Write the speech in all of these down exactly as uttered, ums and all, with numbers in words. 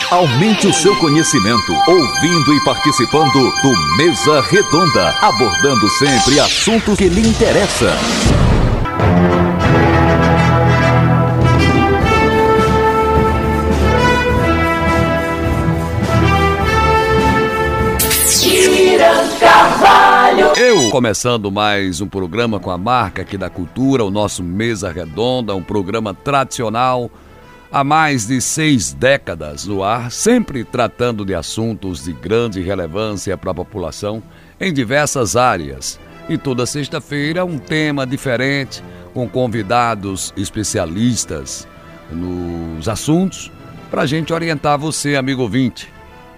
Aumente o seu conhecimento, ouvindo e participando do Mesa Redonda, abordando sempre assuntos que lhe interessam. Eu começando mais um programa com a marca aqui da cultura, o nosso Mesa Redonda, um programa tradicional há mais de seis décadas no ar, sempre tratando de assuntos de grande relevância para a população em diversas áreas. E toda sexta-feira um tema diferente, com convidados especialistas nos assuntos, para a gente orientar você, amigo ouvinte.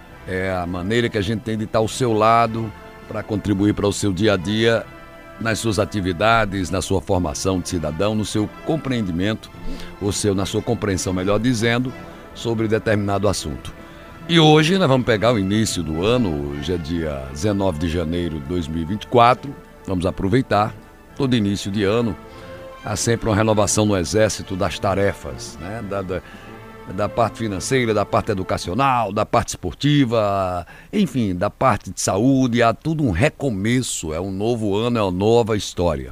É a maneira que a gente tem de estar ao seu lado para contribuir para o seu dia a dia, nas suas atividades, na sua formação de cidadão, no seu compreendimento, ou seu, na sua compreensão, melhor dizendo, sobre determinado assunto. E hoje nós vamos pegar o início do ano, hoje é dia dezenove de janeiro de dois mil e vinte e quatro, vamos aproveitar todo início de ano, há sempre uma renovação no exército das tarefas, né? da, da, da parte financeira, da parte educacional, da parte esportiva, enfim, da parte de saúde, há tudo um recomeço, é um novo ano, é uma nova história.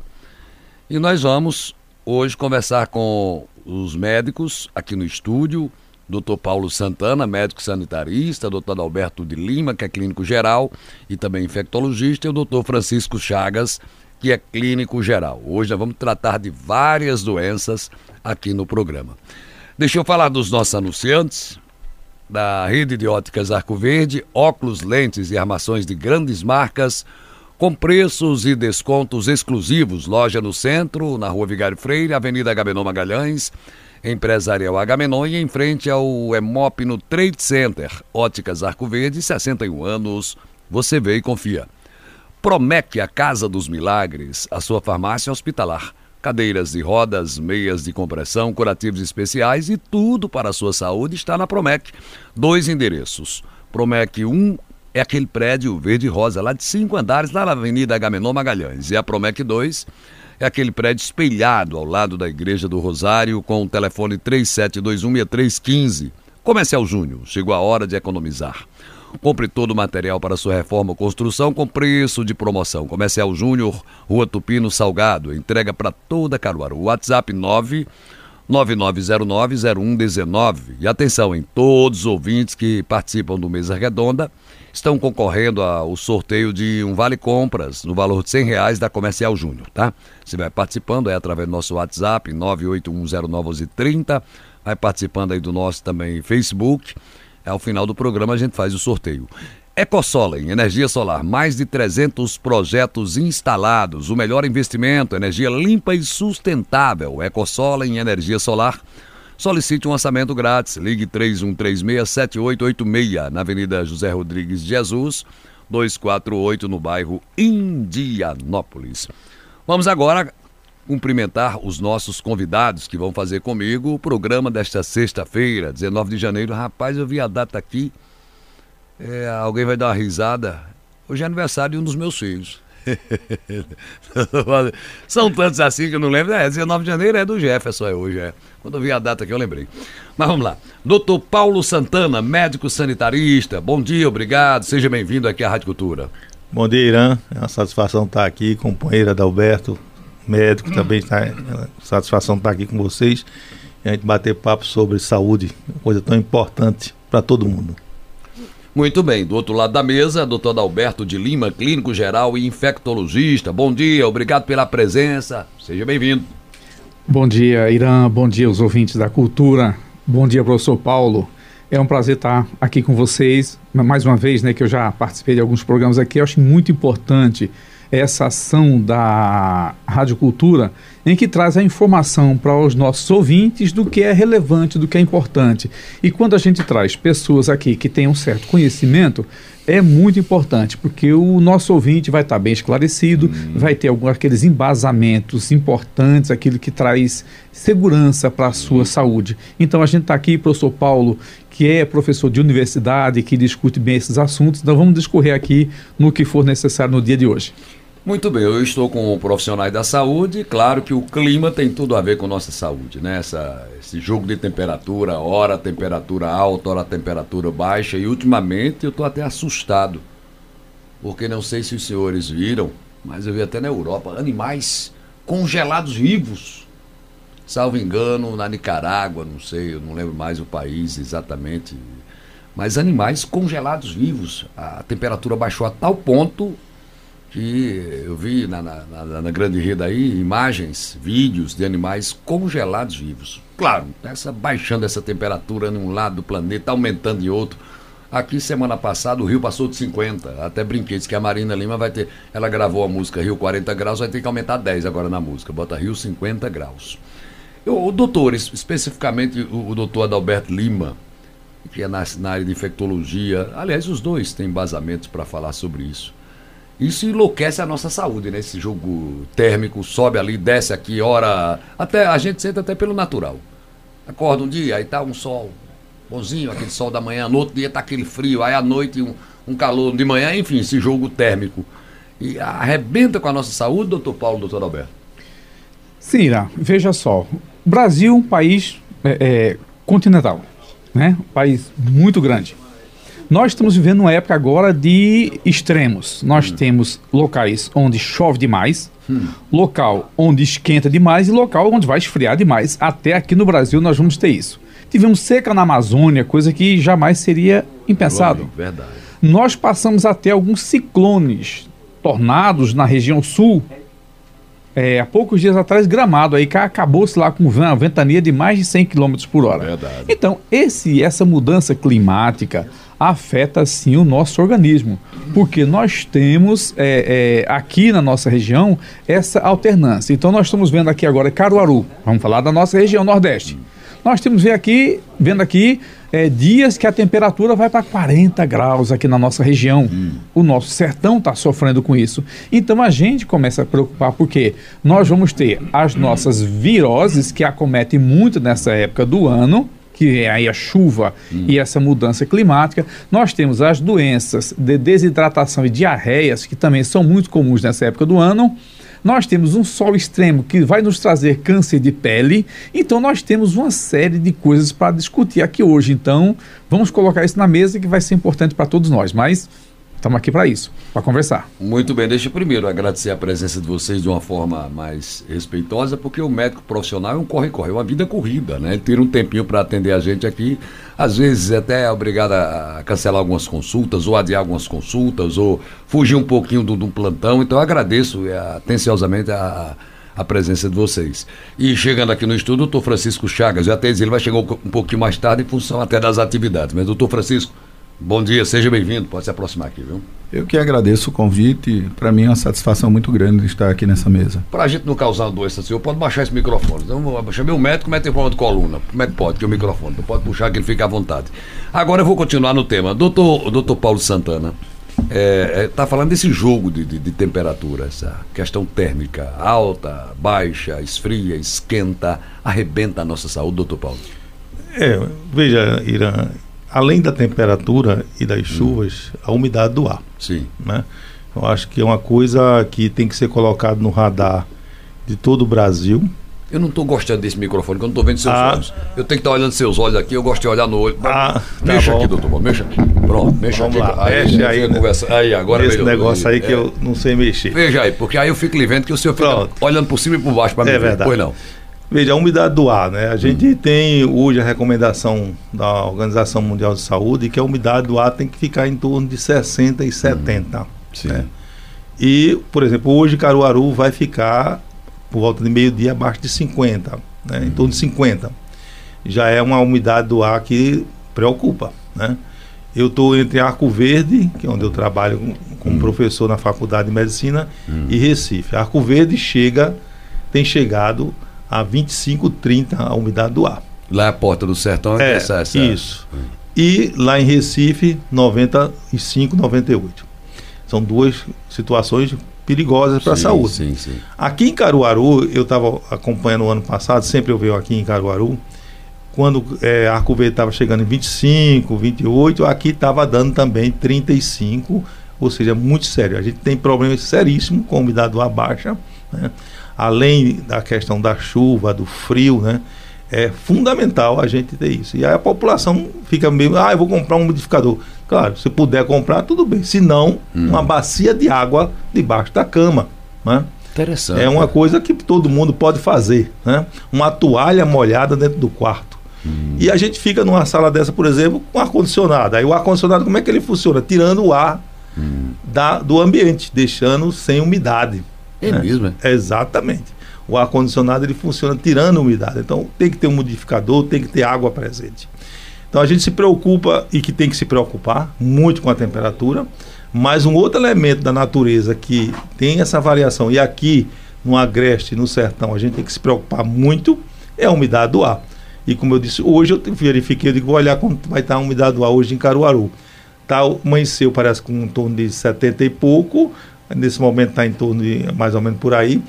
E nós vamos hoje conversar com os médicos aqui no estúdio, doutor Paulo Santana, médico sanitarista, doutor Adalberto de Lima, que é clínico geral e também infectologista, e o doutor Francisco Chagas, que é clínico geral. Hoje nós vamos tratar de várias doenças aqui no programa. Deixa eu falar dos nossos anunciantes, da rede de óticas Arco Verde, óculos, lentes e armações de grandes marcas, com preços e descontos exclusivos. Loja no centro, na Rua Vigário Freire, Avenida Agamenon Magalhães, Empresarial Agamenon e em frente ao Emop no Trade Center. Óticas Arco Verde, sessenta e um anos, você vê e confia. Promec, a Casa dos Milagres, a sua farmácia hospitalar. Cadeiras de rodas, meias de compressão, curativos especiais e tudo para a sua saúde está na Promec. Dois endereços. Promec um é aquele prédio verde e rosa lá de cinco andares, lá na Avenida Agamenon Magalhães. E a Promec dois é aquele prédio espelhado ao lado da Igreja do Rosário com o telefone três sete dois um, seis três um cinco. Comercial Júnior, chegou a hora de economizar. Compre todo o material para sua reforma ou construção com preço de promoção. Comercial Júnior, Rua Tupino Salgado. Entrega para toda Caruaru. WhatsApp nove nove nove zero nove zero um um nove. E atenção, em todos os ouvintes que participam do Mesa Redonda estão concorrendo ao sorteio de um Vale Compras no valor de cem reais da Comercial Júnior, tá? Você vai participando aí através do nosso WhatsApp nove oito um zero nove um um três zero. Vai participando aí do nosso também Facebook. Ao final do programa a gente faz o sorteio. EcoSolen, energia solar, mais de trezentos projetos instalados. O melhor investimento, energia limpa e sustentável. EcoSolen, energia solar. Solicite um orçamento grátis. Ligue três um três seis, sete oito oito seis, na Avenida José Rodrigues de Jesus, duzentos e quarenta e oito, no bairro Indianópolis. Vamos agora cumprimentar os nossos convidados que vão fazer comigo o programa desta sexta-feira, dezenove de janeiro. Rapaz, eu vi a data aqui, é, alguém vai dar uma risada. Hoje é aniversário de um dos meus filhos. São tantos assim que eu não lembro. É, dezenove de janeiro é do Jefferson, é hoje, é. Quando eu vi a data aqui eu lembrei. Mas vamos lá. doutor Paulo Santana, médico sanitarista. Bom dia, obrigado. Seja bem-vindo aqui à Rádio Cultura. Bom dia, Irã. É uma satisfação estar aqui, companheiro Adalberto, médico, também está satisfação estar aqui com vocês e a gente bater papo sobre saúde, uma coisa tão importante para todo mundo. Muito bem, do outro lado da mesa, doutor Adalberto de Lima, clínico geral e infectologista. Bom dia, obrigado pela presença, seja bem-vindo. Bom dia, Irã, bom dia aos ouvintes da cultura, bom dia, professor Paulo. É um prazer estar aqui com vocês, mais uma vez, né, que eu já participei de alguns programas aqui. Eu acho muito importante essa ação da Rádio Cultura, em que traz a informação para os nossos ouvintes do que é relevante, do que é importante. E quando a gente traz pessoas aqui que têm um certo conhecimento, é muito importante, porque o nosso ouvinte vai estar bem esclarecido, hum. vai ter alguns aqueles embasamentos importantes, aquilo que traz segurança para a sua hum. saúde. Então a gente está aqui, professor Paulo, que é professor de universidade, que discute bem esses assuntos, então vamos discorrer aqui no que for necessário no dia de hoje. Muito bem, eu estou com profissionais da saúde, claro que o clima tem tudo a ver com nossa saúde, né? Essa, esse jogo de temperatura, hora temperatura alta, hora temperatura baixa, e ultimamente eu estou até assustado, porque não sei se os senhores viram, mas eu vi até na Europa, animais congelados vivos, salvo engano, na Nicarágua, não sei, eu não lembro mais o país exatamente, mas animais congelados vivos, a temperatura baixou a tal ponto que eu vi na, na, na, na grande rede aí imagens, vídeos de animais congelados vivos. Claro, essa, baixando essa temperatura num lado do planeta, aumentando em outro. Aqui semana passada o Rio passou de cinquenta, até brinquei, disse que a Marina Lima vai ter, ela gravou a música Rio quarenta graus, vai ter que aumentar dez agora na música, bota Rio cinquenta graus. Eu, o doutor, especificamente o, o doutor Adalberto Lima, que é na, na área de infectologia, aliás os dois têm embasamentos para falar sobre isso. Isso enlouquece a nossa saúde, né? Esse jogo térmico, sobe ali, desce aqui, hora... Até, a gente sente até pelo natural. Acorda um dia, aí tá um sol bonzinho, aquele sol da manhã, no outro dia tá aquele frio, aí à noite um, um calor de manhã, enfim, esse jogo térmico. E arrebenta com a nossa saúde, doutor Paulo, doutor Alberto? Sim, Irã, veja só. O Brasil é um país é, é, continental, né? Um país muito grande. Nós estamos vivendo uma época agora de extremos. Nós hum. temos locais onde chove demais, hum. local onde esquenta demais e local onde vai esfriar demais. Até aqui no Brasil nós vamos ter isso. Tivemos seca na Amazônia, coisa que jamais seria impensado. Verdade. Nós passamos até alguns ciclones, tornados na região sul. É, há poucos dias atrás, Gramado, aí acabou-se lá com uma ventania de mais de cem quilômetros por hora. Verdade. Então, esse, essa mudança climática afeta sim o nosso organismo, porque nós temos é, é, aqui na nossa região essa alternância. Então nós estamos vendo aqui agora Caruaru, vamos falar da nossa região Nordeste. Hum. Nós temos ver aqui, vendo aqui é, dias que a temperatura vai para quarenta graus aqui na nossa região. Hum. O nosso sertão está sofrendo com isso. Então a gente começa a preocupar porque nós vamos ter as nossas viroses que acometem muito nessa época do ano, que é aí a chuva hum. e essa mudança climática. Nós temos as doenças de desidratação e diarreias, que também são muito comuns nessa época do ano. Nós temos um sol extremo que vai nos trazer câncer de pele. Então nós temos uma série de coisas para discutir aqui hoje. Então vamos colocar isso na mesa, que vai ser importante para todos nós. Mas estamos aqui para isso, para conversar. Muito bem, deixa eu primeiro agradecer a presença de vocês de uma forma mais respeitosa, porque o médico profissional é um corre-corre, é uma vida corrida, né? Ele tira um tempinho para atender a gente aqui, às vezes até é obrigado a cancelar algumas consultas, ou adiar algumas consultas, ou fugir um pouquinho de um plantão. Então eu agradeço atenciosamente a, a presença de vocês. E chegando aqui no estúdio, o doutor Francisco Chagas, eu até disse, ele vai chegar um pouquinho mais tarde em função até das atividades, mas doutor Francisco, bom dia, seja bem-vindo, pode se aproximar aqui, viu? Eu que agradeço o convite, para mim é uma satisfação muito grande estar aqui nessa mesa. Para a gente não causar doença, senhor, pode baixar esse microfone. Então, eu chamei o médico, mete em forma de coluna. Como é que pode? Que o microfone, não pode puxar que ele fica à vontade. Agora eu vou continuar no tema. Doutor, doutor Paulo Santana, está é, é, tá falando desse jogo de, de, de temperatura, essa questão térmica, alta, baixa, esfria, esquenta, arrebenta a nossa saúde, doutor Paulo. É, veja, Irã, além da temperatura e das chuvas, hum. a umidade do ar. Sim. Né? Eu acho que é uma coisa que tem que ser colocada no radar de todo o Brasil. Eu não estou gostando desse microfone, que eu não estou vendo seus ah. olhos. Eu tenho que estar olhando seus olhos aqui, eu gosto de olhar no olho. Ah, mexa tá aqui, doutor Paulo, mexa aqui. Pronto, mexa Vamos aqui. Lá, aí, mexe aí, né? aí, agora esse negócio aí é. que eu não sei mexer. Veja aí, porque aí eu fico lhe vendo que o senhor fica Pronto. olhando por cima e por baixo para mim. É ver. verdade. Pois não. Veja, a umidade do ar, né? A gente hum. tem hoje a recomendação da Organização Mundial de Saúde que a umidade do ar tem que ficar em torno de sessenta e setenta. Hum. Sim. Né? E, por exemplo, hoje Caruaru vai ficar por volta de meio-dia abaixo de cinquenta, né? Hum. Em torno de cinquenta. Já é uma umidade do ar que preocupa, né? Eu estou entre Arco Verde, que é onde eu trabalho como hum. professor na Faculdade de Medicina, hum. e Recife. Arco Verde chega, tem chegado a vinte e cinco, trinta a umidade do ar. Lá é a Porta do Sertão é essa, essa... isso. Hum. E lá em Recife, noventa e cinco, noventa e oito. São duas situações perigosas para a saúde. Sim, sim. Aqui em Caruaru, eu estava acompanhando o ano passado, sempre eu venho aqui em Caruaru, quando é, Arco Verde estava chegando em vinte e cinco, vinte e oito, aqui estava dando também trinta e cinco, ou seja, muito sério. A gente tem problemas seríssimos com a umidade do ar baixa, né? Além da questão da chuva, do frio, né? É fundamental a gente ter isso. E aí a população fica meio, ah, eu vou comprar um umidificador. Claro, se puder comprar, tudo bem. Se não, hum. uma bacia de água debaixo da cama, né? Interessante. É uma coisa que todo mundo pode fazer, né? Uma toalha molhada dentro do quarto. Hum. E a gente fica numa sala dessa, por exemplo, com ar-condicionado. Aí o ar-condicionado, como é que ele funciona? Tirando o ar hum. da, do ambiente, deixando sem umidade. É né? mesmo? É? Exatamente. O ar-condicionado ele funciona tirando a umidade. Então tem que ter um umidificador, tem que ter água presente. Então a gente se preocupa, e que tem que se preocupar muito com a temperatura, mas um outro elemento da natureza que tem essa variação, e aqui no Agreste, no Sertão, a gente tem que se preocupar muito, é a umidade do ar. E como eu disse, hoje eu verifiquei, eu digo, vou olhar como vai estar a umidade do ar hoje em Caruaru. Tá, amanheceu, parece com em torno de setenta e pouco, nesse momento está em torno de mais ou menos por aí,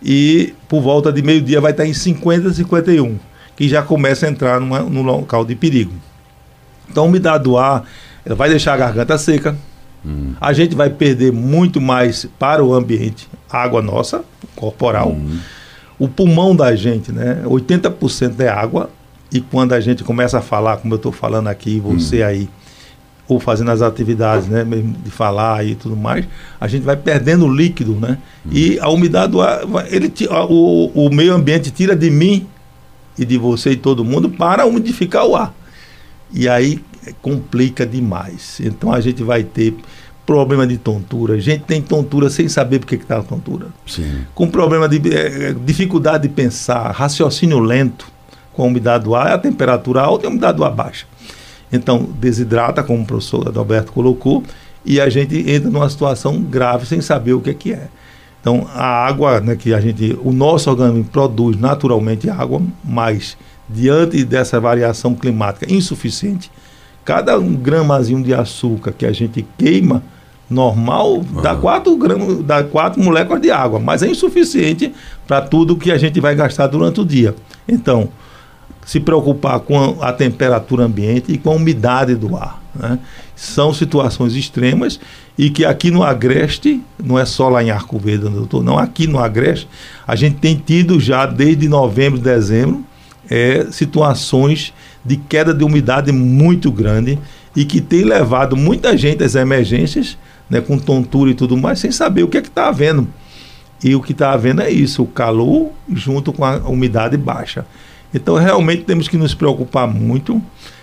e por volta de meio-dia vai estar em cinquenta, cinquenta e um, que já começa a entrar numa, num local de perigo. Então a umidade do ar ela vai deixar a garganta seca, hum. a gente vai perder muito mais para o ambiente água nossa, corporal. Hum. O pulmão da gente, né, oitenta por cento é água, e quando a gente começa a falar, como eu estou falando aqui, você hum. aí, ou fazendo as atividades, né, mesmo de falar e tudo mais, a gente vai perdendo líquido, né? Hum. E a umidade do ar, ele, o, o meio ambiente tira de mim e de você e todo mundo para umidificar o ar. E aí complica demais. Então a gente vai ter problema de tontura. A gente tem tontura sem saber por que está a tontura. Sim. Com problema de é, dificuldade de pensar, raciocínio lento com a umidade do ar, a temperatura alta e a umidade do ar baixa. Então, desidrata, como o professor Adalberto colocou, e a gente entra numa situação grave sem saber o que é que é. Então, a água, né, que a gente, o nosso organismo produz naturalmente água, mas diante dessa variação climática insuficiente, cada um gramazinho de açúcar que a gente queima, normal, uhum. dá quatro gramas, dá quatro moléculas de água, mas é insuficiente para tudo que a gente vai gastar durante o dia. Então, se preocupar com a temperatura ambiente e com a umidade do ar, né? São situações extremas e que aqui no Agreste, não é só lá em Arco Verde onde eu estou, não, aqui no Agreste, a gente tem tido já desde novembro, dezembro, é, situações de queda de umidade muito grande e que tem levado muita gente às emergências, né, com tontura e tudo mais, sem saber o que é que está havendo. E o que está havendo é isso, o calor junto com a umidade baixa. Então, realmente, temos que nos preocupar muito.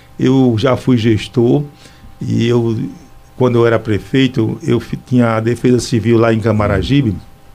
Eu já fui gestor e eu, quando eu era prefeito, eu tinha a Defesa Civil lá em Camaragibe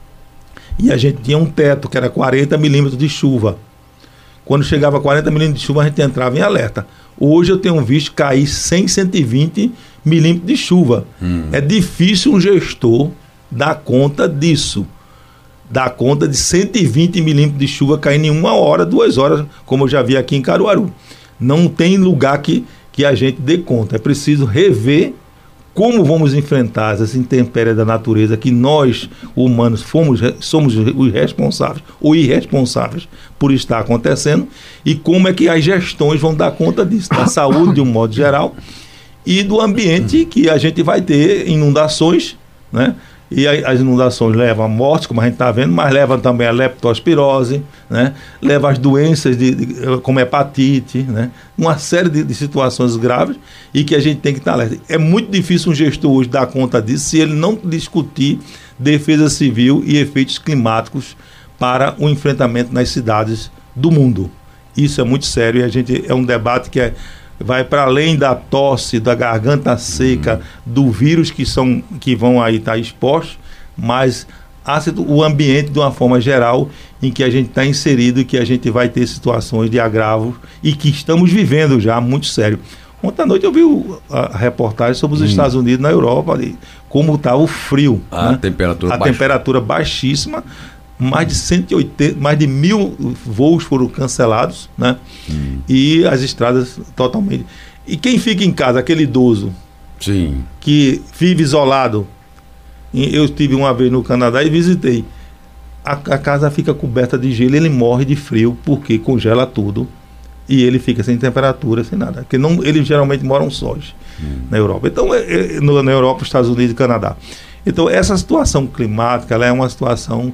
e a gente tinha um teto que era quarenta milímetros de chuva. Quando chegava a quarenta milímetros de chuva, a gente entrava em alerta. Hoje eu tenho visto cair cem, cento e vinte milímetros de chuva. Hum. É difícil um gestor dar conta disso. Dá conta de cento e vinte milímetros de chuva caindo em uma hora, duas horas, como eu já vi aqui em Caruaru. Não tem lugar que, que a gente dê conta. É preciso rever como vamos enfrentar essas intempéries da natureza que nós, humanos, fomos, somos os responsáveis ou irresponsáveis por estar acontecendo, e como é que as gestões vão dar conta disso, da saúde de um modo geral e do ambiente, que a gente vai ter inundações, né? E as inundações levam a mortes, como a gente está vendo, mas levam também a leptospirose, né? Leva as doenças de, de, como hepatite, né? Uma série de, de situações graves e que a gente tem que estar alerta. É muito difícil um gestor hoje dar conta disso se ele não discutir defesa civil e efeitos climáticos para o enfrentamento nas cidades do mundo. Isso é muito sério e a gente, é um debate que é vai para além da tosse, da garganta seca, uhum. do vírus que, são, que vão aí estar expostos, mas o ambiente de uma forma geral em que a gente está inserido e que a gente vai ter situações de agravo e que estamos vivendo já muito sério. Ontem à noite eu vi a reportagem sobre os hum. Estados Unidos na Europa, como está o frio. A né? temperatura A baixa. temperatura baixíssima. Mais de cento e oitenta, mais de mil voos foram cancelados, né? Hum. E as estradas totalmente. E quem fica em casa, aquele idoso, sim, que vive isolado. Eu estive uma vez no Canadá e visitei. A, a casa fica coberta de gelo, ele morre de frio porque congela tudo. e ele fica sem temperatura, sem nada. Porque não, eles geralmente moram sós hum. na Europa. Então, é, é, no, na Europa, Estados Unidos e Canadá. Então, essa situação climática, ela é uma situação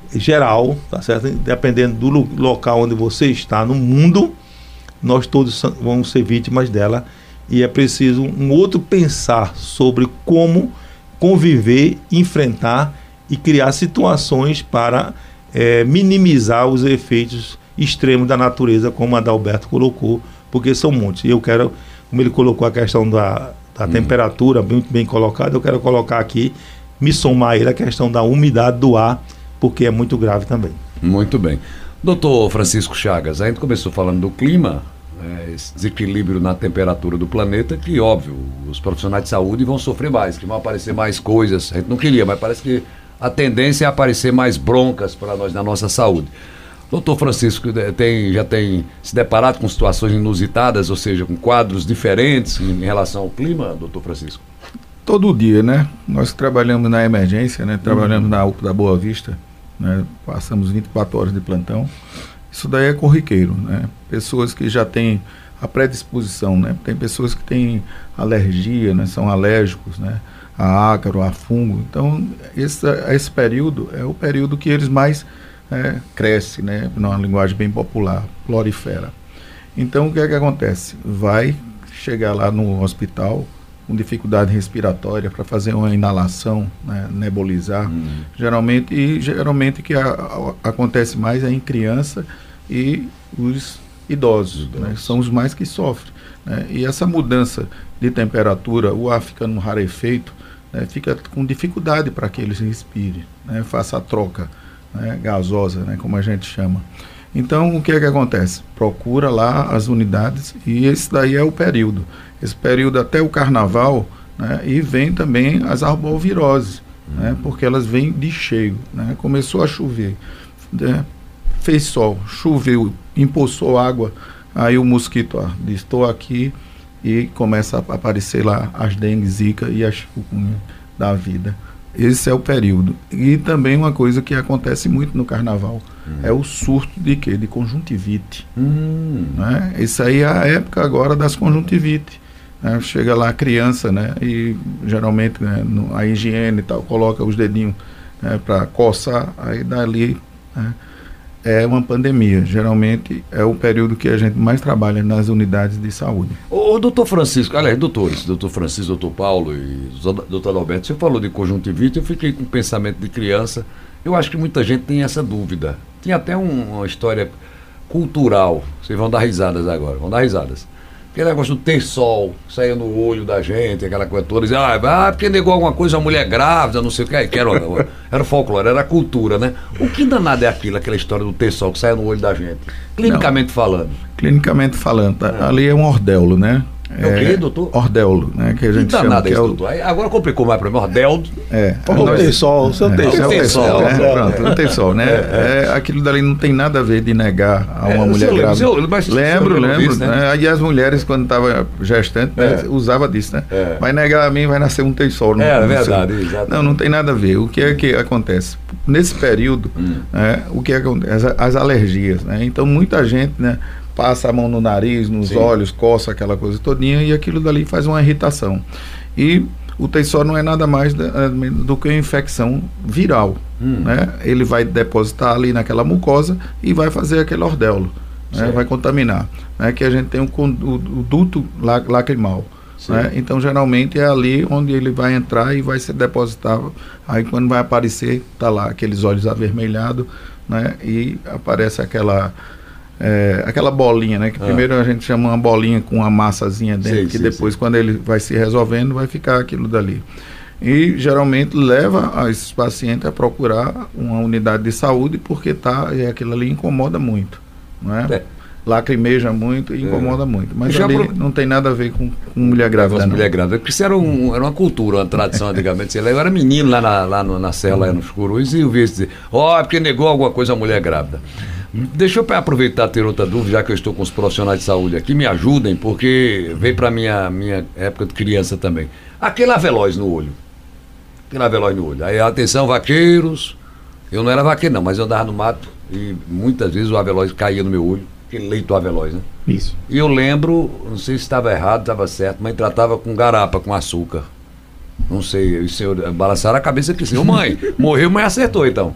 geral, tá certo? Dependendo do lo- local onde você está no mundo, nós todos vamos ser vítimas dela, e é preciso um outro pensar sobre como conviver, enfrentar e criar situações para é, minimizar os efeitos extremos da natureza, como a Adalberto colocou, porque são muitos. E eu quero, como ele colocou a questão da, da hum. temperatura, muito bem colocada, eu quero colocar aqui, me somar a ele a questão da umidade do ar, porque é muito grave também. Muito bem. Doutor Francisco Chagas, a gente começou falando do clima, é, esse desequilíbrio na temperatura do planeta, que, óbvio, os profissionais de saúde vão sofrer mais, que vão aparecer mais coisas. A gente não queria, mas parece que a tendência é aparecer mais broncas para nós na nossa saúde. Doutor Francisco, tem, já tem se deparado com situações inusitadas, ou seja, com quadros diferentes em relação ao clima, doutor Francisco? Todo dia, né? Nós trabalhamos na emergência, né? Trabalhamos uhum. na U P A da Boa Vista, né? Passamos vinte e quatro horas de plantão. Isso daí é corriqueiro, né? Pessoas que já têm a predisposição, né? Tem pessoas que têm alergia, né? São alérgicos, né? A ácaro, a fungo. Então, esse, esse período é o período que eles mais é, crescem, né? Numa linguagem bem popular, prolifera. Então, o que é que acontece? Vai chegar lá no hospital com dificuldade respiratória para fazer uma inalação, né? Nebulizar. Uhum. Geralmente, e geralmente que a, a, acontece mais é em criança e os idosos, idosos. Né? São os mais que sofrem. Né? E essa mudança de temperatura, o ar ficando rarefeito, né? Fica com dificuldade para que eles respirem, né? Faça a troca, né? Gasosa, né? Como a gente chama. Então, o que é que acontece? Procura lá as unidades e esse daí é o período. Esse período até o carnaval, né? E vem também as arboviroses, uhum. né? Porque elas vêm de cheio, né? Começou a chover, né? Fez sol, choveu, empoçou água, aí o mosquito ó, diz, estou aqui, e começa a aparecer lá as dengue, zika e a chikungunya da vida. Esse é o período. E também uma coisa que acontece muito no carnaval, hum. é o surto de quê? De conjuntivite. Hum. Né? Isso aí é a época agora das conjuntivite. Né? Chega lá a criança, né? E geralmente, né, no, a higiene e tal, coloca os dedinhos, né, para coçar, aí dali, né, é uma pandemia. Geralmente é o período que a gente mais trabalha nas unidades de saúde. Ô, ô doutor Francisco, aliás, doutores, doutor Francisco, doutor Paulo e doutor Adalberto, você falou de conjuntivite, eu fiquei com pensamento de criança. Eu acho que muita gente tem essa dúvida. Tem até um, uma história cultural, vocês vão dar risadas agora, vão dar risadas. Aquele negócio do ter sol, saia no olho da gente, aquela coisa toda, dizia, ah, porque negou alguma coisa a mulher grávida, não sei o que, que era, era folclore, era cultura, né? O que danado é aquilo, aquela história do ter sol que saia no olho da gente? Clinicamente não, falando. Clinicamente falando, tá, é. ali é um ordeulo, né? É, é o quê, doutor? Ordeulo, né? Que a gente que chama que isso, é o... doutor? Aí, agora complicou mais para mim, ordeulo. É. O nós... tem sol, o seu tem sol. Tem sol, né? Pronto, não tem sol, né? É, é. Aquilo dali não tem nada a ver de negar a uma é, mulher grávida. Eu, eu, mas lembro, lembro. Disse, né? Né? Aí as mulheres, quando estavam gestante, é. né, usava disso, né? É. Vai negar a mim, vai nascer um tem sol. Não, é, é verdade, exatamente. Não, não tem nada a ver. O que é que acontece? Nesse período, hum. né, o que acontece? As, as alergias, né? Então, muita gente, né, passa a mão no nariz, nos Sim. olhos, coça aquela coisa todinha e aquilo dali faz uma irritação. E o T só não é nada mais do que uma infecção viral. Hum. Né? Ele vai depositar ali naquela mucosa e vai fazer aquele ordeulo, né? Vai contaminar. Né? Que a gente tem o, o, o duto lacrimal. Né? Então, geralmente, é ali onde ele vai entrar e vai ser depositado. Aí, quando vai aparecer, tá lá aqueles olhos avermelhados, né? E aparece aquela... É, aquela bolinha, né? Que ah. primeiro a gente chama uma bolinha com uma massazinha dentro, sim, que sim, depois sim. quando ele vai se resolvendo, vai ficar aquilo dali. E geralmente leva esses pacientes a procurar uma unidade de saúde porque tá, e aquilo ali incomoda muito, não é? é. Lacrimeja muito e incomoda é. muito. Mas já ali pro... não tem nada a ver com, com mulher grávida. Não. Mulher grávida, porque isso era, um, era uma cultura, uma tradição antigamente. Eu era menino lá na, lá no, na cela, lá nos Curus, e eu via dizer, ó, oh, porque negou alguma coisa a mulher grávida. Deixa eu aproveitar e ter outra dúvida, já que eu estou com os profissionais de saúde aqui, me ajudem, porque veio para a minha, minha época de criança também. Aquele avelóis no olho. Aquele avelóis no olho. Aí, atenção, vaqueiros. Eu não era vaqueiro não, mas eu andava no mato e muitas vezes o avelóis caía no meu olho. aquele leite do Aveloz, né? Isso. E eu lembro, não sei se estava errado, estava certo, mas tratava com garapa, com açúcar. Não sei, o senhor balançaram a cabeça aqui, assim, ô mãe, morreu, mas acertou então.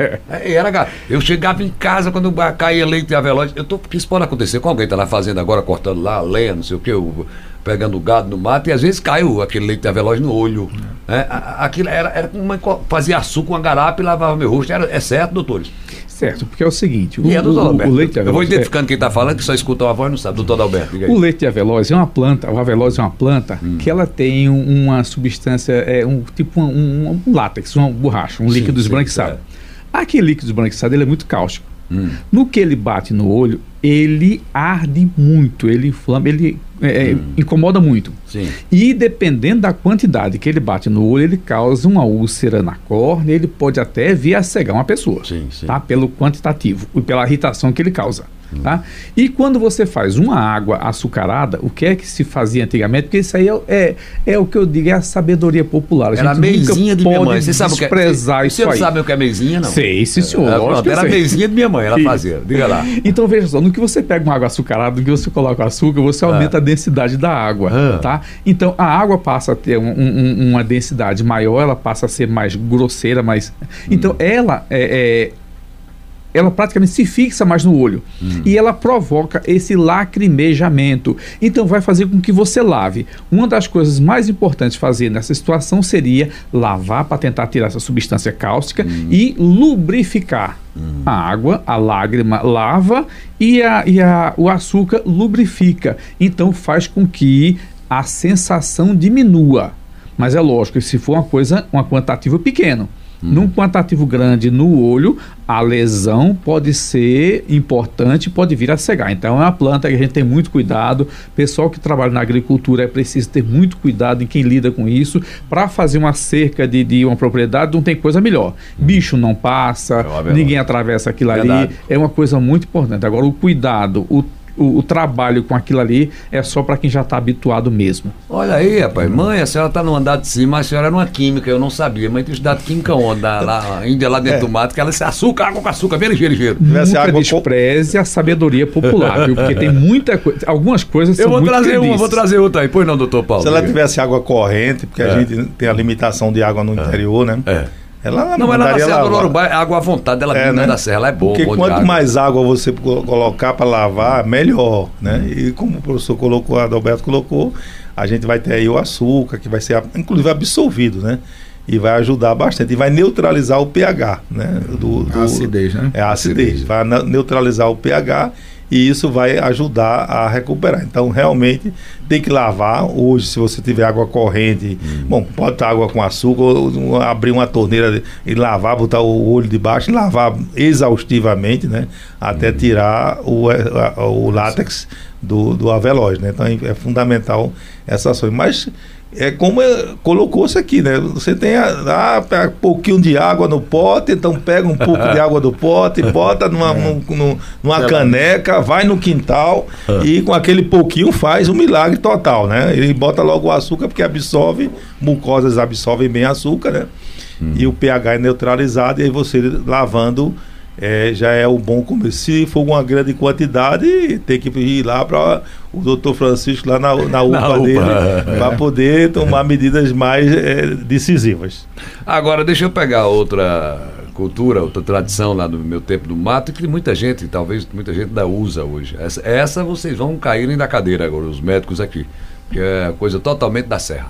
É, era, eu chegava em casa quando caía leite de Aveloz, eu tô, porque isso pode acontecer com alguém, tá na fazenda agora cortando lá, lenha, não sei o que, eu, pegando gado no mato, e às vezes cai o, aquele leite de Aveloz no olho. É. Né? Aquilo era, era uma, fazia açúcar com uma garapa e lavava meu rosto, era, é certo, doutores? Certo, porque é o seguinte, o, e é, doutor Alberto, o, o leite de Aveloz, eu vou identificando é, quem está falando, que só escuta uma voz e não sabe, doutor Alberto. O leite de Aveloz é uma planta, o Aveloz é uma planta hum. que ela tem uma substância, é, um tipo um, um, um látex, uma borracha, um sim, líquido esbranquiçado. Sim, é. Aquele líquido esbranquiçado ele é muito cáustico. Hum. No que ele bate no olho, ele arde muito, ele inflama, ele é, hum. incomoda muito. Sim. E dependendo da quantidade que ele bate no olho, ele causa uma úlcera na córnea, ele pode até vir a cegar uma pessoa, sim, sim. Tá? Pelo quantitativo e pela irritação que ele causa. Hum. Tá? E quando você faz uma água açucarada, o que é que se fazia antigamente? Porque isso aí é, é, é o que eu digo, é a sabedoria popular. A era gente meizinha de minha mãe. Você sabe desprezar o que é, isso você aí. Você sabe o que é meizinha, não? Sei, sim, senhor. É, pronto, era a meizinha de minha mãe, ela fazia. Diga lá. Então, veja só, no que você pega uma água açucarada, no que você coloca açúcar, você aumenta ah. a densidade da água, ah. tá? Então, a água passa a ter um, um, uma densidade maior, ela passa a ser mais grosseira, mais... Hum. Então, ela é... é ela praticamente se fixa mais no olho. Hum. E ela provoca esse lacrimejamento. Então vai fazer com que você lave. Uma das coisas mais importantes fazer nessa situação seria lavar para tentar tirar essa substância cáustica hum. e lubrificar. Hum. A água, a lágrima lava e, a, e a, o açúcar lubrifica. Então faz com que a sensação diminua. Mas é lógico que se for uma coisa, um quantitativo pequeno. Hum. Num quantitativo grande no olho, a lesão pode ser importante, pode vir a cegar. Então é uma planta que a gente tem muito cuidado. Pessoal que trabalha na agricultura é preciso ter muito cuidado em quem lida com isso. Para fazer uma cerca de, de uma propriedade não tem coisa melhor. Hum. Bicho não passa, é ninguém atravessa aquilo Verdade. ali. É uma coisa muito importante. Agora o cuidado, o O, o trabalho com aquilo ali é só para quem já está habituado mesmo. Olha aí, rapaz, mãe, a senhora está no andar de cima, a senhora era uma química, eu não sabia, mas tem estudado química onde? Na, lá, a Índia lá dentro é. do mato, que ela disse açúcar, água com açúcar, bem ligeiro, ligeiro. Nunca água despreze com... a sabedoria popular, viu? Porque tem muita coisa, algumas coisas eu são vou muito trazer crendices. uma, vou trazer outra aí, pois não, doutor Paulo? Se ela tivesse água corrente, porque é. a gente tem a limitação de água no é. interior, né? É. Ela não, ela na Serra do Urubá, é água à vontade, ela é, né? da Serra, ela é boa. Porque boa quanto mais água você colocar para lavar, melhor, né? E como o professor colocou, a Adalberto colocou, a gente vai ter aí o açúcar, que vai ser, inclusive, absorvido, né? E vai ajudar bastante, e vai neutralizar o pH, né? Do, do, a acidez, né? É a acidez, vai neutralizar o pH e isso vai ajudar a recuperar. Então, realmente, tem que lavar. Hoje, se você tiver água corrente, hum. bom, pode estar água com açúcar, ou abrir uma torneira e lavar, botar o olho debaixo e lavar exaustivamente, né? Até hum. tirar o, a, o látex do, do Aveloz, né? Então, é fundamental essa ação. Mas... é como colocou-se aqui, né? Você tem a, a, pega um pouquinho de água no pote, então pega um pouco de água do pote, bota numa, é. num, numa caneca, vai no quintal é. e com aquele pouquinho faz um milagre total, né? Ele bota logo o açúcar porque absorve, mucosas absorvem bem açúcar, né? Hum. E o pH é neutralizado e aí você lavando É, já é o bom começo. Se for uma grande quantidade, tem que ir lá para o doutor Francisco lá na, na U P A, na dele é. para poder tomar medidas mais é, decisivas. Agora deixa eu pegar outra cultura, outra tradição lá no meu tempo do mato, que muita gente, talvez muita gente ainda usa hoje. Essa, essa vocês vão caírem da cadeira agora, os médicos aqui, que é coisa totalmente da serra.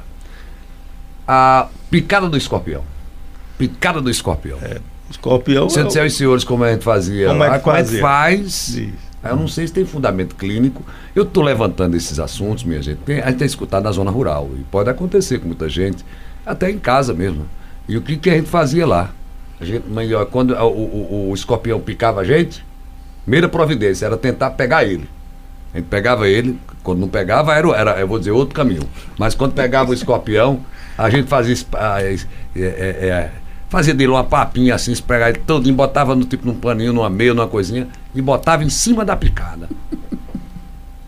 A picada do escorpião. Picada do escorpião. É. Escorpião. Você disser aos senhores como a gente fazia. Como é que, como é que faz? Isso. Eu não sei se tem fundamento clínico. Eu estou levantando esses assuntos, minha gente. Tem, a gente tem escutado na zona rural. E pode acontecer com muita gente, até em casa mesmo. E o que, que a gente fazia lá? A gente, quando o, o, o escorpião picava a gente, primeira providência era tentar pegar ele. A gente pegava ele, quando não pegava, era, era eu vou dizer, outro caminho. Mas quando pegava o escorpião, a gente fazia. É, é, é, fazia dele uma papinha assim, espregar ele todinho, botava no tipo num paninho, numa meia, numa coisinha, e botava em cima da picada.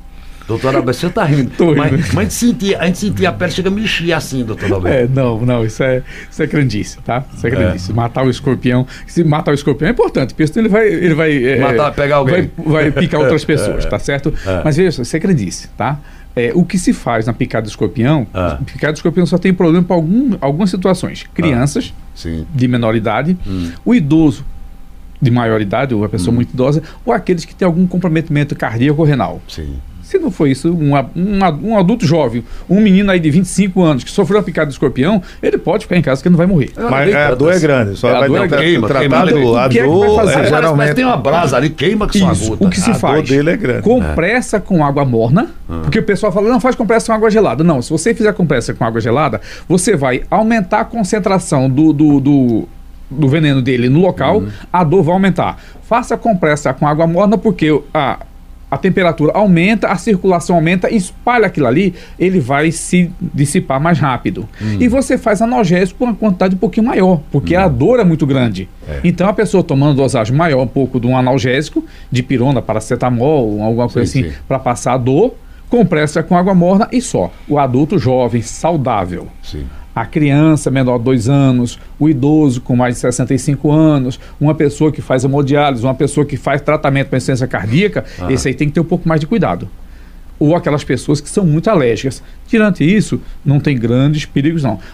Doutor Alberto, você tá rindo. Tô rindo. Mas, mas a, gente sentia, a gente sentia a pele chega a mexer assim, doutor Alberto. É, não, não, isso é, isso é crendice, tá? Isso é crendice. É. Matar o escorpião. Se matar o escorpião é importante, porque senão ele vai. Ele vai matar, é, pegar alguém. Vai, vai picar outras pessoas, tá certo? É. Mas veja, isso é crendice, tá? É, o que se faz na picada do escorpião, Ah. picada do escorpião só tem problema para algum, algumas situações. Crianças Ah. Sim. de menor idade, Hum. o idoso de maior idade, ou uma pessoa Hum. muito idosa, ou aqueles que têm algum comprometimento cardíaco ou renal. Sim. Se não for isso, um, um, um adulto jovem, um menino aí de vinte e cinco anos que sofreu a picada do escorpião, ele pode ficar em casa que não vai morrer. Mas é, a dor é grande, só É, a vai dor dar é um tra- queima, tratado, queima. a O que é que vai dor, fazer? é, Mas, geralmente, mas tem uma brasa ali, queima que sua Isso, gota. o que se a faz? dor dele é grande. Compressa com água morna, porque o pessoal fala, não, faz compressa com água gelada. Não, se você fizer compressa com água gelada, você vai aumentar a concentração do, do, do, do veneno dele no local, Uhum. a dor vai aumentar. Faça compressa com água morna, porque a, a temperatura aumenta, a circulação aumenta, espalha aquilo ali, ele vai se dissipar mais rápido. Uhum. E você faz analgésico por uma quantidade um pouquinho maior, porque a dor é muito grande. É. Então a pessoa tomando dosagem maior um pouco de um analgésico, de pirona, paracetamol, alguma coisa Sim, assim, sim. para passar a dor, compressa com água morna e só. O adulto jovem, saudável. Sim. A criança menor de dois anos, o idoso com mais de sessenta e cinco anos, uma pessoa que faz hemodiálise, uma pessoa que faz tratamento para insuficiência cardíaca, Ah. esse aí tem que ter um pouco mais de cuidado. Ou aquelas pessoas que são muito alérgicas. Tirante isso, não tem grandes perigos, não.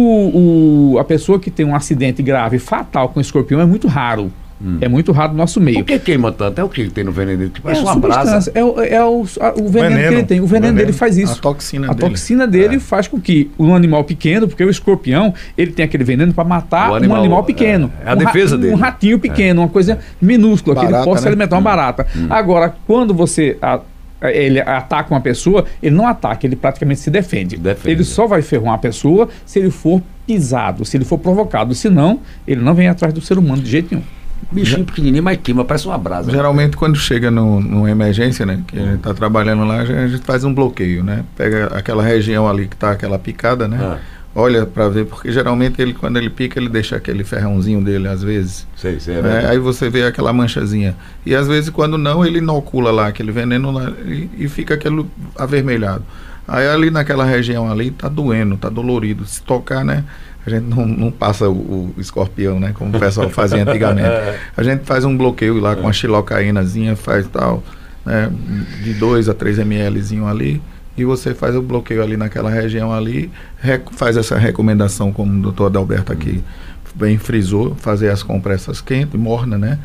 O, o, a pessoa que tem um acidente grave, fatal com escorpião, é muito raro. Hum. É muito raro no nosso meio. Por que queima tanto? É o que tem no veneno dele? Que parece é uma a brasa. substância, É, o, é o, a- o veneno, Veneno. que ele tem. O veneno, Veneno. dele faz isso. A toxina A dele. toxina dele faz com que um animal pequeno, porque o escorpião, ele tem aquele veneno para matar O um animal, animal pequeno. é, é a um defesa ra- dele. Um ratinho pequeno, uma coisa minúscula, que ele Barata, possa né? alimentar uma barata. Agora, quando você a- ele ataca uma pessoa, ele não ataca, ele praticamente se defende. Defende. Ele só vai ferrar uma pessoa se ele for pisado, se ele for provocado. Senão, ele não vem atrás do ser humano de jeito nenhum. Bichinho pequenininho, mas queima, parece uma brasa. Geralmente, quando chega no, numa emergência, né, que a gente está trabalhando lá, a gente faz um bloqueio, né? Pega aquela região ali que está aquela picada, né? Ah. Olha para ver, porque geralmente ele, quando ele pica, ele deixa aquele ferrãozinho dele, às vezes. Sei, sei, é né? verdade. Aí você vê aquela manchazinha. E às vezes, quando não, ele inocula lá aquele veneno lá, e, e fica aquele avermelhado. Aí ali naquela região ali tá doendo, tá dolorido. Se tocar, né? A gente não, não passa o, o escorpião, né? Como o pessoal fazia antigamente. A gente faz um bloqueio lá com a xilocaínazinha, faz tal, né? De dois a três mililitros ali. E você faz o bloqueio ali naquela região ali, rec- faz essa recomendação, como o doutor Adalberto aqui bem frisou, fazer as compressas quentes, morna, né?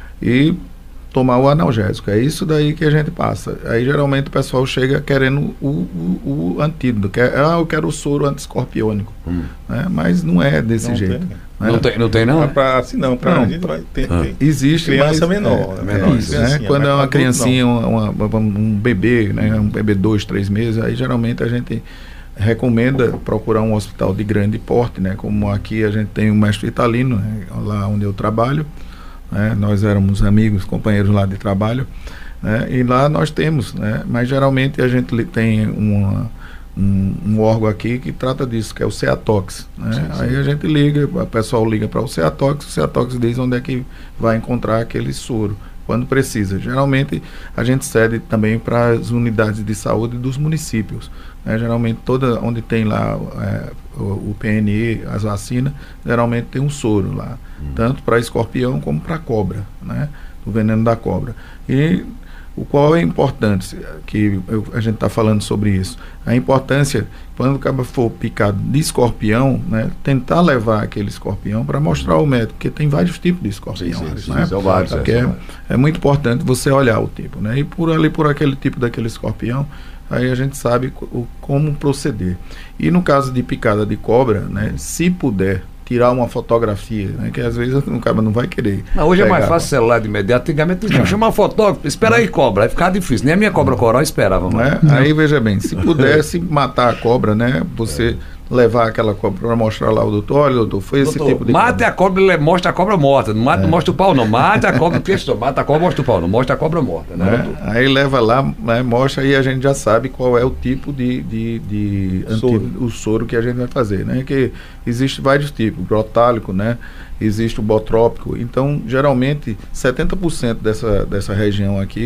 E tomar o analgésico. É isso daí que a gente passa. Aí geralmente o pessoal chega querendo o, o, o antídoto, quer, ah, eu quero o soro antiscorpiônico. Hum. Né? Mas não é desse Não jeito. tem. né? Não tem, não tem não? Mas pra, assim não, pra Não. a gente vai ter, Ah. tem Existe, criança mas, menor. é, né? menor, isso, Criancinha, né? Quando mas é uma adulto, criancinha, uma, uma- um bebê, né? Um bebê dois, três meses, aí geralmente a gente recomenda procurar um hospital de grande porte, né? Como aqui a gente tem o Mestre Italino, né? Lá onde eu trabalho, né? Nós éramos amigos, companheiros lá de trabalho, né? E lá nós temos, né? Mas geralmente a gente li- tem uma, um, um órgão aqui que trata disso, que é o Ceatox, né? Sim, sim. Aí a gente liga, o pessoal liga para o Ceatox, o Ceatox diz onde é que vai encontrar aquele soro, quando precisa. Geralmente a gente cede também para as unidades de saúde dos municípios, né? Geralmente toda onde tem lá é, o, o P N I, as vacinas, geralmente tem um soro lá, tanto para escorpião como para cobra, né? O veneno da cobra. E o qual é importante, que eu- a gente está falando sobre isso, a importância, quando o cabo for picado de escorpião, né, tentar levar aquele escorpião para mostrar ao médico, porque tem vários tipos de escorpião. Sim, sim, sim, né? são vários, Porque é, é, são é muito importante você olhar o tipo, né? E por ali, por aquele tipo daquele escorpião, aí a gente sabe co- o, como proceder. E no caso de picada de cobra, né, se puder tirar uma fotografia, né, que às vezes o cara não vai querer. Não, hoje é mais pegar. fácil celular de imediato. Antigamente tinha que chamar um fotógrafo, espera aí, cobra. Aí ficava difícil. Nem a minha cobra coral esperava, Não mano. é? Aí veja bem, se pudesse matar a cobra, né? Você levar aquela cobra para mostrar lá o doutor, olha, doutor, foi esse Doutor, tipo de mate cobra. a cobra, ele mostra a cobra morta. Não, mata, não mostra o pau, não. Mate a cobra, questão. Mata a cobra, mostra o pau, não. Mostra a cobra morta, né, Né? doutor? Aí leva lá, né, mostra e a gente já sabe qual é o tipo de, de, de Soro. antídoto, o soro que a gente vai fazer, né? Que existe vários tipos, brotálico, né? Existe o botrópico. Então, geralmente, setenta por cento dessa, dessa região aqui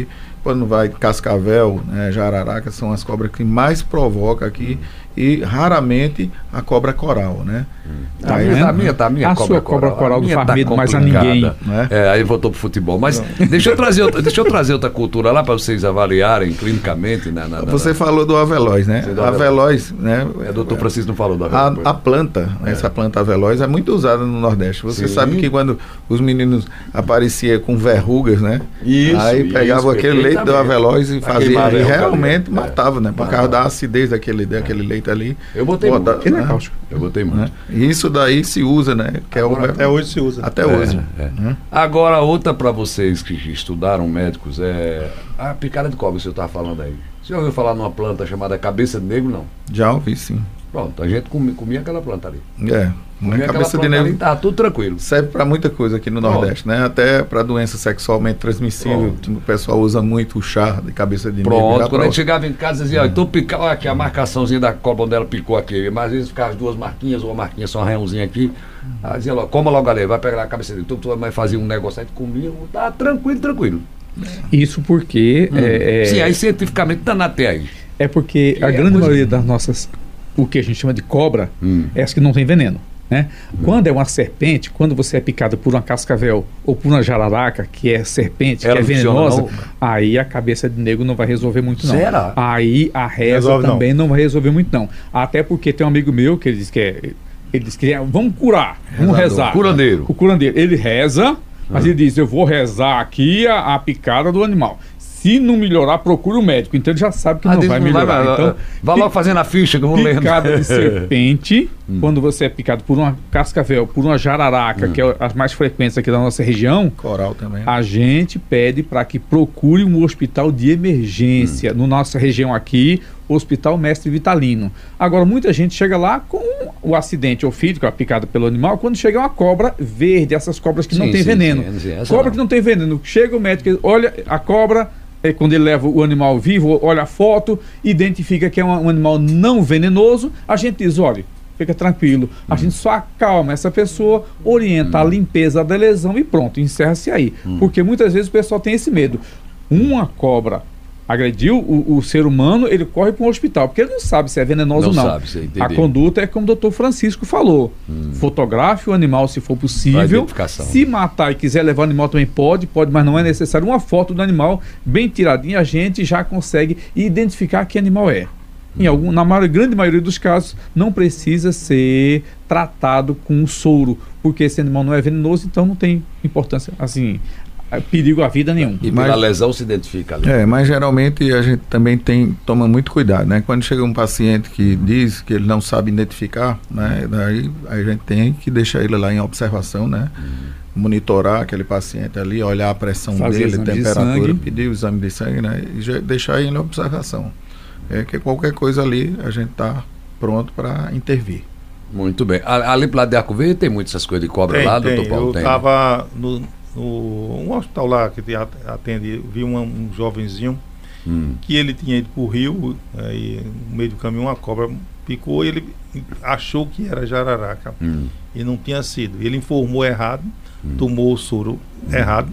quando vai cascavel, né, jararaca, são as cobras que mais provocam aqui, e raramente a cobra coral, né? Hum. Tá aí, a minha, tá, a minha a cobra sua cobra coral, coral a não minha faz tá medo mais a ninguém. né? É, aí voltou pro futebol. Mas deixa eu, trazer outra, deixa eu trazer outra cultura lá para vocês avaliarem clinicamente. Né, na, na, Você na... falou do avelóis, né? A avelóis, né? É, o doutor Francisco não falou do avelóis. A, a planta, é. essa planta avelóis é muito usada no Nordeste. Você Sim. sabe que quando os meninos apareciam com verrugas, né? Isso, aí pegavam aquele leite do avelóis e fazia, e realmente é. matava, né? Por causa da acidez daquele, daquele leite ali. Eu botei Bota, muito. Né? Eu botei muito. Né? Isso daí se usa, né? Que Agora, é o... Até hoje se usa. Até hoje. É, é. Hum? Agora, outra para vocês que estudaram médicos é a picada de cobra que o senhor estava falando aí. O senhor ouviu falar numa planta chamada cabeça de negro, não? Já ouvi, sim. Pronto, a gente comia, comia aquela planta ali. É. Comia cabeça de negro tá tudo tranquilo. Serve para muita coisa aqui no Pronto. Nordeste, né? Até para doença sexualmente transmissível. Pronto. O pessoal usa muito o chá de cabeça de Pronto, negro. Pronto, quando a gente chegava em casa dizia, ó, então pica, olha aqui a marcaçãozinha da cobra onde ela picou aqui. Mas às vezes ficava as duas marquinhas, ou uma marquinha só um arranhãozinho aqui. Aí dizia logo, coma logo ali, vai pegar a cabeça dele. Então, mas fazia um negócio aí, comia, tá tranquilo, tranquilo. Isso porque... Hum. É, Sim, aí cientificamente tá na T aí. É porque que a é grande coisa... maioria das nossas, o que a gente chama de cobra, hum. é as que não tem veneno. Né? Hum. Quando é uma serpente, quando você é picado por uma cascavel ou por uma jararaca, que é serpente, Ela que é venenosa, aí a cabeça de negro não vai resolver muito não. Será? Aí a reza Resolve também não. não vai resolver muito não. Até porque tem um amigo meu que ele diz que é, ele diz que é, vamos curar, vamos Rezador. rezar. Curandeiro. O curandeiro, ele reza, mas hum. ele diz, eu vou rezar aqui a, a picada do animal. Se não melhorar, procura o médico. Então ele já sabe que ah, não vai não melhorar. Vai, então, vai logo fazendo a ficha que eu vou lendo. Picada de serpente, hum. quando você é picado por uma cascavel, por uma jararaca, hum. que é as mais frequentes aqui da nossa região, coral também. A gente pede para que procure um hospital de emergência. Hum. No nossa região aqui, o Hospital Mestre Vitalino. Agora, muita gente chega lá com o acidente ofídico, a picada pelo animal, quando chega uma cobra verde, essas cobras que sim, não tem sim, veneno. Sim, sim, cobra não. que não tem veneno. Chega o médico, olha a cobra... É quando ele leva o animal vivo, olha a foto, identifica que é um, um animal não venenoso, a gente diz, olha, fica tranquilo, a hum. gente só acalma essa pessoa, orienta hum. a limpeza da lesão e pronto, encerra-se aí. Hum. Porque muitas vezes o pessoal tem esse medo. Uma cobra agrediu o, o ser humano, ele corre para um hospital, porque ele não sabe se é venenoso ou não. Sabe, se a conduta é como o doutor Francisco falou. Hum. Fotografe o animal se for possível. Se matar e quiser levar o animal também pode, pode, mas não é necessário. Uma foto do animal bem tiradinha, a gente já consegue identificar que animal é. Em algum, na maior, grande maioria dos casos, não precisa ser tratado com soro, porque esse animal não é venenoso, então não tem importância, assim, perigo à vida nenhum. E pela lesão se identifica ali. É, mas geralmente a gente também tem, toma muito cuidado, né? Quando chega um paciente que diz que ele não sabe identificar, né? Daí a gente tem que deixar ele lá em observação, né? Uhum. Monitorar aquele paciente ali, olhar a pressão Fazer dele, temperatura, de pedir o exame de sangue, né? E já deixar ele em observação. É que qualquer coisa ali a gente está pronto para intervir. Muito bem. Ali para lá de Arco Verde tem muitas essas coisas de cobra tem, lá, tem. doutor Paulo? Eu tem. estava no, no um hospital lá que atende, vi um, um jovenzinho hum. que ele tinha ido para o rio, aí no meio do caminho uma cobra picou e ele achou que era jararaca hum. e não tinha sido. Ele informou errado, hum. tomou o soro hum. errado.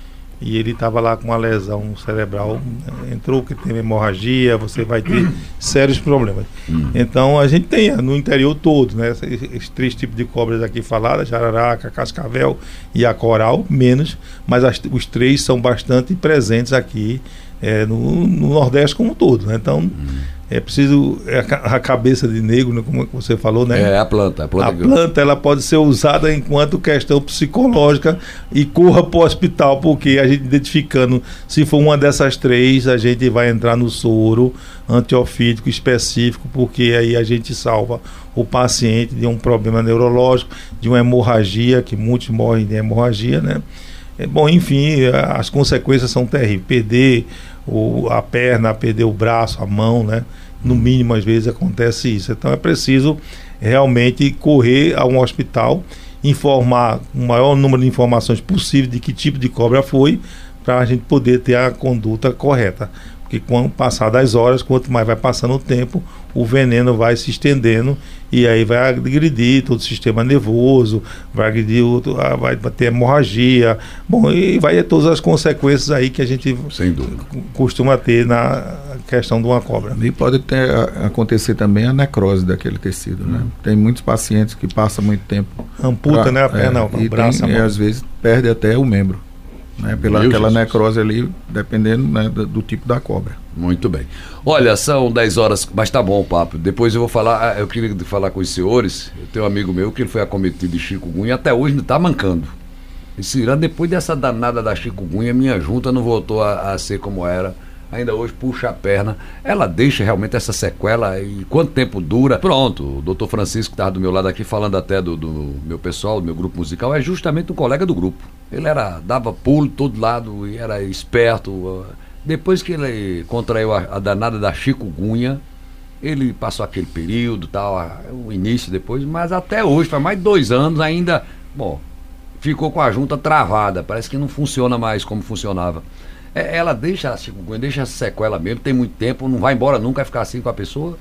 E ele estava lá com uma lesão cerebral, entrou que tem hemorragia, você vai ter sérios problemas. Hum. Então a gente tem no interior todo, né, esses, esses três tipos de cobras aqui faladas, jararaca, cascavel e a coral, menos, mas as, os três são bastante presentes aqui é, no, no Nordeste como um todo, né? Então hum. é preciso a, a cabeça de negro, né, como você falou, né? É a planta, a planta. A planta ela pode ser usada enquanto questão psicológica e corra para o hospital, porque a gente identificando se for uma dessas três, a gente vai entrar no soro antiofídico específico, porque aí a gente salva o paciente de um problema neurológico, de uma hemorragia, que muitos morrem de hemorragia, né? É, bom, enfim, as consequências são terríveis. Perder o, a perna, perder o braço, a mão, né? No mínimo, às vezes, acontece isso. Então, é preciso realmente correr a um hospital, informar o maior número de informações possível de que tipo de cobra foi, para a gente poder ter a conduta correta. Porque quando passar das horas, quanto mais vai passando o tempo, o veneno vai se estendendo e aí vai agredir todo o sistema nervoso, vai agredir, outro, vai ter hemorragia, bom, e vai ter todas as consequências aí que a gente Sem dúvida. costuma ter na questão de uma cobra. E pode ter, acontecer também a necrose daquele tecido, né? Hum. Tem muitos pacientes que passam muito tempo... Amputa, pra, né, a perna, é, o e, braço, tem, a e mão. às vezes perde até o membro, né? Pela Meu aquela Jesus. necrose ali, dependendo, né, do, do tipo da cobra. Muito bem. Olha, são dez horas, mas tá bom o papo. Depois eu vou falar, eu queria falar com os senhores. Eu tenho um amigo meu que ele foi acometido de chikungunya e até hoje ainda tá mancando. Esse Irã, depois dessa danada da chikungunya, minha junta não voltou a, a ser como era. Ainda hoje puxa a perna. Ela deixa realmente essa sequela e quanto tempo dura? Pronto, o doutor Francisco que estava do meu lado aqui falando até do, do meu pessoal, do meu grupo musical, é justamente um colega do grupo. Ele era, dava pulo de todo lado e era esperto. Depois que ele contraiu a, a danada da chikungunya, ele passou aquele período, tal, a, o início depois, mas até hoje, faz mais de dois anos ainda, bom, ficou com a junta travada, parece que não funciona mais como funcionava. É, ela deixa a chikungunya, deixa a sequela mesmo, tem muito tempo, não vai embora nunca, vai ficar assim com a pessoa?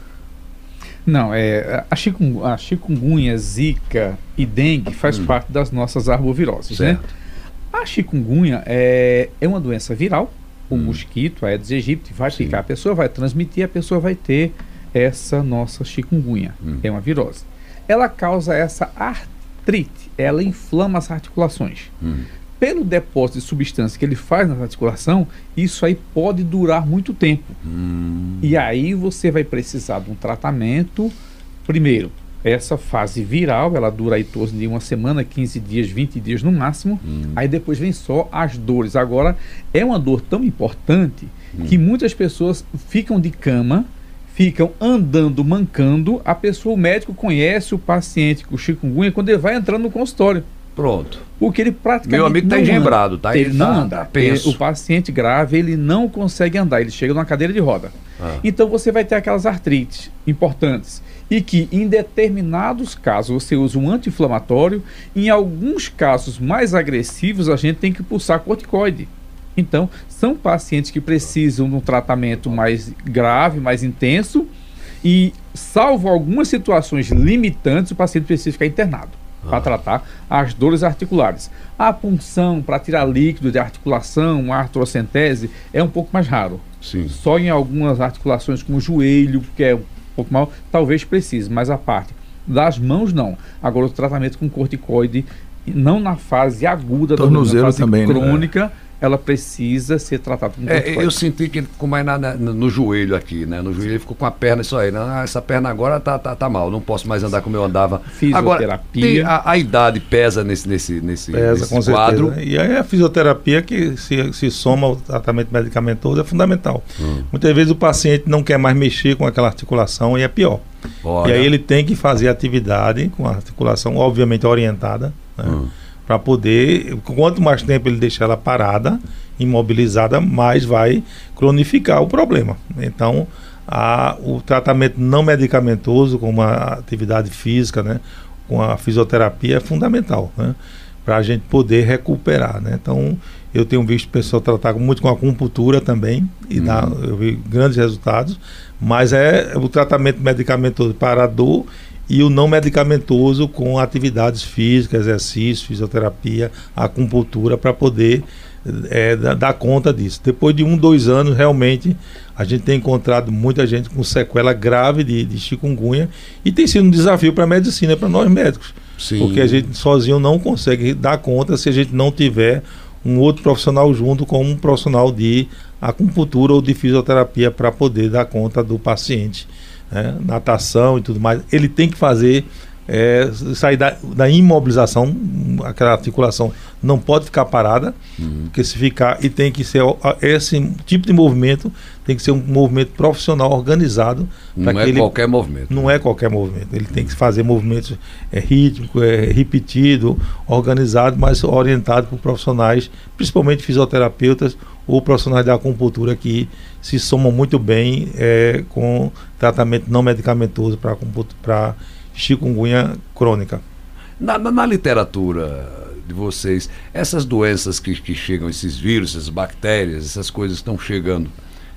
Não, é, a, chikungunya, a chikungunya, zika e dengue faz Hum. parte das nossas arboviroses, Certo. né? A chikungunya é, é uma doença viral, o Hum. mosquito, a Aedes aegypti, vai Sim. picar a pessoa, vai transmitir, a pessoa vai ter essa nossa chikungunya, Hum. é uma virose. Ela causa essa artrite, ela inflama as articulações. Hum. Pelo depósito de substância que ele faz na articulação, isso aí pode durar muito tempo. Hum. E aí você vai precisar de um tratamento. Primeiro, essa fase viral, ela dura aí em torno de uma semana, quinze dias, vinte dias no máximo. Hum. Aí depois vem só as dores. Agora, é uma dor tão importante Hum. que muitas pessoas ficam de cama, ficam andando, mancando. A pessoa, o médico conhece o paciente com chikungunya quando ele vai entrando no consultório. Pronto. Porque ele praticamente Meu amigo tá não engembrado, anda. tá? Ele, Ele não tá- anda. tá penso. O paciente grave, ele não consegue andar, ele chega numa cadeira de roda. Ah. Então você vai ter aquelas artrites importantes. E que em determinados casos você usa um anti-inflamatório, em alguns casos mais agressivos a gente tem que pulsar corticoide. Então, são pacientes que precisam de um tratamento mais grave, mais intenso, e salvo algumas situações limitantes, o paciente precisa ficar internado para tratar as dores articulares. A punção para tirar líquido de articulação, a artrocentese, é um pouco mais raro. Sim. Só em algumas articulações como o joelho, que é um pouco mal, talvez precise, mas a parte das mãos não. Agora o tratamento com corticoide, não na fase aguda da doença, Tornozelo na fase também, né? crônica, ela precisa ser tratada com É, corticoide. eu senti que ele ficou mais na- na- no joelho aqui, né? No joelho ele ficou com a perna, isso aí. Não, essa perna agora tá, tá, tá mal, não posso mais andar como eu andava. Agora, Fisioterapia. tem a, a idade pesa nesse, nesse, nesse, Pesa, nesse com quadro. certeza. E aí a fisioterapia que se, se soma ao tratamento medicamentoso é fundamental. Hum. Muitas vezes o paciente não quer mais mexer com aquela articulação e é pior. Olha. E aí ele tem que fazer atividade com a articulação, obviamente, orientada, né? Hum. Para poder, quanto mais tempo ele deixar ela parada, imobilizada, mais vai cronificar o problema. Então, a, o tratamento não medicamentoso, como a atividade física, né, com a fisioterapia, é fundamental, né, para a gente poder recuperar, né? Então, eu tenho visto pessoas tratar muito com acupuntura também, e dá, eu vi grandes resultados, mas é o tratamento medicamentoso para a dor e o não medicamentoso com atividades físicas, exercício, fisioterapia, acupuntura, para poder é, dar, dar conta disso. Depois de um, dois anos, realmente, a gente tem encontrado muita gente com sequela grave de, de chikungunya, e tem sido um desafio para a medicina, para nós médicos. Sim. Porque a gente sozinho não consegue dar conta se a gente não tiver um outro profissional junto, como um profissional de acupuntura ou de fisioterapia, para poder dar conta do paciente, né? Natação e tudo mais. Ele tem que fazer, é, sair da, da imobilização, aquela articulação não pode ficar parada, Uhum. porque se ficar, e tem que ser, esse tipo de movimento tem que ser um movimento profissional organizado. Não pra é que ele, qualquer movimento. não é qualquer movimento, ele tem que fazer movimentos é, rítmicos, é, repetido, organizado, mas orientado por profissionais, principalmente fisioterapeutas ou profissionais da acupuntura, que se somam muito bem é, com tratamento não medicamentoso para chikungunya crônica. Na, na, na literatura de vocês, essas doenças que, que chegam, esses vírus, essas bactérias, essas coisas que estão chegando,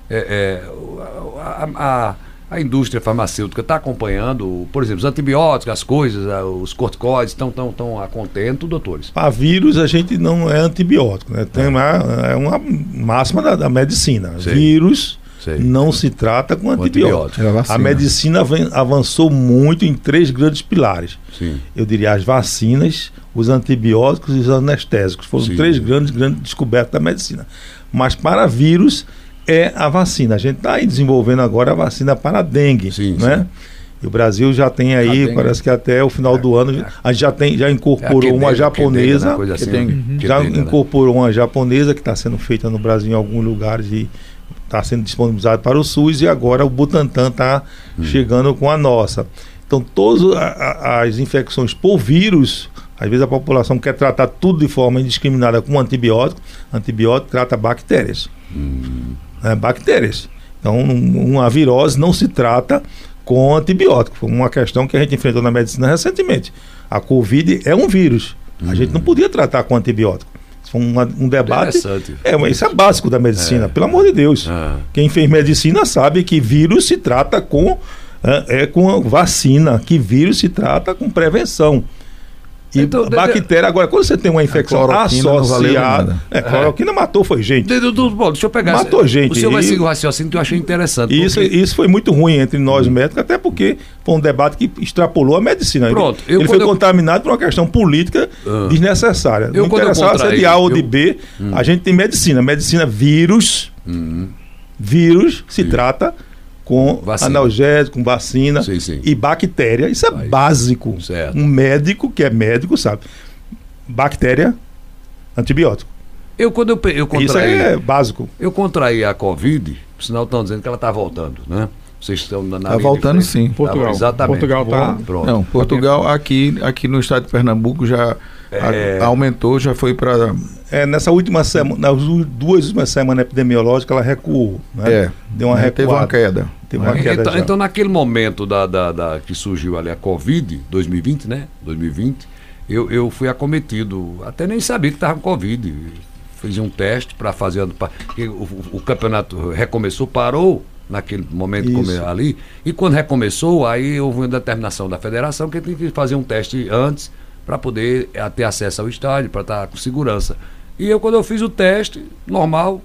é, é, a, a, a indústria farmacêutica está acompanhando, por exemplo, os antibióticos, as coisas, os corticoides estão tão, tão a contento, doutores? Para vírus a gente não é antibiótico, né? Tem uma, é uma máxima da, da medicina. Sei. Vírus Sei. não se trata com antibiótico. antibiótico. A medicina vem, avançou muito em três grandes pilares. Sim. Eu diria as vacinas, os antibióticos e os anestésicos. Foram Sim. três grandes, grandes descobertas da medicina. Mas para vírus é a vacina. A gente está aí desenvolvendo agora a vacina para a dengue. Sim, né? sim. E o Brasil já tem aí, parece que até o final do ano, a gente já, tem, já incorporou é uma japonesa, coisa assim, uhum. que já dengue, incorporou né? uma japonesa que está sendo feita no Brasil em alguns lugares e está sendo disponibilizada para o SUS, e agora o Butantan está hum. chegando com a nossa. Então, todas as infecções por vírus, às vezes a população quer tratar tudo de forma indiscriminada com antibiótico. Antibiótico trata bactérias. Hum. É, bactérias. Então, uma virose não se trata com antibiótico. Foi uma questão que a gente enfrentou na medicina recentemente. A Covid é um vírus. Hum. A gente não podia tratar com antibiótico. Isso foi um, um debate. É, mas isso é básico da medicina, é. pelo amor de Deus. É. Quem fez medicina sabe que vírus se trata com, é, é com vacina, que vírus se trata com prevenção. E então, a bactéria, agora, quando você tem uma infecção associada. É, cloroquina é. matou, foi gente. De, do, bom, deixa eu pegar. Matou gente. O senhor vai seguir o raciocínio que eu achei interessante. Isso, porque... isso foi muito ruim entre nós hum. médicos, até porque foi um debate que extrapolou a medicina. Pronto. Ele, ele foi eu... contaminado por uma questão política ah. desnecessária. Eu, não interessava se é de A ou eu... de B. Hum. A gente tem medicina. Medicina, vírus. Hum. Vírus se sim. trata com vacina. Analgésico, com vacina sim, sim. e bactéria. Isso é Vai. básico. Certo. Um médico que é médico sabe. Bactéria, antibiótico. Eu, quando eu, eu contraí, isso é básico. Eu contraí a Covid, por sinal estão dizendo que ela está voltando, né? Vocês estão na Está voltando sim. Portugal. Tá, exatamente. Portugal está... Não, Portugal aqui, aqui no estado de Pernambuco já é... a, aumentou, já foi para... É, nessa última semana, nas duas últimas semanas epidemiológicas, ela recuou. Né? É, deu uma é, recuada. Teve uma queda. Teve uma queda então, já. então, naquele momento da, da, da, que surgiu ali a Covid, dois mil e vinte, né? dois mil e vinte, eu, eu fui acometido, até nem sabia que estava com Covid. Fiz um teste para fazer... Pra, o, o, o campeonato recomeçou, parou naquele momento come, ali, e quando recomeçou, aí houve uma determinação da federação que tinha que fazer um teste antes para poder ter acesso ao estádio, para estar com segurança. E eu, quando eu fiz o teste, normal,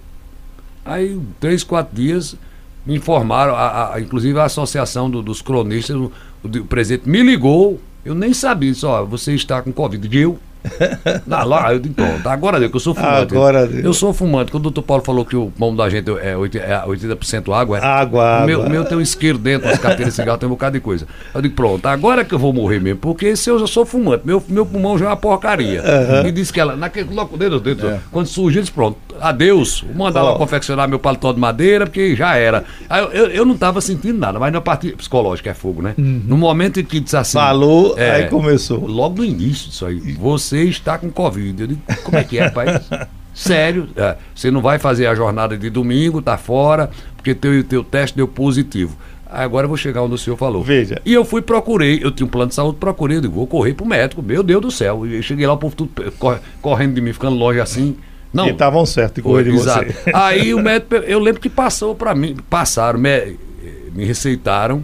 aí três, quatro dias me informaram, a, a, inclusive a associação do, dos cronistas, o, o, o presidente me ligou, eu nem sabia, disse, ó, você está com Covid, e eu... Não, lá, eu digo, pronto, agora deu que eu sou fumante. Agora eu sou fumante. Quando o doutor Paulo falou que o pulmão da gente é oitenta por cento água, é, água, o meu, água. O meu tem um isqueiro dentro, umas carteiras de cigarro, tem um bocado de coisa. Eu digo, pronto, agora que eu vou morrer mesmo, porque se eu já sou fumante, meu, meu pulmão já é uma porcaria. Uhum. E disse que ela, naquele logo dentro, dentro é. quando surgiu, disse, pronto, adeus, mandar ela oh. confeccionar meu paletó de madeira, porque já era. Aí eu, eu, eu não estava sentindo nada, mas na parte psicológica é fogo, né? Uhum. No momento em que disse assim. Falou, é, aí começou. Logo no início disso aí, você está com Covid. Eu digo, como é que é, pai? Sério, é, você não vai fazer a jornada de domingo, tá fora, porque teu, teu teste deu positivo. Agora eu vou chegar onde o senhor falou. Veja. E eu fui, procurei, eu tinha um plano de saúde, procurei, eu digo, vou correr pro médico, meu Deus do céu. E cheguei lá, o povo tudo corre, correndo de mim, ficando longe assim. Não. E estavam certos de correr de exato. você. Aí o médico, eu lembro que passou para mim, passaram, me, me receitaram.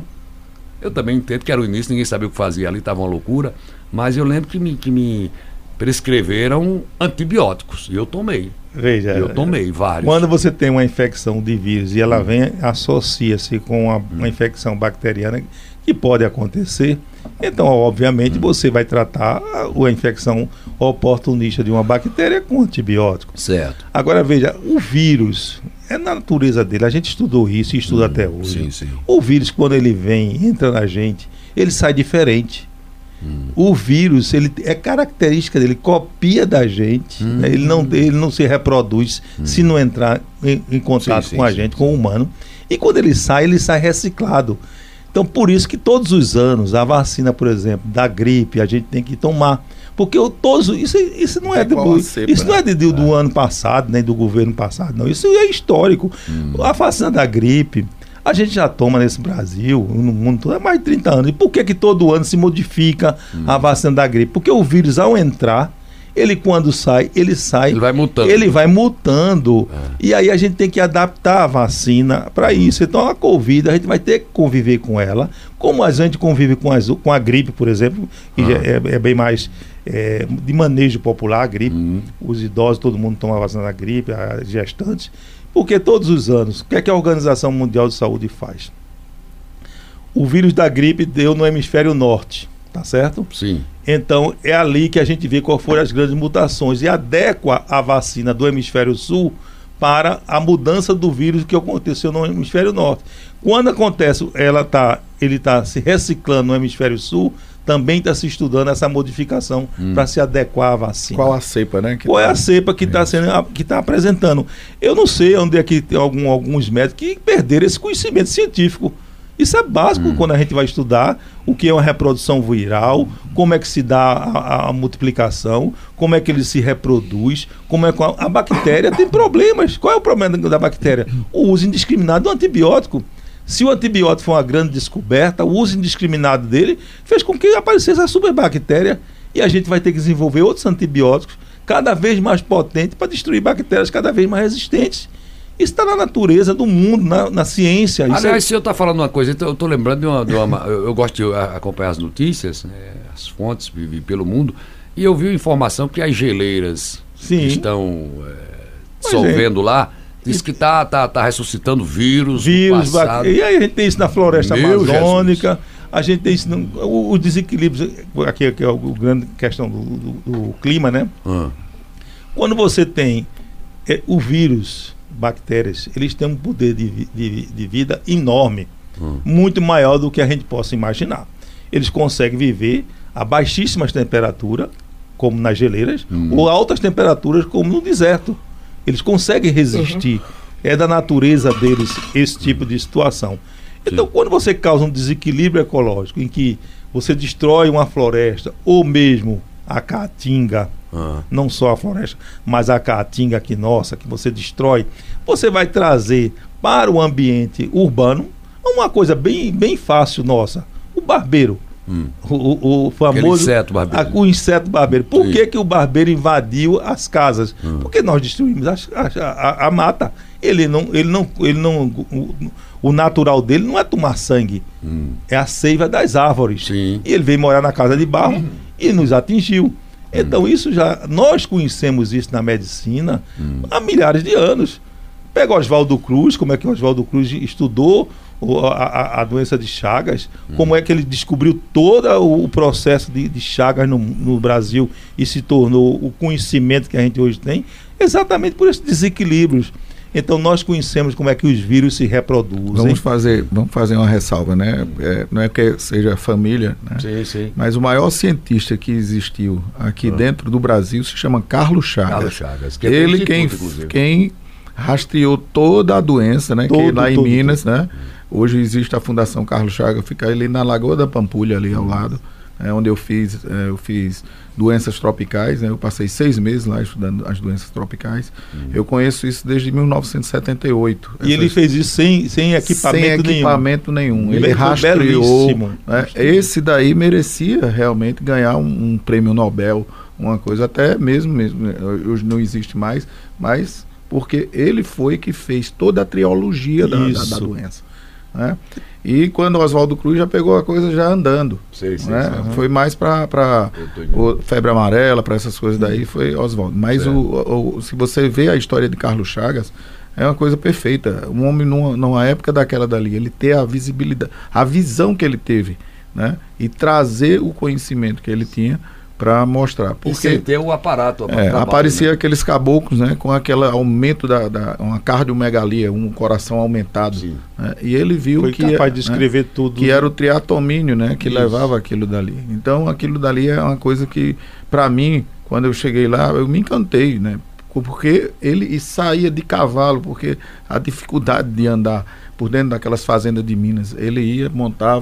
Eu também entendo que era o início, ninguém sabia o que fazia ali, estava uma loucura. Mas eu lembro que me... Que me prescreveram antibióticos e eu tomei. Veja, eu tomei vários. Quando você tem uma infecção de vírus e ela hum. vem, associa-se com uma, hum. uma infecção bacteriana que pode acontecer, então, obviamente, hum. você vai tratar a, a infecção oportunista de uma bactéria com antibiótico. Certo. Agora, veja, o vírus, é na natureza dele, a gente estudou isso e estuda hum. até hoje. Sim, sim. O vírus, quando ele vem, entra na gente, ele sai diferente. Hum. O vírus, ele é característica dele, copia da gente, hum. né? ele, não, ele não se reproduz hum. se não entrar em, em contato sim, com sim, a gente, sim, com sim. o humano. E quando ele sai, ele sai reciclado. Então, por isso que todos os anos, a vacina, por exemplo, da gripe, a gente tem que tomar. Porque eu, todos, isso, isso não é, é, do, cepa, isso não é de, do, do ano passado, nem do governo passado, não. Isso é histórico. Hum. A vacina da gripe... A gente já toma nesse Brasil, no mundo todo, há mais de trinta anos. E por que que todo ano se modifica hum. a vacina da gripe? Porque o vírus, ao entrar, ele quando sai, ele sai... Ele vai mutando. Ele vai mutando. É. E aí a gente tem que adaptar a vacina para isso. Então a Covid, a gente vai ter que conviver com ela, como a gente convive com, as, com a gripe, por exemplo, que Ah. é, é bem mais é, de manejo popular, a gripe. Hum. Os idosos, todo mundo toma vacina da gripe, as gestantes. Porque todos os anos, o que é que a Organização Mundial de Saúde faz? O vírus da gripe deu no hemisfério norte, tá certo? Sim. Então é ali que a gente vê quais foram as grandes mutações e adequa a vacina do hemisfério sul para a mudança do vírus que aconteceu no hemisfério norte. Quando acontece, ela tá, ele está se reciclando no hemisfério sul, também está se estudando essa modificação Hum. para se adequar à vacina. Qual a cepa, né? que Qual é tá- a cepa que está sendo que está apresentando? Eu não sei onde é que tem algum, alguns médicos que perderam esse conhecimento científico. Isso é básico Hum. quando a gente vai estudar o que é uma reprodução viral, como é que se dá a, a multiplicação, como é que ele se reproduz, como é que a, a bactéria tem problemas. Qual é o problema da bactéria? O uso indiscriminado do antibiótico. Se o antibiótico foi uma grande descoberta, o uso indiscriminado dele fez com que aparecesse a superbactéria e a gente vai ter que desenvolver outros antibióticos cada vez mais potentes para destruir bactérias cada vez mais resistentes. Isso está na natureza do mundo, na, na ciência. Isso Aliás, é... se o senhor está falando uma coisa, então eu estou lembrando de uma. De uma eu, eu gosto de a- acompanhar as notícias, né, as fontes vivi pelo mundo, e eu vi informação que as geleiras Sim. que estão é, Mas dissolvendo lá, diz que está tá, tá ressuscitando vírus. do vírus, passado. bac- e aí a gente tem isso na floresta Meu amazônica, a gente tem isso no, o, o desequilíbrio, aqui, aqui é o, o grande questão do, do, do clima, né? Ah, Quando você tem é, o vírus, bactérias, eles têm um poder de, vi- de, de vida enorme, Hum. muito maior do que a gente possa imaginar. Eles conseguem viver a baixíssimas temperaturas, como nas geleiras, Hum. ou altas temperaturas, como no deserto. Eles conseguem resistir. É da natureza deles esse tipo de situação. Então, quando você causa um desequilíbrio ecológico, em que você destrói uma floresta, ou mesmo a caatinga, ah. não só a floresta, mas a caatinga aqui nossa, que você destrói, você vai trazer para o ambiente urbano uma coisa bem, bem fácil nossa, o barbeiro. Hum. O, o, o Aquele famoso inseto barbeiro. a- o inseto barbeiro. Por Sim. que, que o barbeiro invadiu as casas? Hum. Porque nós destruímos as- a, a- a mata. Ele não, ele não, ele não, o, o natural dele não é tomar sangue, Hum. é a seiva das árvores. Sim. E ele veio morar na casa de barro e nos atingiu. Então isso já, nós conhecemos isso na medicina Hum. há milhares de anos. Pega Oswaldo Cruz, como é que Oswaldo Cruz estudou o- a, a- a doença de Chagas, como é que ele descobriu todo o, o processo de, de Chagas no, no Brasil e se tornou o conhecimento que a gente hoje tem, exatamente por esses desequilíbrios. Então nós conhecemos como é que os vírus se reproduzem. Vamos fazer, vamos fazer uma ressalva, né? É, não é que seja família, né? Sim, sim. Mas o maior cientista que existiu aqui Ah. dentro do Brasil se chama Carlos Chagas. Carlos Chagas. Que é do Ele Instituto, quem, inclusive. quem rastreou toda a doença, né? que Todo, lá em todo, Minas, né? Hoje existe a Fundação Carlos Chagas, fica ali na Lagoa da Pampulha, ali ao lado, é, onde eu fiz, é, eu fiz doenças tropicais, né? Eu passei seis meses lá estudando as doenças tropicais. Eu conheço isso desde mil novecentos e setenta e oito. E ele Essas- fez isso sem, sem equipamento, sem equipamento nenhum. Ele Ele foi rastreou. belíssimo. Né? Esse daí merecia realmente ganhar um, um prêmio Nobel, uma coisa até mesmo, mesmo né, hoje não existe mais, mas porque ele foi que fez toda a triologia da, da, Isso. da doença. Né? E quando o Oswaldo Cruz já pegou a coisa já andando. Sei, sei, Né? sei. Foi mais para Eu tô entendendo. febre amarela, para essas coisas daí, foi Oswaldo. Mas o, o- o- se você vê a história de Carlos Chagas, é uma coisa perfeita. Um homem numa, numa época daquela dali, ele ter a visibilidade, a visão que ele teve, né? E trazer o conhecimento que ele tinha para mostrar. E sem Porque ter o aparato. é, trabalho, aparecia né? aqueles caboclos, né? Com aquele aumento da, da uma cardiomegalia, um coração aumentado. Sim. Né? E ele viu Foi que capaz de né? escrever tudo. que era o triatomínio, né, que Isso. levava aquilo dali. Então, aquilo dali é uma coisa que, para mim, quando eu cheguei lá, eu me encantei, né, porque ele saía de cavalo, porque a dificuldade de andar por dentro daquelas fazendas de Minas, ele ia, montava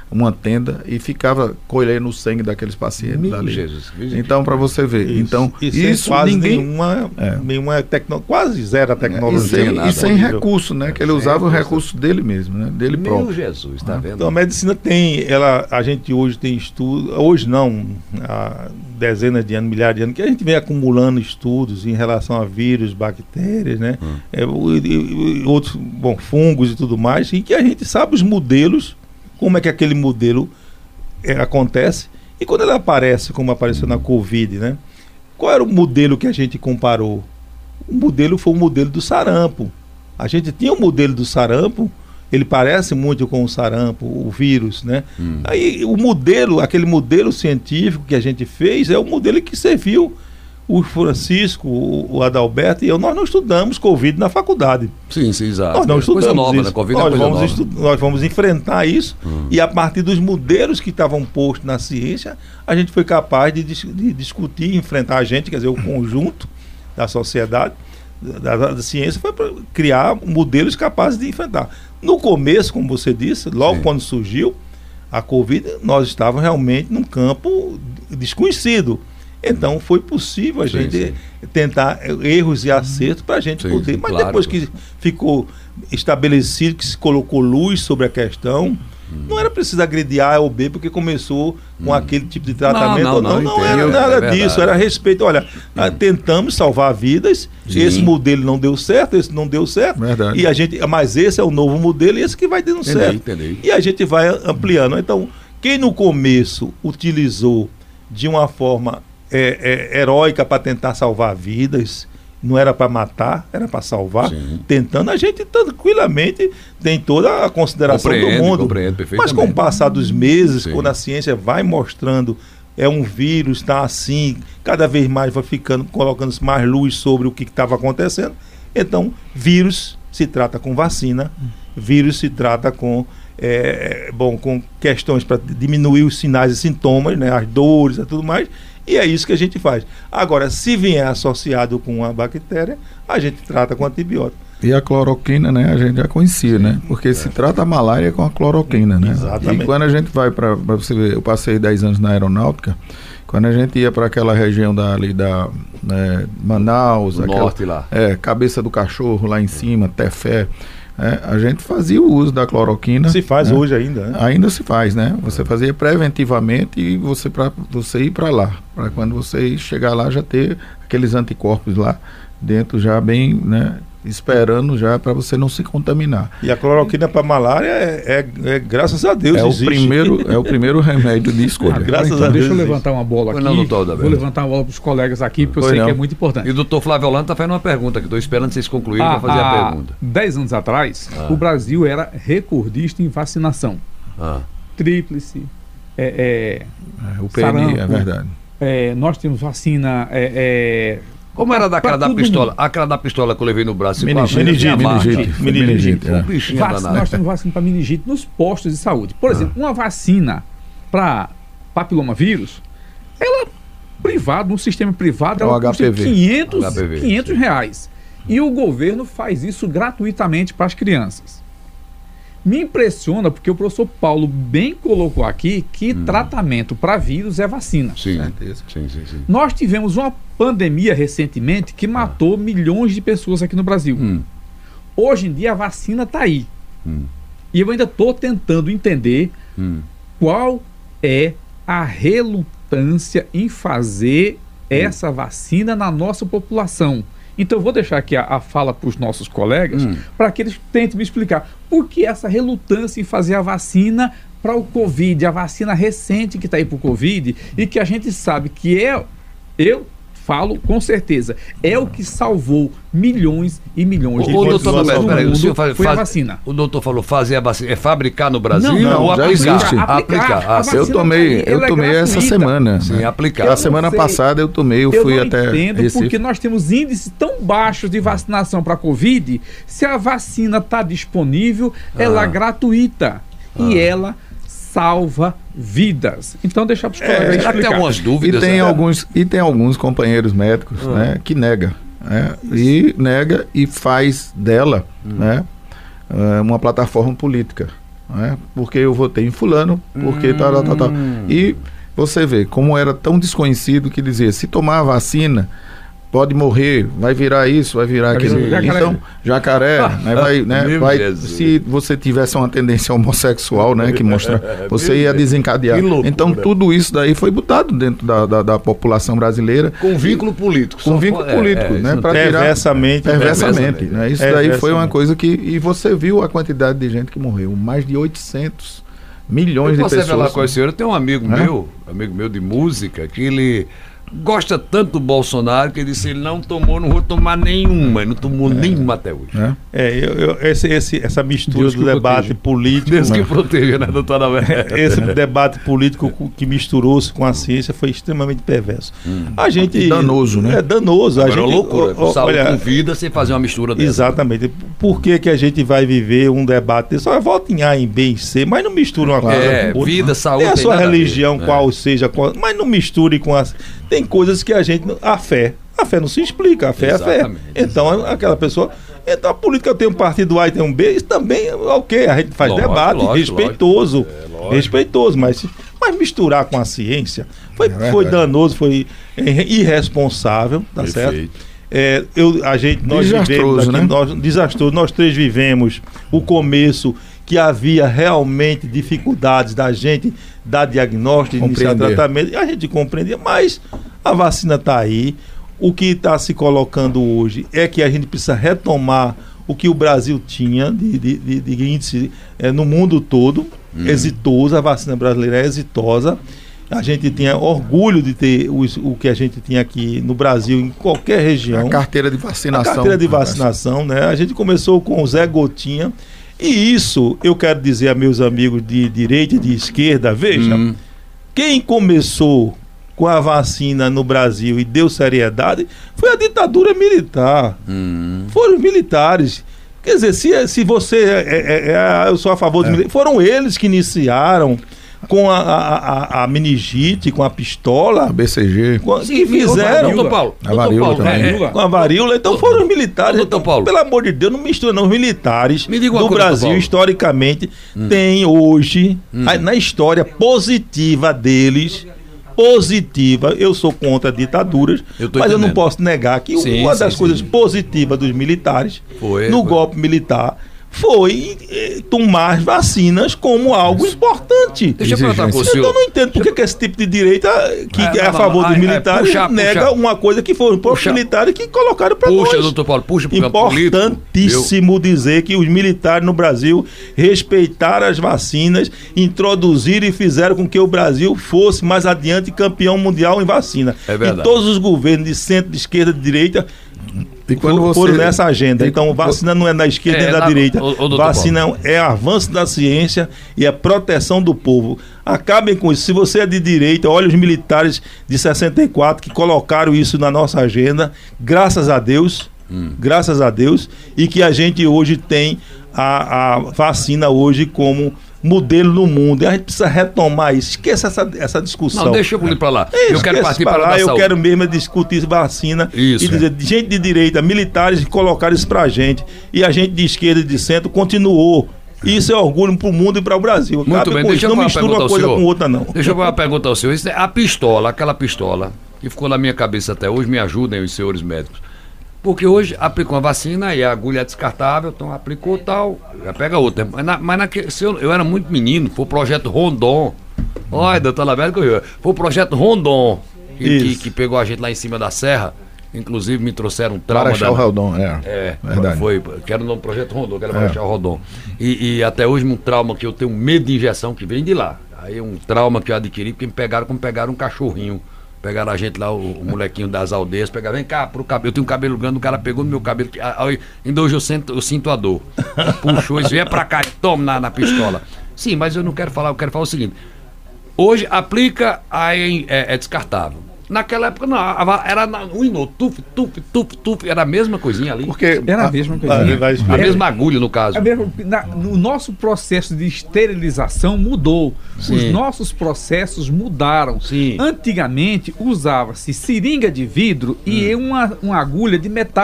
uma tenda e ficava colhendo o sangue daqueles pacientes. Meu dali. Jesus. Então, para você ver. Isso, então, isso, isso quase ninguém. nenhuma, É. nenhuma tecno, quase zero a E tecnologia. sem, nada, e sem horrível. recurso, né? Que ele Sem usava o recurso. recurso dele mesmo, né? Dele Meu próprio. Jesus, tá vendo? Então a medicina tem, ela, a gente hoje tem estudo, hoje não, há dezenas de anos, milhares de anos, que a gente vem acumulando estudos em relação a vírus, bactérias, né? Hum. É, o- e- e outros, bom, fungos e tudo mais, e que a gente sabe os modelos, como é que aquele modelo é, acontece, e quando ele aparece, como apareceu na Covid, né? Qual era o modelo que a gente comparou? O modelo foi o modelo do sarampo. A gente tinha o modelo do sarampo, ele parece muito com o sarampo, o vírus, né? Hum. Aí o modelo, aquele modelo científico que a gente fez é o modelo que serviu o Francisco, o, o Adalberto e eu. Nós não estudamos Covid na faculdade. Sim, sim, exato. Nós não É estudamos coisa nova, isso. né? Covid é nós, coisa vamos nova. estu- nós vamos enfrentar isso Hum. e a partir dos modelos que estavam postos na ciência, a gente foi capaz de, dis- de discutir, enfrentar a gente, quer dizer, o conjunto da sociedade, da, da- da ciência, foi para criar modelos capazes de enfrentar. No começo, como você disse, logo Sim. quando surgiu a Covid, nós estávamos realmente num campo desconhecido. Então foi possível a Sim, gente sim. tentar erros e acertos para a gente Sim, poder. sim, Mas claro. depois que ficou estabelecido, que se colocou luz sobre a questão, Hum. não era preciso agredir A ou B porque começou com aquele tipo de tratamento. Não, não, não, era entendo, nada é verdade. disso, era respeito. Olha, ah, tentamos salvar vidas, Sim. esse modelo não deu certo, esse não deu certo. Verdade. E a gente, mas esse é o novo modelo e esse que vai dando Entendi, certo. entendi. E a gente vai ampliando. Então, quem no começo utilizou de uma forma é, é, heróica para tentar salvar vidas, não era para matar, era para salvar, Sim. tentando, a gente tranquilamente tem toda a consideração do Compreendo, mundo. compreendo Mas perfeitamente. com o passar dos meses, Sim. quando a ciência vai mostrando, é um vírus, está assim, cada vez mais vai ficando, colocando mais luz sobre o que estava acontecendo. Então, vírus se trata com vacina, vírus se trata com, é, bom, com questões para diminuir os sinais e sintomas, né, as dores e tudo mais, e é isso que a gente faz. Agora, se vier associado com a bactéria, a gente trata com antibiótico. E a cloroquina, né, a gente já conhecia, né? Porque se trata a malária com a cloroquina, né? Exatamente. E quando a gente vai para você ver, eu passei dez anos na aeronáutica, quando a gente ia para aquela região da, ali da né, Manaus, O aquela, norte lá. é, Cabeça do Cachorro lá em cima, Tefé, é, a gente fazia o uso da cloroquina. Se faz né? hoje ainda, né? Ainda se faz, né? Você fazia preventivamente e você para você ir para lá, para quando você chegar lá já ter aqueles anticorpos lá dentro já bem, né? Esperando já para você não se contaminar. E a cloroquina para malária é, é- é, graças a Deus, É o existe. primeiro é o primeiro remédio de escolha. Graças então, a deixa eu Deus levantar uma bola Pois aqui. não, doutor Adalberto. Vou levantar uma bola para os colegas aqui, porque eu Pois sei não. que é muito importante. E o doutor Flávio Holanda está fazendo uma pergunta, que estou esperando vocês concluírem para fazer a Há pergunta. dez anos atrás, Ah. o Brasil era recordista em vacinação. Ah. Tríplice, é, É, o P N I, é Sarampo. verdade. é, é, nós temos vacina. É, é, Como era daquela pra da todo pistola? mundo. Aquela da pistola que eu levei no braço. Meningite, Meningite, meningite, meningite, Um é. bichinho Vac- danado. nós temos vacina para meningite nos postos de saúde. Por exemplo, uma vacina para papilomavírus, ela privado, no sistema privado, É o ela custa H P V. quinhentos, H P V, quinhentos sim. reais. E o governo faz isso gratuitamente para as crianças. Me impressiona porque o professor Paulo bem colocou aqui que Hum. tratamento para vírus é vacina. Sim, Certeza. sim, sim, sim. Nós tivemos uma pandemia recentemente que matou milhões de pessoas aqui no Brasil. Hum, Hoje em dia a vacina está aí. hum, E eu ainda estou tentando entender hum. qual é a relutância em fazer essa vacina na nossa população. Então eu vou deixar aqui a, a fala para os nossos colegas, Hum. para que eles tentem me explicar por que essa relutância em fazer a vacina para o Covid, a vacina recente que está aí para o Covid, e que a gente sabe que é, eu falo com certeza, é o que salvou milhões e milhões de Ô, pessoas doutor Roberto, no peraí, o mundo, senhor faz, foi a faz- vacina. O doutor falou fazer a vacina. É fabricar no Brasil Não, não, ou já aplicar? existe. Aplicar. Aplicar. Ah, A sim. Eu vacina tomei, tá aí, eu ela é tomei essa gratuita. semana. Sim, né? aplicar. A Eu semana não sei. passada eu tomei, eu, Eu fui não até entendo Recife. porque nós temos índices tão baixos de vacinação para a Covid. Se a vacina está disponível, ela Ah. é gratuita e ela salva vidas. Então deixa para os colegas Será que explicar. tem algumas E dúvidas? tem, né? alguns, e tem alguns companheiros médicos Ah. né, que nega. né, e nega e faz dela Hum. né, eh, uma plataforma política. né? Porque eu votei em fulano, porque hum. tal, tal, tal, tal. E você vê como era tão desconhecido que dizia, se tomar a vacina, pode morrer, vai virar isso, vai virar aquilo. Então, jacaré, né, vai, né, vai, se você tivesse uma tendência homossexual, né, que mostra, você ia desencadear. Então, tudo isso daí foi botado dentro da, da, da população brasileira. Com vínculo político. Com vínculo é, político, é, né, para tirar... Perversamente. Perversamente, né, isso daí foi uma coisa que... E você viu a quantidade de gente que morreu, mais de oitocentos milhões de pessoas. Eu posso revelar com a senhora, tem um amigo é? meu, amigo meu de música, que ele... gosta tanto do Bolsonaro que ele disse, ele não tomou, não vou tomar nenhuma, ele não tomou é. nenhuma até hoje. É, é eu, eu, esse, esse, essa mistura Deus do debate proteja. político... Deus que proteja, né, doutora? Esse debate político que misturou-se com a ciência foi extremamente perverso. Hum. A gente... E danoso, né? É danoso. Agora a gente, é loucura, o, o, saúde olha, com vida sem fazer uma mistura dessa. Exatamente. Por que que a gente vai viver um debate desse? Só vota em A, em B, em C, mas não mistura uma coisa é, com outra. Vida, saúde... Tem a sua religião, ver, qual é. seja, qual, mas não misture com as... Tem coisas que a gente... A fé. A fé não se explica. A fé Exatamente. é fé. Então, aquela pessoa... Então, a política tem um partido A e tem um B, isso também é ok. A gente faz lógico, debate lógico, respeitoso. Lógico. É, lógico. Respeitoso, mas, mas misturar com a ciência foi, é foi danoso, foi irresponsável, tá Perfeito. certo? É, eu, a gente, nós desastroso, vivemos aqui, né? nós, desastroso. Nós três vivemos o começo que havia realmente dificuldades da gente dar diagnóstico, iniciar tratamento, e a gente compreendia, mas a vacina está aí. O que está se colocando hoje é que a gente precisa retomar o que o Brasil tinha de, de, de, de índice é, no mundo todo, hum. exitoso, a vacina brasileira é exitosa. A gente tinha orgulho de ter o, o que a gente tinha aqui no Brasil, em qualquer região. A carteira de vacinação. A carteira de vacinação, né? A gente começou com o Zé Gotinha. E isso, eu quero dizer a meus amigos de direita e de esquerda, veja, hum. quem começou com a vacina no Brasil e deu seriedade foi a ditadura militar. Hum. Foram os militares. Quer dizer, se, se você... É, é, é, eu sou a favor dos é. militares. Foram eles que iniciaram com a, a, a, a meningite, com a pistola. A B C G. Com, Sim, que fizeram. Doutor Paulo. A varíola Paulo, também. É, é. Com a varíola. Então doutor, foram os militares. Doutor Paulo. Pelo amor de Deus, não mistura não. Os militares do coisa, Brasil, historicamente, hum. têm hoje, hum. a, na história positiva deles... positiva, eu sou contra ditaduras, eu mas entendendo. eu não posso negar que sim, uma sim, das sim, coisas sim. positivas dos militares foi, no foi. golpe militar foi eh, tomar vacinas como algo Isso. importante. Deixa eu perguntar com o senhor. Eu não entendo por que esse tipo de direita que é, é a favor não, dos militares é, puxa, nega puxa. uma coisa que foi os militares que colocaram para nós. Puxa, doutor Paulo, puxa pro Importantíssimo político, dizer que os militares no Brasil respeitaram as vacinas, introduziram e fizeram com que o Brasil fosse mais adiante campeão mundial em vacina. É verdade. E todos os governos de centro, de esquerda, de direita E quando você... foram nessa agenda. Então, vacina não é da esquerda nem é, da na... direita. O, o vacina Paulo. é avanço da ciência e é proteção do povo. Acabem com isso. Se você é de direita, olha os militares de sessenta e quatro que colocaram isso na nossa agenda. Graças a Deus. Hum. Graças a Deus. E que a gente hoje tem a, a vacina hoje como modelo no mundo. E a gente precisa retomar isso. Esqueça essa, essa discussão. Não, deixa eu ir para lá. É, eu quero partir para lá. Eu saúde. quero mesmo discutir vacina isso, e dizer, é. gente de direita, militares colocaram isso pra gente. E a gente de esquerda e de centro continuou. Isso é orgulho para o mundo e para o Brasil. Muito Cabe bem, deixa eu não mistura uma coisa com outra, não. Deixa eu fazer uma pergunta ao senhor. Isso é a pistola, aquela pistola, que ficou na minha cabeça até hoje, me ajudem os senhores médicos. Porque hoje aplicou uma vacina e a agulha é descartável, então aplicou tal, já pega outra. Mas, na, mas naquele, se eu, eu era muito menino, foi o projeto Rondon. Olha, doutor Lamérico, foi o projeto Rondon que, que, que pegou a gente lá em cima da serra. Inclusive me trouxeram um trauma. Marechal da... Rondon, é. É, verdade. Foi, que era o nome do projeto Rondon, que era Marechal é. Rondon. E, e até hoje um trauma que eu tenho medo de injeção que vem de lá. Aí um trauma que eu adquiri porque me pegaram como pegaram um cachorrinho. Pegaram a gente lá, o, o molequinho das aldeias, pegaram, vem cá, pro cabelo. Eu tenho um cabelo grande, o cara pegou no meu cabelo. Que, aí, ainda hoje eu sinto, eu sinto a dor. Puxou isso, vem pra cá, toma na, na pistola. Sim, mas eu não quero falar, eu quero falar o seguinte. Hoje aplica, aí é, é descartável. Naquela época não, era um inô, tuf, tuf, tuf, tuf, era a mesma coisinha ali. Porque era a mesma coisinha. A, a, a mesma agulha, no caso. Mesma, na, o nosso processo de esterilização mudou. Sim. Os nossos processos mudaram. Sim. Antigamente usava-se seringa de vidro hum. e uma, uma agulha de metal.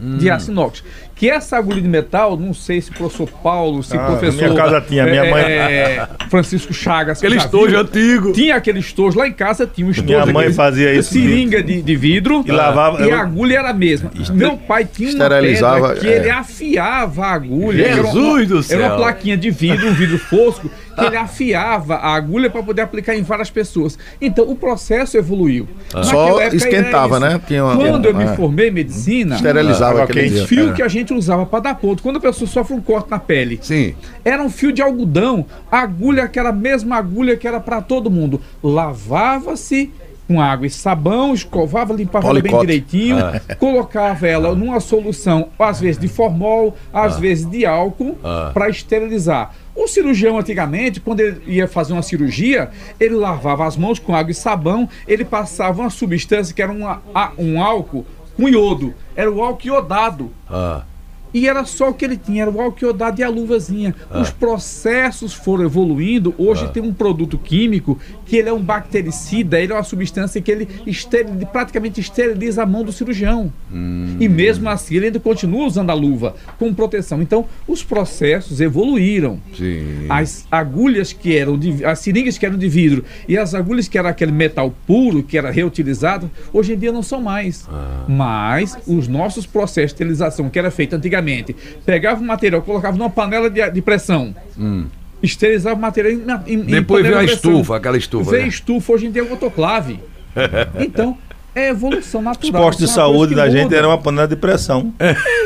hum. de aço inox. Que essa agulha de metal, não sei se o professor Paulo, se o ah, professor... Minha casa tinha, minha é, mãe... É, Francisco Chagas... Aquele estojo antigo. Tinha aquele estojo, lá em casa tinha um estojo... Minha mãe fazia isso. Seringa de, de vidro. E lavava... E a agulha era a mesma. Meu pai tinha uma pedra que é. ele afiava a agulha. Jesus uma, do céu! Era uma plaquinha de vidro, um vidro fosco, que ele afiava a agulha para poder aplicar em várias pessoas. Então, o processo evoluiu. Ah. Só esquentava, né? Tinha uma, Quando eu me é. formei em medicina... Esterilizava ah, aquele dia. fio é. que a gente usava para dar ponto. Quando a pessoa sofre um corte na pele, Sim. era um fio de algodão, a agulha, aquela mesma agulha que era para todo mundo. Lavava-se com água e sabão, escovava, limpava ela bem direitinho, ah. colocava ela numa solução, às vezes de formol, às ah. vezes de álcool, ah. para esterilizar. O cirurgião, antigamente, quando ele ia fazer uma cirurgia, ele lavava as mãos com água e sabão, ele passava uma substância que era uma, um álcool com iodo. Era o álcool iodado. Ah. E era só o que ele tinha, era o álcool iodado e a luvazinha. Ah. Os processos foram evoluindo. Hoje ah. tem um produto químico que ele é um bactericida, ele é uma substância que ele esteril, praticamente esteriliza a mão do cirurgião. Hum. E mesmo assim ele ainda continua usando a luva com proteção. Então os processos evoluíram. Sim. As agulhas que eram de, as seringas que eram de vidro e as agulhas que eram aquele metal puro que era reutilizado, hoje em dia não são mais. Ah. Mas os nossos processos de esterilização que era feito antigamente, pegava o material, colocava numa panela de, de pressão, hum. esterilizava o material em, em depois veio a estufa, aquela estufa. Veio né? estufa, hoje em dia é um autoclave. Então, é evolução natural. Os postos de saúde da muda. gente era uma panela de pressão.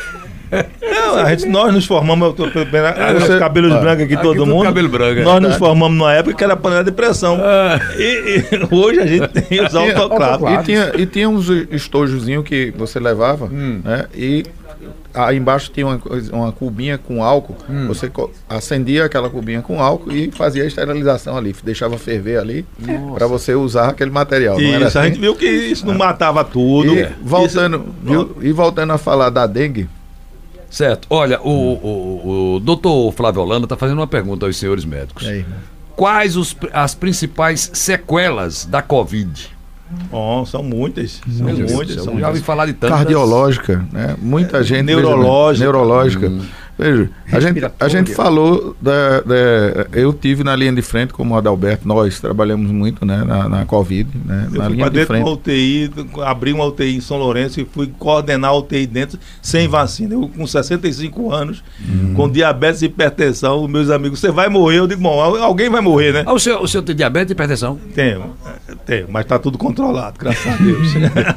Não, a gente, nós nos formamos, eu tô, é, os você, cabelos ah, brancos aqui, aqui todo mundo. Cabelo branco, nós é, nos tá. formamos numa época que era panela de pressão. Ah. E, e hoje a gente tem os autoclaves. E tinha, e tinha uns estojozinhos que você levava, hum. né? E aí embaixo tinha uma, uma cubinha com álcool. Hum. Você acendia aquela cubinha com álcool e fazia a esterilização ali, deixava ferver ali para você usar aquele material. Isso, não era assim? A gente viu que isso não matava tudo. E voltando, isso... viu? E voltando a falar da dengue. Certo. Olha, o, o, o doutor Flávio Holanda está fazendo uma pergunta aos senhores médicos. Aí, Quais os, as principais sequelas da Covid? Oh, são muitas. São Deus muitas. Deus, São já ouvi falar de tantas. Cardiológica, né? Muita é, gente. Neurológica. Neurológica. Hum. Veja, a gente, a gente falou, da, da, eu tive na linha de frente como o Adalberto, nós trabalhamos muito, né, na, na Covid, né, eu na fui linha de frente. Uma U T I, abri uma U T I em São Lourenço e fui coordenar a U T I dentro sem vacina. Eu com sessenta e cinco anos, hum. com diabetes e hipertensão, meus amigos, você vai morrer? Eu digo, bom, alguém vai morrer, né? Ah, o senhor, o senhor tem diabetes e hipertensão? Tenho, tenho, mas está tudo controlado, graças a Deus.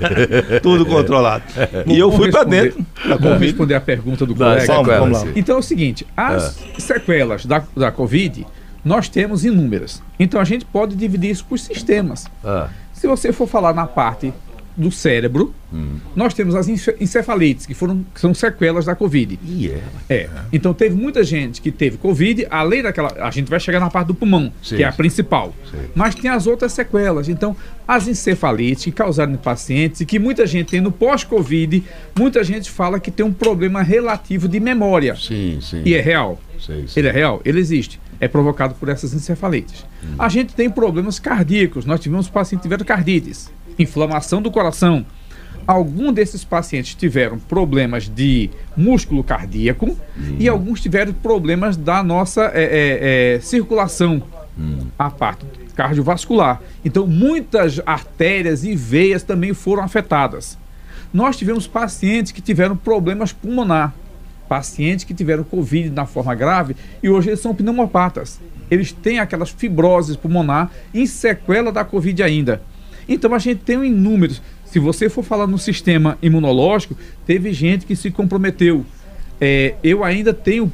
Tudo controlado. E eu fui para dentro. Vamos responder a pergunta do colega. Vamos, vamos lá. Então é o seguinte, as é. sequelas da, da Covid, nós temos inúmeras. Então a gente pode dividir isso por sistemas. É. Se você for falar na parte do cérebro, hum. nós temos as encefalites, que, foram, que são sequelas da Covid. Yeah. É. Então teve muita gente que teve Covid, além daquela... A gente vai chegar na parte do pulmão, sim, que é a principal. Sim. Mas tem as outras sequelas. Então, as encefalites que causaram em pacientes e que muita gente tem no pós-Covid, muita gente fala que tem um problema relativo de memória. Sim, sim. E é real. Sim, sim. Ele é real? Ele existe. É provocado por essas encefalites. Hum. A gente tem problemas cardíacos. Nós tivemos pacientes que tiveram cardites, inflamação do coração. Alguns desses pacientes tiveram problemas de músculo cardíaco hum. e alguns tiveram problemas da nossa é, é, é, circulação, hum. a parte cardiovascular. Então, muitas artérias e veias também foram afetadas. Nós tivemos pacientes que tiveram problemas pulmonar, pacientes que tiveram Covid na forma grave e hoje eles são pneumopatas. Eles têm aquelas fibroses pulmonar em sequela da Covid ainda. Então a gente tem inúmeros. Se você for falar no sistema imunológico, teve gente que se comprometeu. É, eu ainda tenho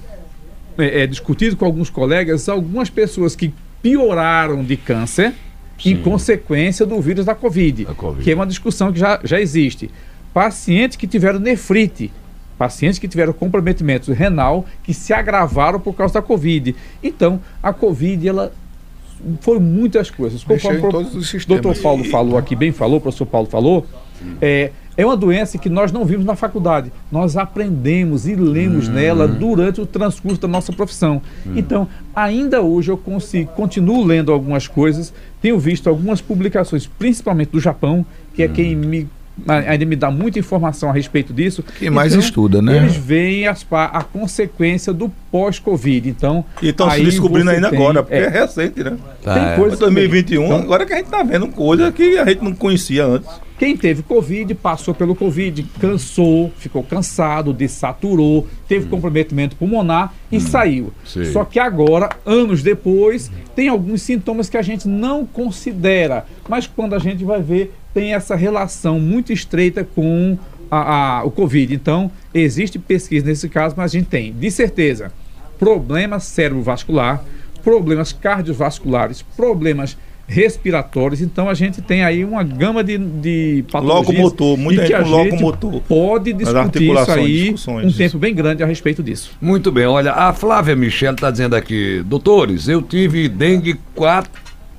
é, é, discutido com alguns colegas algumas pessoas que pioraram de câncer, sim, em consequência do vírus da COVID, da COVID, que é uma discussão que já, já existe. Pacientes que tiveram nefrite, pacientes que tiveram comprometimento renal, que se agravaram por causa da Covid. Então, a Covid, ela foram muitas coisas. Conforme o doutor Paulo falou aqui, bem falou, o professor Paulo falou, é, é uma doença que nós não vimos na faculdade. Nós aprendemos e lemos hum. nela durante o transcurso da nossa profissão. Hum. Então, ainda hoje eu consigo, continuo lendo algumas coisas, tenho visto algumas publicações, principalmente do Japão, que é hum. quem me ainda me dá muita informação a respeito disso. Quem mais então, estuda, né? Eles veem as, a consequência do pós-Covid. Então, e estão se descobrindo ainda tem, agora, porque é, é recente, né? Tem é. coisa dois mil e vinte e um, então, agora que a gente está vendo coisa que a gente não conhecia antes. Quem teve Covid, passou pelo Covid, cansou, ficou cansado, desaturou, teve hum. comprometimento pulmonar e hum. saiu. Sim. Só que agora, anos depois, tem alguns sintomas que a gente não considera, mas quando a gente vai ver, tem essa relação muito estreita com a, a, o Covid. Então, existe pesquisa nesse caso, mas a gente tem, de certeza, problema cerebrovascular, problemas cardiovasculares, problemas respiratórios. Então a gente tem aí uma gama de, de patologias locomotor, muita e que a gente gente locomotor, pode discutir isso aí um tempo bem grande a respeito disso. Muito bem, olha, a Flávia Michele está dizendo aqui, doutores, eu tive dengue quatro,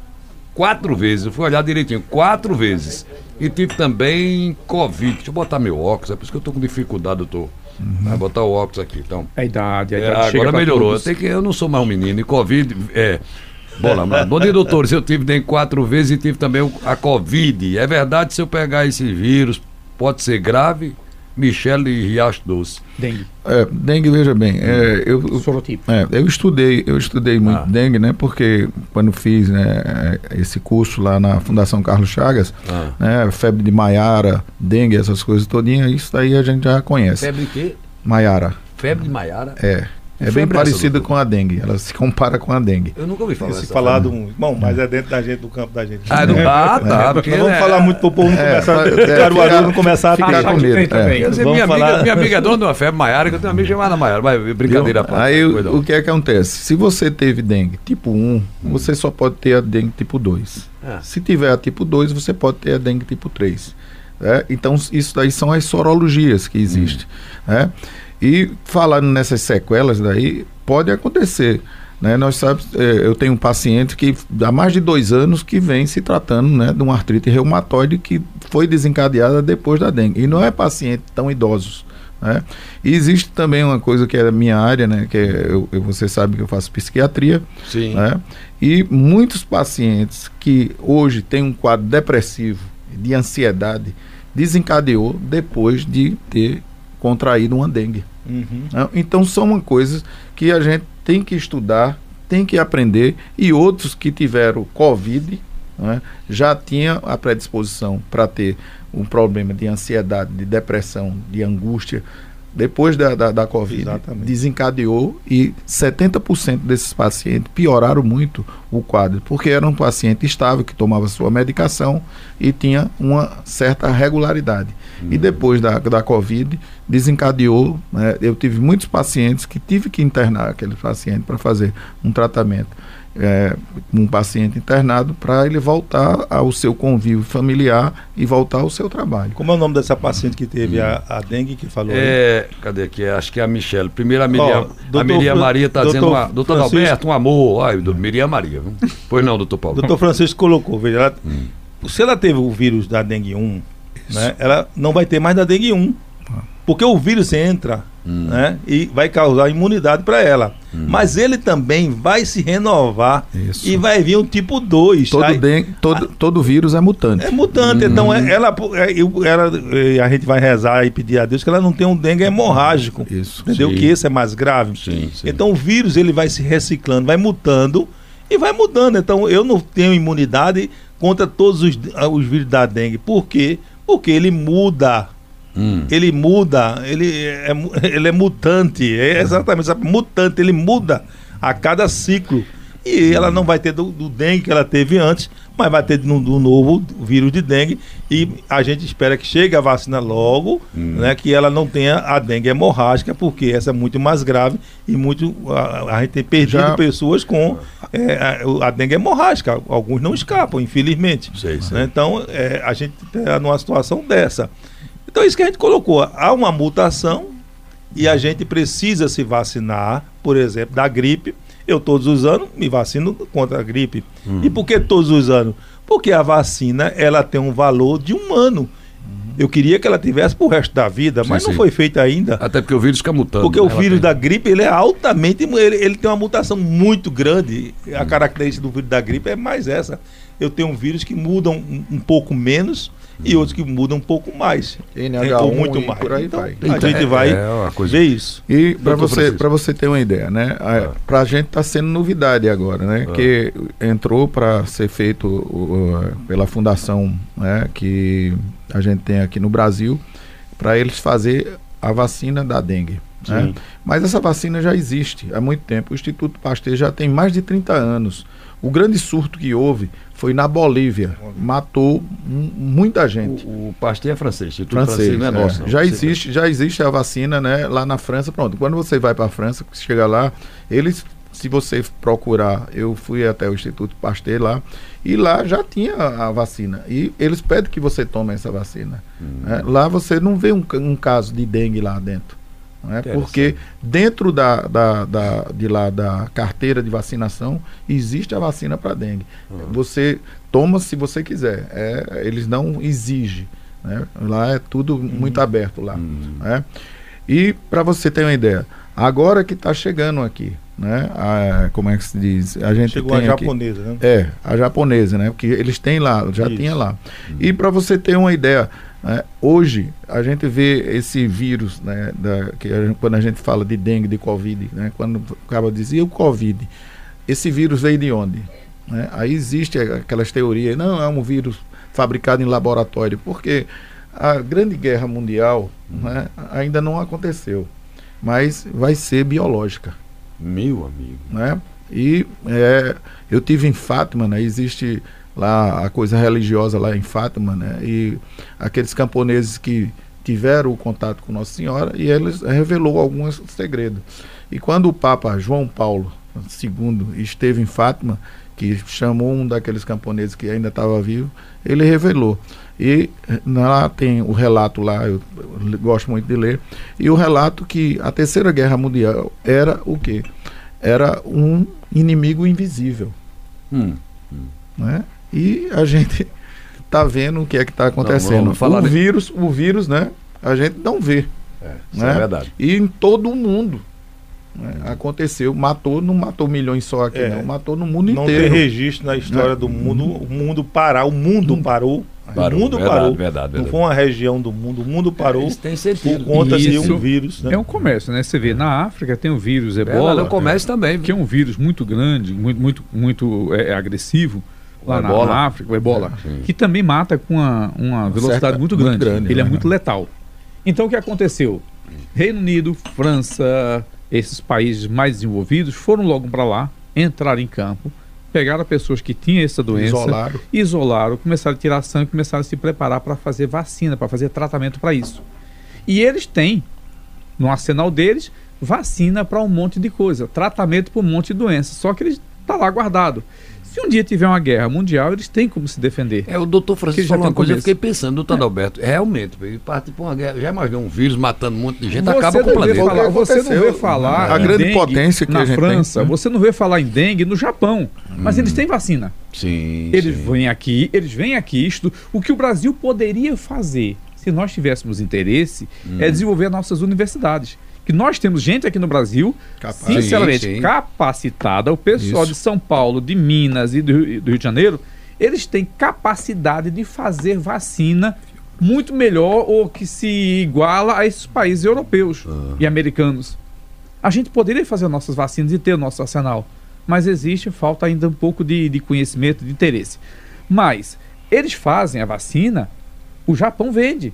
quatro vezes, eu fui olhar direitinho, quatro vezes, e tive também Covid. Deixa eu botar meu óculos, é por isso que eu estou com dificuldade, doutor. Uhum. Vai botar o óculos aqui, então. A idade, a é, idade agora melhorou, eu, tenho que, eu não sou mais um menino, e Covid, é... Bola, bom dia, doutores. Eu tive dengue quatro vezes e tive também a Covid. É verdade, se eu pegar esse vírus, pode ser grave? Michele Riacho Doce. Dengue. É, dengue, veja bem, é, eu, Sorotipo. É, eu estudei, eu estudei muito ah. dengue, né? Porque quando fiz, né, esse curso lá na Fundação Carlos Chagas, ah. né, febre de Maiara, dengue, essas coisas todinhas, isso daí a gente já conhece. Febre de quê? Maiara. Febre de Maiara? É. É bem parecida com a dengue, ela se compara com a dengue. Eu nunca ouvi falar se falar do... Bom, mas é dentro da gente, do campo da gente. Ah, não, ah tá. Porque não vamos é... falar muito pro povo não é, começar, é, Caruaru fica, não começar a ficar com medo. É. Dizer, minha, falar... amiga, minha amiga é dona de uma febre Maiara, que eu tenho uma amiga chamada Maiara, mas brincadeira. Pá, aí o, o que é que acontece? Se você teve dengue tipo um, hum. você só pode ter a dengue tipo dois. Ah. Se tiver a tipo dois, você pode ter a dengue tipo três. É? Então, isso daí são as sorologias que existem. Hum. É? E falando nessas sequelas daí, pode acontecer, né? Nós sabemos, eu tenho um paciente que há mais de dois anos que vem se tratando, né, de uma artrite reumatoide que foi desencadeada depois da dengue. E não é paciente tão idosos, né? E existe também uma coisa que é a minha área, né, que é, eu, eu, você sabe que eu faço psiquiatria. Sim. Né? E muitos pacientes que hoje têm um quadro depressivo, de ansiedade, desencadeou depois de ter contraído uma dengue. Uhum. Então são coisas que a gente tem que estudar, tem que aprender, e outros que tiveram Covid, né, já tinham a predisposição para ter um problema de ansiedade, de depressão, de angústia, depois da, da, da Covid. Exatamente. Desencadeou, e setenta por cento desses pacientes pioraram muito o quadro, porque era um paciente estável, que tomava sua medicação e tinha uma certa regularidade. Hum. E depois da, da Covid, desencadeou, né, eu tive muitos pacientes que tive que internar aquele paciente para fazer um tratamento. É, um paciente internado para ele voltar ao seu convívio familiar e voltar ao seu trabalho. Como é o nome dessa paciente que teve hum. a, a dengue que falou? É, aí? Cadê aqui? Acho que é a Michele. Primeiro a Miriam, oh, a Miriam Maria está dizendo, uma, doutor Francisco, Alberto, um amor. Ai, do Miriam Maria. Pois não, doutor Paulo. Doutor Francisco colocou, veja, ela, hum. se ela teve o vírus da dengue um, né, ela não vai ter mais da dengue um. Porque o vírus entra, hum. né, e vai causar imunidade para ela. Hum. Mas ele também vai se renovar. Isso. E vai vir um tipo dois. Todo, aí, dengue, todo, a, todo vírus é mutante. É mutante. Hum. Então, é, ela, é, ela, a gente vai rezar e pedir a Deus que ela não tenha um dengue hemorrágico. Isso. Entendeu? Sim. Que esse é mais grave. Sim, sim. Então, o vírus ele vai se reciclando, vai mutando e vai mudando. Então, eu não tenho imunidade contra todos os, os vírus da dengue. Por quê? Porque ele muda. Hum. Ele muda, ele é, ele é mutante, é exatamente, sabe? Mutante, ele muda a cada ciclo. E ela não vai ter do, do dengue que ela teve antes, mas vai ter do, do novo vírus de dengue. E a gente espera que chegue a vacina logo, hum. né, que ela não tenha a dengue hemorrágica, porque essa é muito mais grave e muito a, a gente tem perdido Já... pessoas com é, a, a dengue hemorrágica. Alguns não escapam, infelizmente. Sei, sei. Né? Então, é, a gente está numa situação dessa. Então é isso que a gente colocou. Há uma mutação e a gente precisa se vacinar, por exemplo, da gripe. Eu todos os anos me vacino contra a gripe. Uhum. E por que todos os anos? Porque a vacina ela tem um valor de um ano. Uhum. Eu queria que ela tivesse pro resto da vida, sim, mas não sim. foi feita ainda. Até porque o vírus fica mutando. Porque né? o vírus da gripe ele é altamente... Ele, ele tem uma mutação muito grande. A uhum. característica do vírus da gripe é mais essa. Eu tenho um vírus que muda um, um pouco menos... e outros que mudam um pouco mais. N H um ou muito e mais. Por aí então, vai. a gente vai é uma coisa... ver isso. E para você, Francisco. para você ter uma ideia, né? Ah. Para a gente está sendo novidade agora, né? Ah. Que entrou para ser feito uh, pela fundação, né? Que a gente tem aqui no Brasil, para eles fazer a vacina da dengue. Né? Mas essa vacina já existe há muito tempo. O Instituto Pasteur já tem mais de trinta anos. O grande surto que houve foi na Bolívia. Matou m- muita gente. O, o Pasteur é francês, Instituto Francês, francês, não é é. nosso. não. Já Você- existe, já existe a vacina, né, lá na França. Pronto, quando você vai para a França, chega lá, eles, se você procurar, eu fui até o Instituto Pasteur lá, e lá já tinha a, a vacina. E eles pedem que você tome essa vacina. Hum. né? Lá você não vê um, ca- um caso de dengue lá dentro. Né? Interessante. Porque dentro da, da, da, de lá, da carteira de vacinação existe a vacina para dengue. Uhum. Você toma se você quiser. É, eles não exigem. Né? Lá é tudo muito aberto lá. Hum. Né? E para você ter uma ideia, agora que está chegando aqui, né? A, como é que se diz? A gente Chegou tem a aqui- japonesa, né? é, a japonesa, né? Porque eles têm lá, já Isso. tinha lá. E para você ter uma ideia, né, hoje a gente vê esse vírus, né, da, que a gente- quando a gente fala de dengue, de Covid, né, quando acaba de dizer o Covid, esse vírus veio de onde? Né? Aí existe aquelas teorias, não, é um vírus fabricado em laboratório, porque a Grande Guerra Mundial, né, ainda não aconteceu, mas vai ser biológica. Meu amigo. Né? E é, eu tive em Fátima, né? Existe lá a coisa religiosa lá em Fátima, né? E aqueles camponeses que tiveram o contato com Nossa Senhora e eles revelou alguns segredos. E quando o Papa João Paulo segundo esteve em Fátima, que chamou um daqueles camponeses que ainda estava vivo, ele revelou. E lá tem o relato lá, eu, eu gosto muito de ler, e o relato que a Terceira Guerra Mundial era o quê? Era um inimigo invisível. Hum. Né? E a gente está vendo o que é que está acontecendo. vamos falar o de- vírus, o vírus, né? A gente não vê. É, isso Né? é verdade. E em todo o mundo. Né? Aconteceu, matou, não matou milhões só aqui, É. não, matou no mundo Não tem inteiro. registro na história Né? do mundo. O mundo parar, o mundo parou. Parou, o mundo verdade, parou. verdade, Não verdade. foi uma região do mundo. O mundo parou Isso tem por sentido. conta de Isso um vírus. Né? É um comércio, né? Você vê, na África tem o vírus É, ebola, lá no comércio também. que é um vírus muito grande, muito, muito, muito é, agressivo, lá O na, ebola. na África, o ebola, É, sim. que também mata com uma, uma velocidade certa- muito muito grande. grande, Ele é né? muito letal. Então o que aconteceu? Reino Unido, França, esses países mais desenvolvidos foram logo para lá, entraram em campo, pegaram pessoas que tinham essa doença, Isolaram. isolaram, começaram a tirar sangue, começaram a se preparar para fazer vacina, para fazer tratamento para isso. E eles têm, no arsenal deles, vacina para um monte de coisa, tratamento para um monte de doença, só que eles está lá guardado. Se um dia tiver uma guerra mundial, eles têm como se defender. É, o doutor Francisco Que já falou tem uma coisa, eu começo. fiquei pensando, doutor Adalberto, realmente, ele parte para uma guerra, já imaginou um vírus matando um monte de gente, Você acaba com o não vê planeta. falar, você não vê aconteceu, falar a em grande dengue potência que na a gente França, tem, né? você não vê falar em dengue no Japão, mas eles têm vacina. Sim, Eles sim. vêm aqui, eles vêm aqui, isto, o que o Brasil poderia fazer, se nós tivéssemos interesse, Hum. é desenvolver nossas universidades. Que nós temos gente aqui no Brasil, Capaz. sinceramente, Sim, sim. capacitada, o pessoal Isso. de São Paulo, de Minas e do, Rio- do Rio de Janeiro, eles têm capacidade de fazer vacina muito melhor ou que se iguala a esses países europeus Ah. e americanos. A gente poderia fazer nossas vacinas e ter o nosso arsenal, mas existe, falta ainda um pouco de, de conhecimento, de interesse. Mas eles fazem a vacina, o Japão vende,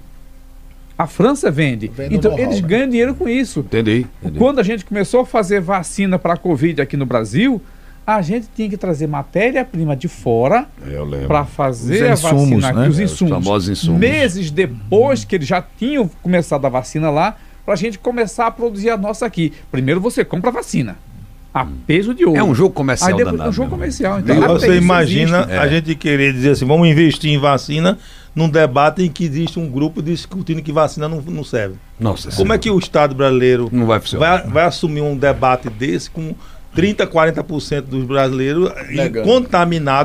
a França vende, Vende então o know-how, eles né? ganham dinheiro com isso. Entendi, entendi. Quando a gente começou a fazer vacina para a Covid aqui no Brasil, a gente tinha que trazer matéria-prima de fora Eu lembro. para fazer Os a insumos, vacina, né? os É, os insumos. famosos insumos. Meses depois que eles já tinham começado a vacina lá, para a gente começar a produzir a nossa aqui. Primeiro você compra a vacina, a peso de ouro. É um jogo Aí comercial depois, danado. é um jogo mesmo. comercial. Então, E até você isso imagina existe. a gente querer dizer assim, vamos investir em vacina num debate em que existe um grupo discutindo que vacina não, não serve. Nossa, Como é que o Estado brasileiro não vai funcionar? vai, vai assumir um debate desse com trinta, quarenta por cento dos brasileiros e Negando. contaminados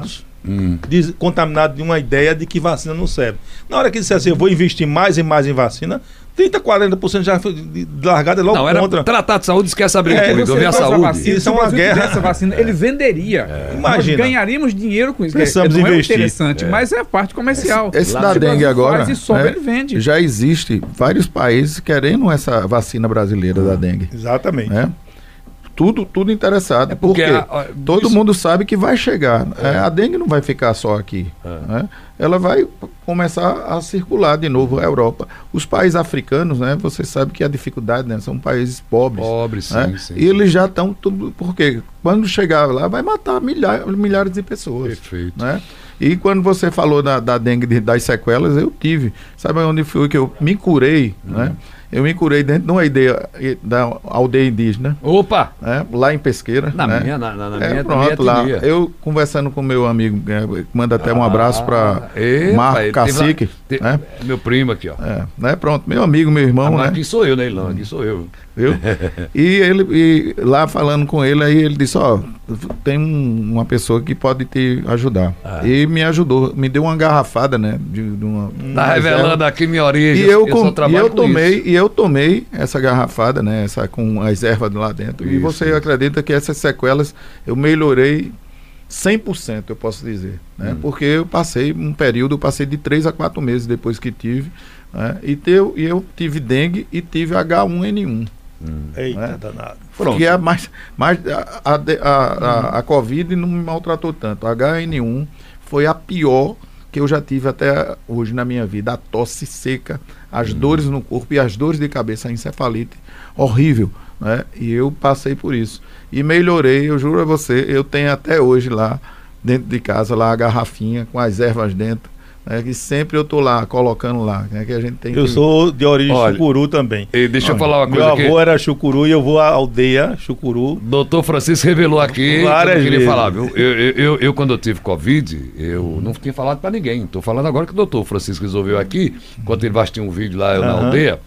hum. diz, contaminado de uma ideia de que vacina não serve. Na hora que disser assim, eu vou investir mais e mais em vacina, trinta, quarenta por cento já foi de largada logo não, contra. Era tratar de saúde, esquece abrir é, corredor, ver a saúde. Vacina, isso é uma guerra. Essa vacina, ele venderia. É. Imagina. Nós ganharíamos dinheiro com isso. Precisamos não investir. É interessante, é. mas é a parte comercial. Esse, esse da dengue agora, faz e sobe, né, ele vende. já existe vários países querendo essa vacina brasileira da dengue. Exatamente. Né? Tudo, tudo interessado. É porque porque a, a, todo isso... mundo sabe que vai chegar. É. É, a dengue não vai ficar só aqui. É. Né? Ela vai começar a circular de novo a Europa. Os países africanos, né, você sabe que a dificuldade, né, são países pobres. Pobres, né? sim, sim. E eles já estão tudo. Porque quando chegar lá, vai matar milhares, milhares de pessoas. Perfeito. Né? E quando você falou da, da dengue, das sequelas, eu tive. Sabe onde foi que eu me curei? Hum. Né? Eu me curei dentro de uma ideia da aldeia indígena. Opa! Né? Lá em Pesqueira. Na né? minha, na, na, na é, minha pronto, lá. Eu conversando com meu amigo, é, manda até um abraço para ah, Marco Cacique. Teve, né? Meu primo aqui, ó. É, né? Pronto, meu amigo, meu irmão. Ah, né? Aqui sou eu, né, Ilão? Aqui sou eu. Viu? E ele, e lá falando com ele, aí ele disse, ó, tem um, uma pessoa que pode te ajudar. Ah. E me ajudou, me deu uma garrafada, né? De, de uma, tá revelando aqui minha origem. E eu, eu, com, só e eu tomei, isso. e eu tomei essa garrafada, né? Essa com as ervas lá dentro. Isso, e você isso. acredita que essas sequelas eu melhorei cem por cento, eu posso dizer. Né? Hum. Porque eu passei um período, eu passei de três a quatro meses depois que tive. Né? E, teu, e eu tive dengue e tive H um N um. Hum. Eita, né? danado. Porque a, mais, mais, a, a, a, a, a Covid não me maltratou tanto. A H N um foi a pior que eu já tive até hoje na minha vida. A tosse seca, as hum. dores no corpo e as dores de cabeça, a encefalite horrível. Né? E eu passei por isso. E melhorei, eu juro a você, eu tenho até hoje lá, dentro de casa, lá a garrafinha com as ervas dentro. É que sempre eu tô lá, colocando lá. É que a gente tem eu que... sou de origem Olha, chucuru também. E deixa Olha, eu falar uma coisa meu aqui. Meu avô era chucuru e eu vou à aldeia chucuru. Doutor Francisco revelou aqui, várias eu queria vezes. falar, viu? Eu, eu, eu, eu, quando eu tive Covid, eu hum. não tinha falado para ninguém. Tô falando agora que o doutor Francisco resolveu aqui, enquanto ele vai assistir um vídeo lá eu, uhum. na aldeia.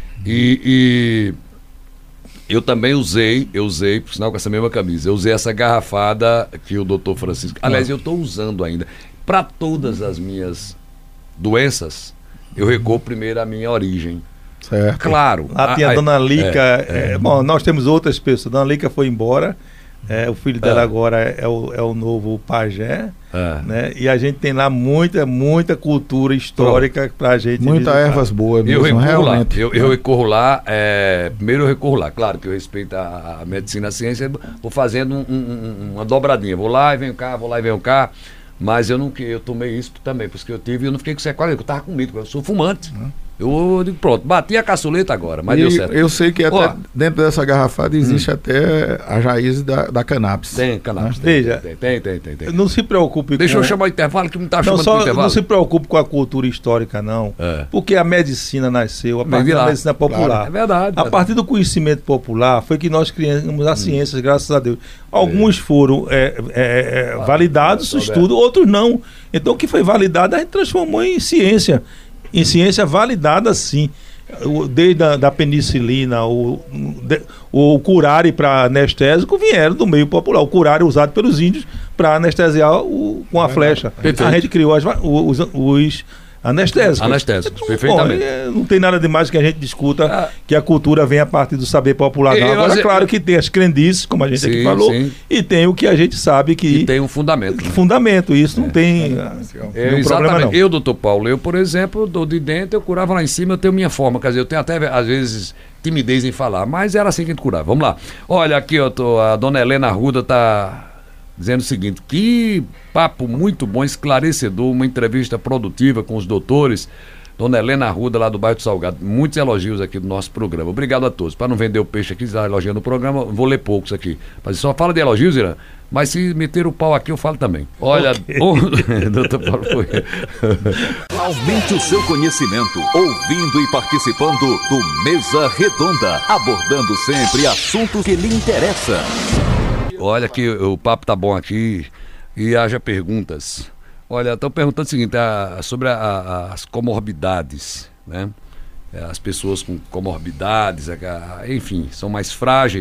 E, e eu também usei, eu usei, por sinal com essa mesma camisa, eu usei essa garrafada que o doutor Francisco... Aliás, eu estou usando ainda. Para todas as minhas doenças, eu recorro primeiro à minha origem. Certo. Claro. Lá tinha a, a Dona Lica. É, é. É, bom, nós temos outras pessoas. Dona Lica foi embora. É, o filho dela é. agora é o, é o novo pajé. É. Né? E a gente tem lá muita, muita cultura histórica para a gente. Muita visitar. Ervas boas mesmo, eu realmente. Lá. Eu, eu recorro lá, é, primeiro eu recorro lá, claro que eu respeito a, a medicina, a ciência, vou fazendo um, um, uma dobradinha. Vou lá e venho cá, vou lá e venho cá. Mas eu não eu tomei isso também, porque eu tive e eu não fiquei com sequela, eu estava com medo, eu sou fumante. Hum. Eu digo, pronto, bati a caçuleta agora, mas e deu certo. Eu sei que até Ó, dentro dessa garrafada existe hum. até a raiz da, da cannabis. Tem cannabis. Né? Veja, tem, tem, tem, tem, tem. Não se preocupe Deixa com... eu chamar o intervalo que me está chamando só, o intervalo. Não se preocupe com a cultura histórica, não. É. Porque a medicina nasceu a partir da medicina popular. Claro, é verdade. A partir do conhecimento popular foi que nós criamos as hum. ciências, graças a Deus. Alguns é. foram é, é, é, validados, ah, estudo, outros não. Então o que foi validado a gente transformou em ciência. Em ciência validada, sim. Desde a da penicilina, o, de, o curare para anestésico vieram do meio popular. O curare usado pelos índios para anestesiar o, com a flecha. Perfeito. A gente criou as, os, os anestésicos. Anestésicos, então, perfeitamente. Bom, não tem nada demais que a gente discuta ah. que a cultura vem a partir do saber popular. Não. Agora, é claro que tem as crendices, como a gente sim, aqui falou, sim. e tem o que a gente sabe que... E tem um fundamento. Né? Fundamento, isso é. não tem é, nenhum problema, não. Eu, doutor Paulo, eu, por exemplo, dou de dentro, eu curava lá em cima, eu tenho minha forma, quer dizer, eu tenho até, às vezes, timidez em falar, mas era assim que a gente curava. Vamos lá. Olha, aqui, eu tô, a dona Helena Arruda está... dizendo o seguinte, que papo muito bom, esclarecedor, uma entrevista produtiva com os doutores, dona Helena Arruda, lá do bairro do Salgado. Muitos elogios aqui do nosso programa. Obrigado a todos. Para não vender o peixe aqui, está elogiando o programa, vou ler poucos aqui. Mas só fala de elogios, Irã, mas se meter o pau aqui, eu falo também. Olha, okay. o... doutor Paulo foi. Aumente o seu conhecimento, ouvindo e participando do Mesa Redonda, abordando sempre assuntos que lhe interessam. Olha que o papo tá bom aqui e haja perguntas. Olha, estão perguntando o seguinte, a, sobre a, a, as comorbidades, né? As pessoas com comorbidades, a, a, enfim, são mais frágeis.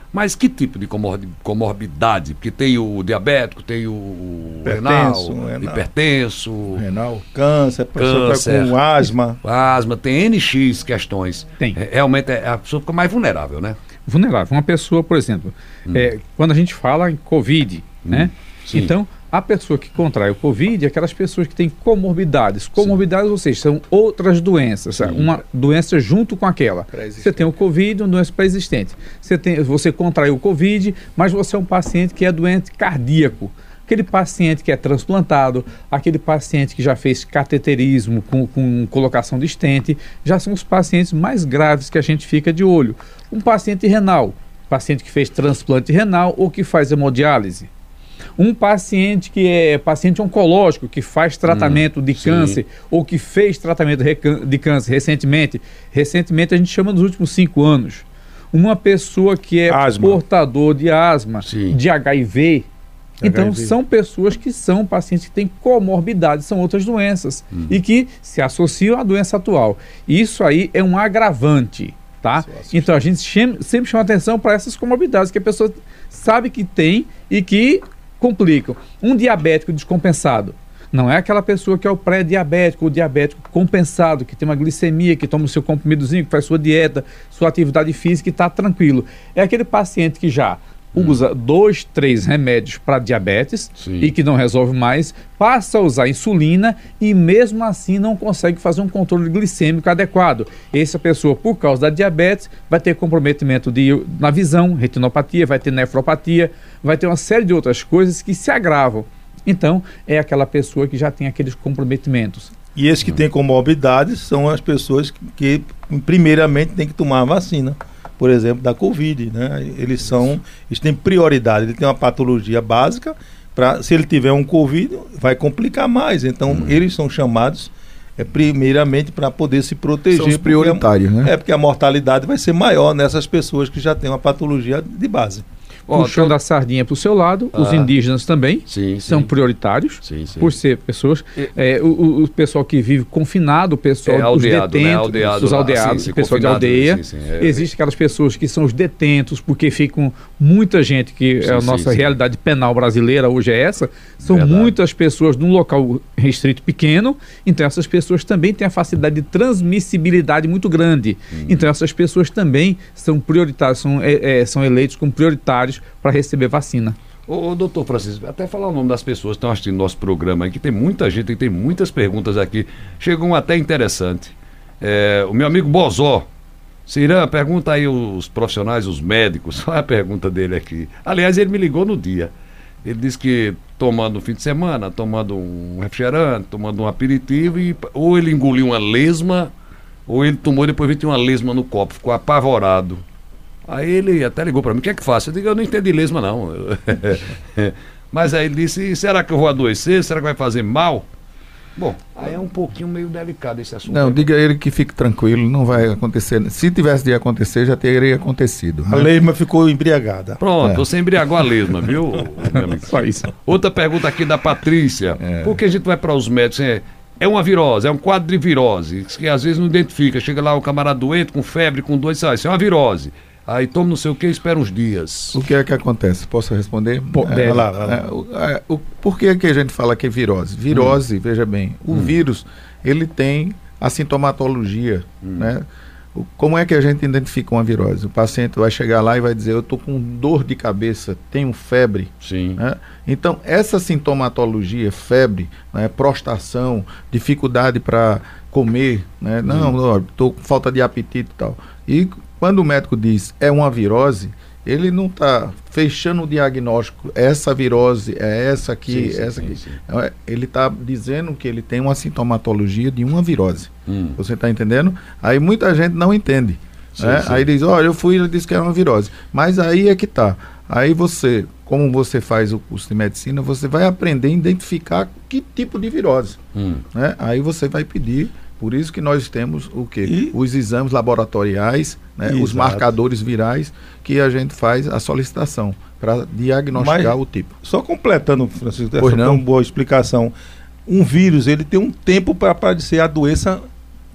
Mas que tipo de comor- comorbidade? Porque tem o diabético, tem o Hipertenso, renal, renal. hipertenso, Renal. Câncer, pessoa Câncer. com asma. asma, tem N X questões. Tem. É, realmente é- a pessoa fica mais vulnerável, né? Vulnerável. Uma pessoa, por exemplo, é, quando a gente fala em Covid, né? sim. Então, a pessoa que contrai o Covid é aquelas pessoas que têm comorbidades. Comorbidades, ou seja, são outras doenças. Sabe? Uma doença junto com aquela. Você tem o Covid, uma doença pré-existente. Você, tem, você contrai o Covid, mas você é um paciente que é doente cardíaco. Aquele paciente que é transplantado, aquele paciente que já fez cateterismo com, com colocação de estente, já são os pacientes mais graves que a gente fica de olho. Um paciente renal, paciente que fez transplante renal ou que faz hemodiálise. Um paciente que é paciente oncológico, que faz tratamento Hum, de sim. câncer ou que fez tratamento recan- de câncer recentemente. Recentemente a gente chama nos últimos cinco anos. Uma pessoa que é Asma. portador de asma, Sim. de H I V. Então, H I V. são pessoas que são pacientes que têm comorbidades, são outras doenças, e que se associam à doença atual. Isso aí é um agravante, tá? Então, a gente chama- sempre chama atenção para essas comorbidades que a pessoa sabe que tem e que complicam. Um diabético descompensado. Não é aquela pessoa que é o pré-diabético, o diabético compensado, que tem uma glicemia, que toma o seu comprimidozinho, que faz sua dieta, sua atividade física e está tranquilo. É aquele paciente que já usa dois, três remédios para diabetes Sim. e que não resolve mais, passa a usar insulina e mesmo assim não consegue fazer um controle glicêmico adequado. Essa pessoa, por causa da diabetes, vai ter comprometimento de, na visão, retinopatia, vai ter nefropatia, vai ter uma série de outras coisas que se agravam. Então, é aquela pessoa que já tem aqueles comprometimentos. E esses que têm comorbidades são as pessoas que, que primeiramente têm que tomar a vacina. Por exemplo, da Covid, né? Eles são, eles têm prioridade, ele tem uma patologia básica, pra, se ele tiver um Covid, vai complicar mais. Então, Hum. eles são chamados é, primeiramente para poder se proteger. São os porque a- prioritários, né? É, porque a mortalidade vai ser maior nessas pessoas que já têm uma patologia de base. Ó, Puxando tô- a sardinha para o seu lado, os Ah. indígenas também Sim, são sim. prioritários. Sim, sim. Por ser pessoas, E- é, o, o- o pessoal que vive confinado, o pessoal É, dos aldeado, né? detentos, Aldeado, os ah, aldeados, sim, sim, o pessoal de confinado, aldeia. sim, sim, é. Existem aquelas pessoas que são os detentos, porque ficam muita gente, que Sim, é a sim, nossa sim. realidade penal brasileira hoje é essa, são Verdade. muitas pessoas num local restrito pequeno, então essas pessoas também têm a facilidade de transmissibilidade muito grande. Hum. Então essas pessoas também são prioritárias, são, é, é, são eleitos como prioritários para receber vacina. Ô, ô, doutor Francisco, até falar o nome das pessoas que estão assistindo nosso programa aqui, tem muita gente, tem muitas perguntas aqui. Chegou um até interessante. É, o meu amigo Bozó, Cirã, pergunta aí os profissionais, os médicos, olha a pergunta dele aqui. Aliás, ele me ligou no dia. Ele disse que tomando no fim de semana, tomando um refrigerante, tomando um aperitivo, e, ou ele engoliu uma lesma, ou ele tomou e depois veio ter uma lesma no copo, ficou apavorado. Aí ele até ligou para mim, o que é que faço? Eu digo, eu não entendi lesma não. Mas aí ele disse, será que eu vou adoecer? Será que vai fazer mal? Bom, aí é um pouquinho meio delicado esse assunto. Não, diga a ele que fique tranquilo, não vai acontecer. Se tivesse de acontecer, já teria acontecido. A né? lesma ficou embriagada. Pronto, É. você embriagou a lesma, viu, meu amigo? Só isso. Outra pergunta aqui da Patrícia. É. Por que a gente vai para os médicos? É, é uma virose, é um quadro de virose, que às vezes não identifica. Chega lá o camarada doente, com febre, com dor, e diz, ah, isso é uma virose. Aí toma não sei o que e espera uns dias. O que é que acontece? Posso responder? Pô, É, deve. Vai lá, vai lá. É, o, é, o- por que, que a gente fala que é virose? Virose, veja bem, o vírus, ele tem a sintomatologia, né? O- como é que a gente identifica uma virose? O paciente vai chegar lá e vai dizer, eu estou com dor de cabeça, tenho febre, Sim. né? Então, essa sintomatologia, febre, né, prostração, dificuldade para comer, né? Não, estou com falta de apetite e tal. E quando o médico diz é uma virose, ele não está fechando o diagnóstico, essa virose é essa aqui, Sim, sim, essa sim, aqui. sim. É, ele está dizendo que ele tem uma sintomatologia de uma virose. Hum. Você está entendendo? Aí muita gente não entende. Sim, né? sim. Aí diz, olha, eu fui e ele disse que era uma virose. Mas aí é que tá. Aí você, como você faz o curso de medicina, você vai aprender a identificar que tipo de virose. Hum. Né? Aí você vai pedir, por isso que nós temos o quê? E- Os exames laboratoriais, né? Os Exato. marcadores virais, que a gente faz a solicitação para diagnosticar Mas- o tipo. Só completando, Francisco, essa Pois não. tão boa explicação. Um vírus, ele tem um tempo para aparecer a doença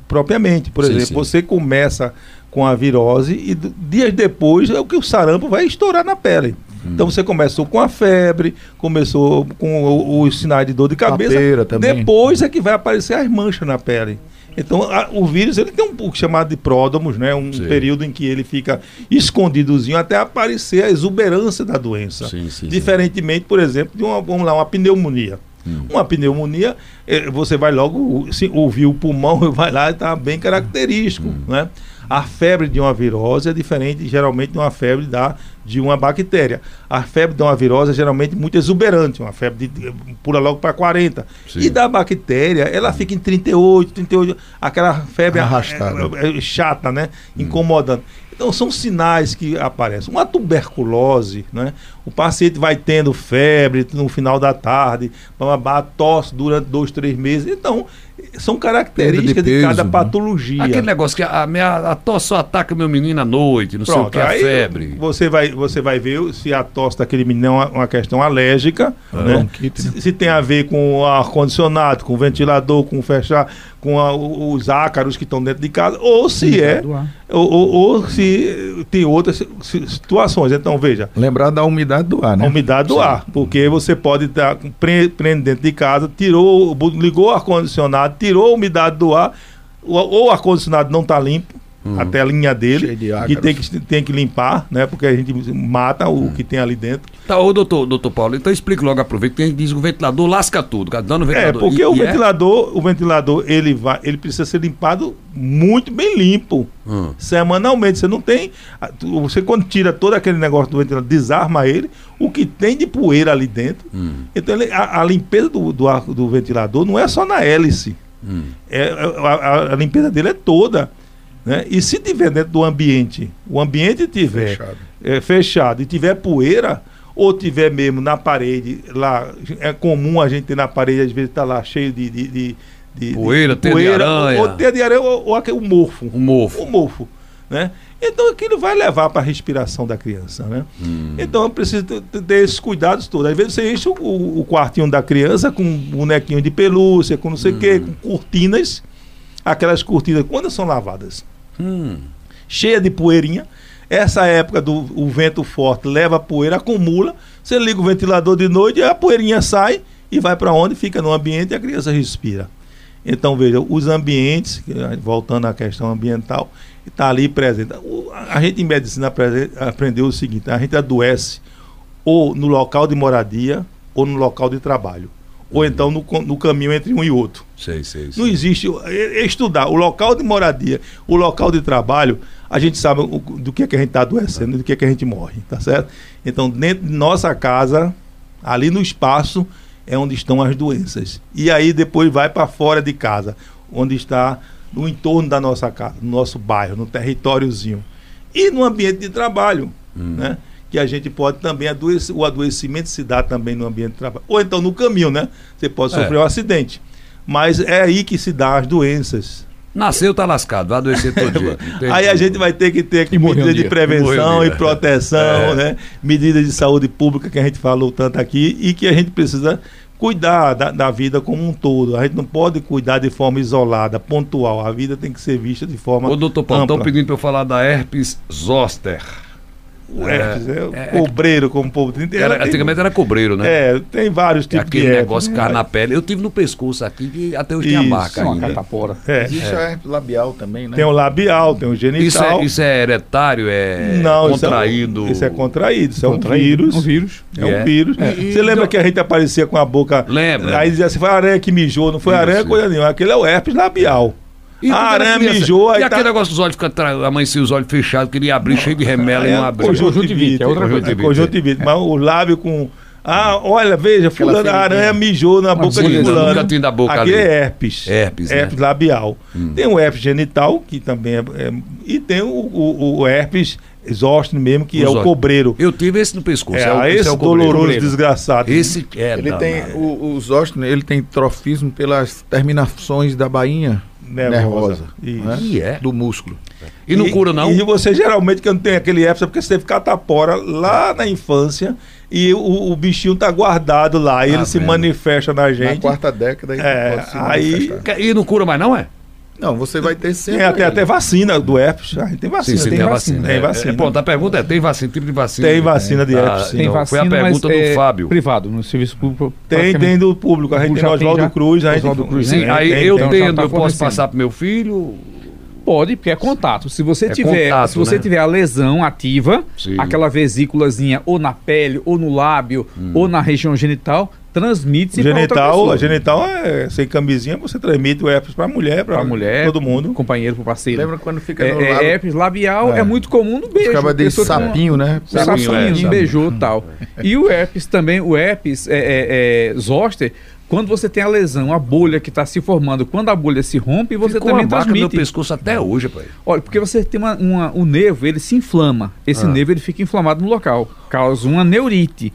propriamente. Por Sim, exemplo, sim. você começa com a virose e d- dias depois é o que o sarampo vai estourar na pele. Hum. Então você começou com a febre, começou com o- os sinais de dor de cabeça, Papeira também. depois é que vai aparecer as manchas na pele. Então a- o vírus ele tem um pouco chamado de pródromos, né? Um Sim. período em que ele fica escondidozinho até aparecer a exuberância da doença. Sim, sim, sim. Diferentemente, por exemplo, de uma, vamos lá, uma pneumonia. Uma pneumonia, eh, você vai logo se, ouvir o pulmão, vai lá e está bem característico, né? A febre de uma virose é diferente, geralmente, de uma febre da, de uma bactéria. A febre de uma virose é geralmente muito exuberante, uma febre de, pula logo para quarenta. Sim. E da bactéria, ela fica em trinta e oito, trinta e oito, aquela febre Arrastada. é, é, chata, né? Incomodando. Então são sinais que aparecem. Uma tuberculose, né? O paciente vai tendo febre no final da tarde, bababá, tosse durante dois, três meses. Então, são características Perda de de, peso, cada né? patologia. Aquele negócio que a, minha, a tosse só ataca meu menino à noite, não sei o Pronto, que, a aí febre. Você vai, você vai ver se a tosse daquele menino é uma, uma questão alérgica, né? Bronquite, né? se, se tem a ver com o ar-condicionado, com o ventilador, com fechar, com a- os ácaros que estão dentro de casa, ou se é, Do ar. ou, ou- ou se tem outras si- situações. Então, veja, Lembrar da umidade do ar, a né? umidade do ar, porque você pode estar pre- prendendo dentro de casa, tirou, bu- ligou o ar-condicionado, tirou a umidade do ar, ou ou o ar-condicionado não está limpo, até a linha dele, Cheio de que ácaros. tem, que tem que limpar, né? Porque a gente mata o que tem ali dentro. Tá, ô doutor, doutor Paulo, então explica logo, aproveita, que tem gente que diz que o ventilador lasca tudo, cara, dando É, ventilador. porque E- o e é? ventilador, o ventilador, ele vai, ele precisa ser limpado muito bem limpo, Hum. semanalmente. Você não tem, a- tu- você quando tira todo aquele negócio do ventilador, desarma ele, o que tem de poeira ali dentro. Hum. Então ele- a, a limpeza do, do, ar- do ventilador não é só na hélice, Hum. é, a, a- a limpeza dele é toda, né? E se tiver dentro do ambiente, o ambiente tiver Fechado. é, fechado e tiver poeira, ou tiver mesmo na parede, lá, é comum a gente ter na parede, às vezes está lá cheio de, de, de- de- Poeira, de teia de aranha. ou teia de aranha, ou, ou aquele- o mofo. O mofo. O mofo, né? Então aquilo vai levar para a respiração da criança, né? Hum. Então precisa ter, ter esses cuidados todos. Às vezes você enche o, o quartinho da criança com um bonequinho de pelúcia, com não sei o quê, com cortinas, aquelas cortinas, quando são lavadas? Hum. Cheia de poeirinha. Essa época do o vento forte leva a poeira, acumula. Você liga o ventilador de noite, a poeirinha sai e vai para onde? Fica no ambiente e a criança respira. Então, veja, os ambientes, que, eh, voltando à questão ambiental, está ali presente. O- A gente em medicina aprende- aprendeu o seguinte: a gente adoece ou no local de moradia ou no local de trabalho. Ou então no, co- no caminho entre um e outro. Sei, sei, sei. Não existe. é- é Estudar o local de moradia, o local de trabalho, a gente sabe o- do que é que a gente está adoecendo, do que é que a gente morre, tá certo? Então, dentro de nossa casa, ali no espaço, é onde estão as doenças. E aí depois vai para fora de casa, onde está no entorno da nossa casa, no nosso bairro, no territóriozinho. E no ambiente de trabalho, né? Que a gente pode também adoecer, o adoecimento se dá também no ambiente de trabalho. Ou então no caminho, né? Você pode É. sofrer um acidente. Mas é aí que se dá as doenças. Nasceu, tá lascado, vai adoecer todo dia. Não tem Aí a como. gente vai ter que ter E morrer um medidas de dia. prevenção E morrer um e dia. proteção, É. né? Medidas de saúde pública que a gente falou tanto aqui e que a gente precisa cuidar da, da vida como um todo. A gente não pode cuidar de forma isolada, pontual. A vida tem que ser vista de forma Ô, doutor Paulo, estão ampla. pedindo para eu falar da herpes zoster. O herpes, é, o é- cobreiro, como o povo tem. Era, tem- antigamente era cobreiro, né? É, tem vários Que tipos aquele de herpes. negócio né? ficar na pele. Eu tive no pescoço aqui e até hoje tem a Isso, marca Uma ainda. catapora. É. Existe a herpes labial também, né? Tem o labial, tem o Isso genital. é, isso é heretário, é Não, isso é- contraído. Isso é contraído, isso é um Contraído. vírus. Um vírus. É um É. vírus. É. Você lembra que a gente aparecia com a boca. Lembra. Aí dizia assim: foi a aranha que mijou, não foi Isso, aranha, isso. coisa nenhuma. Aquele é o herpes labial. E a quando era aranha criança, mijou, E aí aquele tá. negócio dos olhos, fica tra- amanhecia os olhos fechados, queria abrir cheio de remela e É não abria. conjuntivite, é outra conjuntivite, coisa. conjuntivite, mas o lábio com. Ah, olha, veja, Aquela fulano, a feridinha. aranha mijou na boca de bolha no fulano. cantinho da boca Aqui ali. é herpes. Herpes, né? Herpes labial. Tem o herpes genital, que também é. é- e tem o, o, o herpes zoster mesmo, que O é o zoster. cobreiro. Eu tive esse no pescoço. É, o, ah, esse esse é o cobreiro. doloroso desgraçado. Esse é. Ele danado. tem, o, o zoster, ele tem trofismo pelas terminações da bainha Nervosa. nervosa, Isso. né? E é. do músculo. E não cura, não? E você geralmente, que não tem aquele herpes, é porque você teve catapora lá na infância e o, o bichinho tá guardado lá e Tá ele se vendo? manifesta na Na gente. quarta década ele É, pode se aí- manifestar. E não cura mais, não é? Não, você vai ter sempre... Tem até, até vacina do herpes. A gente tem vacina. Sim, sim, tem, tem a vacina. vacina. Tem É, vacina. é, pronto, a pergunta é, tem vacina, tipo de vacina? Tem vacina de Ah, herpes, sim. Tem não, vacina, foi a pergunta mas, do é, Fábio. privado, no serviço público. Tem, tem do público. A gente tem Já no tem Oswaldo já? Cruz. A gente Oswaldo Cruz, Sim, tem, aí tem, eu tem. tem. tendo, Tá eu posso fornecendo. passar pro meu filho... Pode, porque é contato. Se você É tiver, contato, se você né? tiver a lesão ativa, Sim. aquela vesículazinha ou na pele, ou no lábio, Hum. ou na região genital, transmite-se para outra Genital, pessoa. a genital é sem camisinha, você transmite o herpes para mulher, para Pra mulher, todo mundo. companheiro, pro parceiro. Lembra quando fica É, no é, lado... herpes labial é. É. muito comum no beijo. Ficava de Pessoa tem uma- sapinho, né? O sapinho, Sapinho, é, sapinho. beijou e tal. E o herpes também, o herpes é, é, é, zoster, quando você tem a lesão, a bolha que está se formando, quando a bolha se rompe, você Ficou também uma marca no meu transmite. pescoço até hoje, pai. Olha, porque você tem uma, uma- o nervo, ele se inflama. Esse Ah. nervo, ele fica inflamado no local. Causa uma neurite.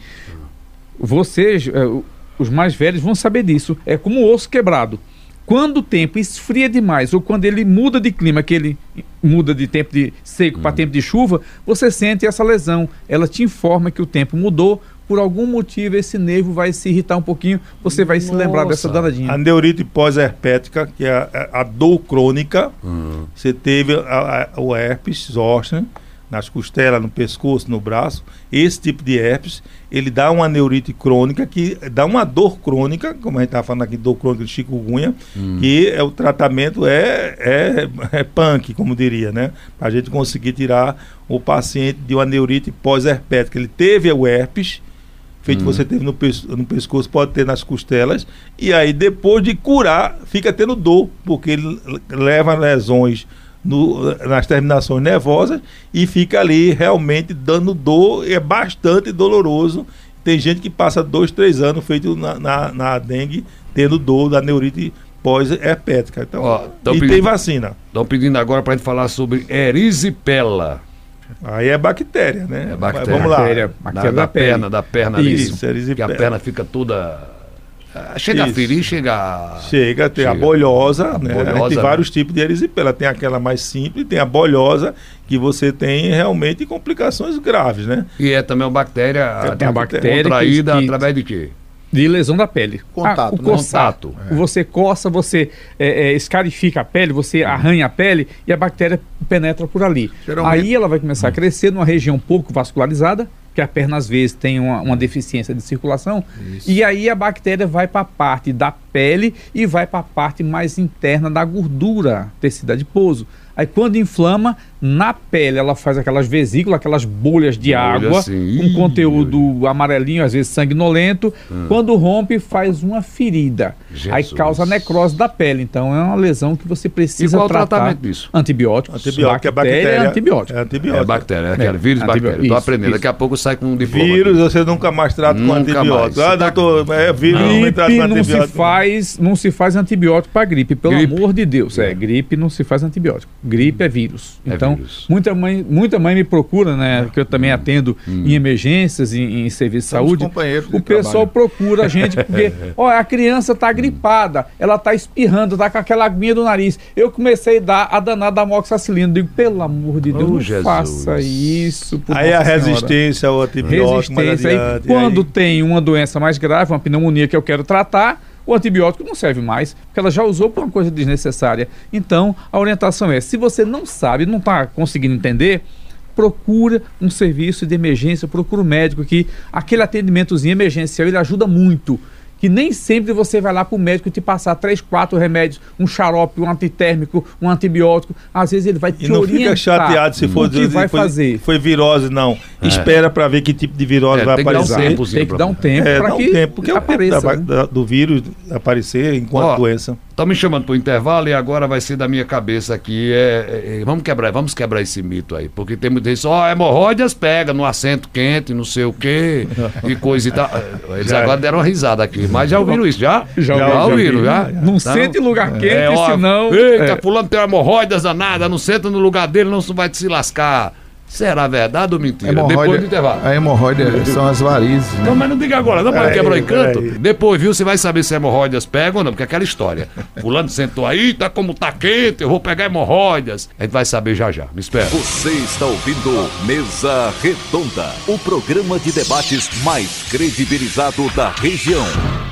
Vocês, eh, o- os mais velhos, vão saber disso. É como o osso quebrado. Quando o tempo esfria demais, ou quando ele muda de clima, que ele muda de tempo de seco para tempo de chuva, você sente essa lesão. Ela te informa que o tempo mudou. Por algum motivo, esse nervo vai se irritar um pouquinho. Você vai se lembrar dessa Nossa. danadinha. A neurite pós-herpética, que é a, a dor crônica, Hum. você teve a- a- o herpes zoster nas costelas, no pescoço, no braço. Esse tipo de herpes, ele dá uma neurite crônica, que dá uma dor crônica, como a gente estava falando aqui, dor crônica de chikungunya, que é, o tratamento é, é, é punk, como diria, né? Para a gente conseguir tirar o paciente de uma neurite pós-herpética. Ele teve o herpes, feito que você teve no, pes- no pescoço, pode ter nas costelas, e aí depois de curar, fica tendo dor, porque ele l- leva lesões no- nas terminações nervosas e fica ali realmente dando dor, é bastante doloroso. Tem gente que passa dois, três anos feito na, na, na dengue, tendo dor da neurite pós-herpética. Então, Ó, tão e pedindo- tem vacina. Estão pedindo agora para a gente falar sobre erisipela. Aí é bactéria, né? É bactéria. Vamos lá. Bactéria, Da, bactéria da da pele. perna, da perna Isso, ali. Que a erisipela. perna fica toda... ah, Chega a Isso. ferir, chega a... Chega, tem a Chega. bolhosa, A né? bolhosa, A gente tem né? vários tipos de erisipela. Tem aquela mais simples, tem a bolhosa, que você tem realmente complicações graves, né? E é também uma bactéria, Tem a bactéria contraída que- que- através de quê? De lesão da pele. Contato, Ah, o né? coçar. Contato. Você coça, você é, é, escarifica a pele, você arranha a pele e a bactéria penetra por ali. Geralmente- Aí ela vai começar a crescer numa região pouco vascularizada, que a perna às vezes tem uma, uma deficiência de circulação, e aí a bactéria vai para a parte da pele e vai para a parte mais interna da gordura, tecido adiposo. Aí quando inflama, na pele ela faz aquelas vesículas, aquelas bolhas de Bolha, água, sim. com conteúdo amarelinho, às vezes sanguinolento. Quando rompe, faz uma ferida. Aí Jesus. causa necrose da pele. Então é uma lesão que você E precisa qual o tratar. tratamento disso? Antibióticos. Antibiótico, é Bactéria bactéria. é antibiótico. É antibiótico. É bactéria, é aquela É, vírus antibiótico. bactéria. Estou Isso, aprendendo. isso. Daqui a pouco sai com um diploma. Vírus, aqui. você nunca mais trata com Nunca antibiótico. mais. Ah, doutor, é vírus, não me trata Gripe com não se, antibiótico. faz, não se faz antibiótico para gripe, pelo Gripe. amor de Deus. É, gripe não se faz antibiótico. Gripe é vírus. É Então, vírus. muita mãe, muita mãe me procura, né? Que eu também atendo em emergências, em, em serviço de Somos saúde. companheiros de O pessoal trabalho. procura a gente porque, ó, a criança tá gripada, ela tá espirrando, tá com aquela aguinha do nariz. Eu comecei a dar a danada amoxicilina. Digo, pelo amor de Deus, Oh, não Jesus. faça isso. por Aí a Nossa Senhora. resistência ao antibiótico mais Resistência. Aí, adiante. quando aí- tem uma doença mais grave, uma pneumonia que eu quero tratar, o antibiótico não serve mais, porque ela já usou por uma coisa desnecessária. Então, a orientação é, se você não sabe, não está conseguindo entender, procura um serviço de emergência, procura um médico, que aquele atendimentozinho emergencial, ele ajuda muito. Que nem sempre você vai lá para o médico te passar três, quatro remédios, um xarope, um antitérmico, um antibiótico. Às vezes ele vai te E não orientar fica chateado se for o que vai foi, fazer. foi virose, não. Espera para ver que tipo de virose É, vai tem que dar um aparecer. tempo. Tem que dar um tempo É, para dá um que tempo, porque é o tempo apareça. da- né? da- do vírus aparecer enquanto Ó, doença. Estão me chamando para o intervalo e agora vai ser da minha cabeça aqui. É, é, é, vamos quebrar, vamos quebrar esse mito aí. Porque tem muita gente, ó, hemorroidas pega no assento quente, não sei o quê, e coisa e tal. Eles Já. agora deram uma risada aqui, mas já ouviram isso, já? Já já, ouvi, já ouviram, ouvi. já? Não Então, sente em lugar quente, é, ó, senão... Eita, é. fulano tem uma hemorroidas danada, não senta no lugar dele, não vai te se lascar. Será verdade ou mentira? Depois do Hemorroida, intervalo. a hemorroida são as varizes, né? Não, mas não diga agora, não, para Peraí, quebrar o encanto. peraí. Depois, viu, você vai saber se hemorroidas pegam ou não, porque é aquela história. Fulano sentou aí, tá como tá quente, eu vou pegar hemorroidas. A gente vai saber já já, me espera. Você está ouvindo Mesa Redonda, o programa de debates mais credibilizado da região.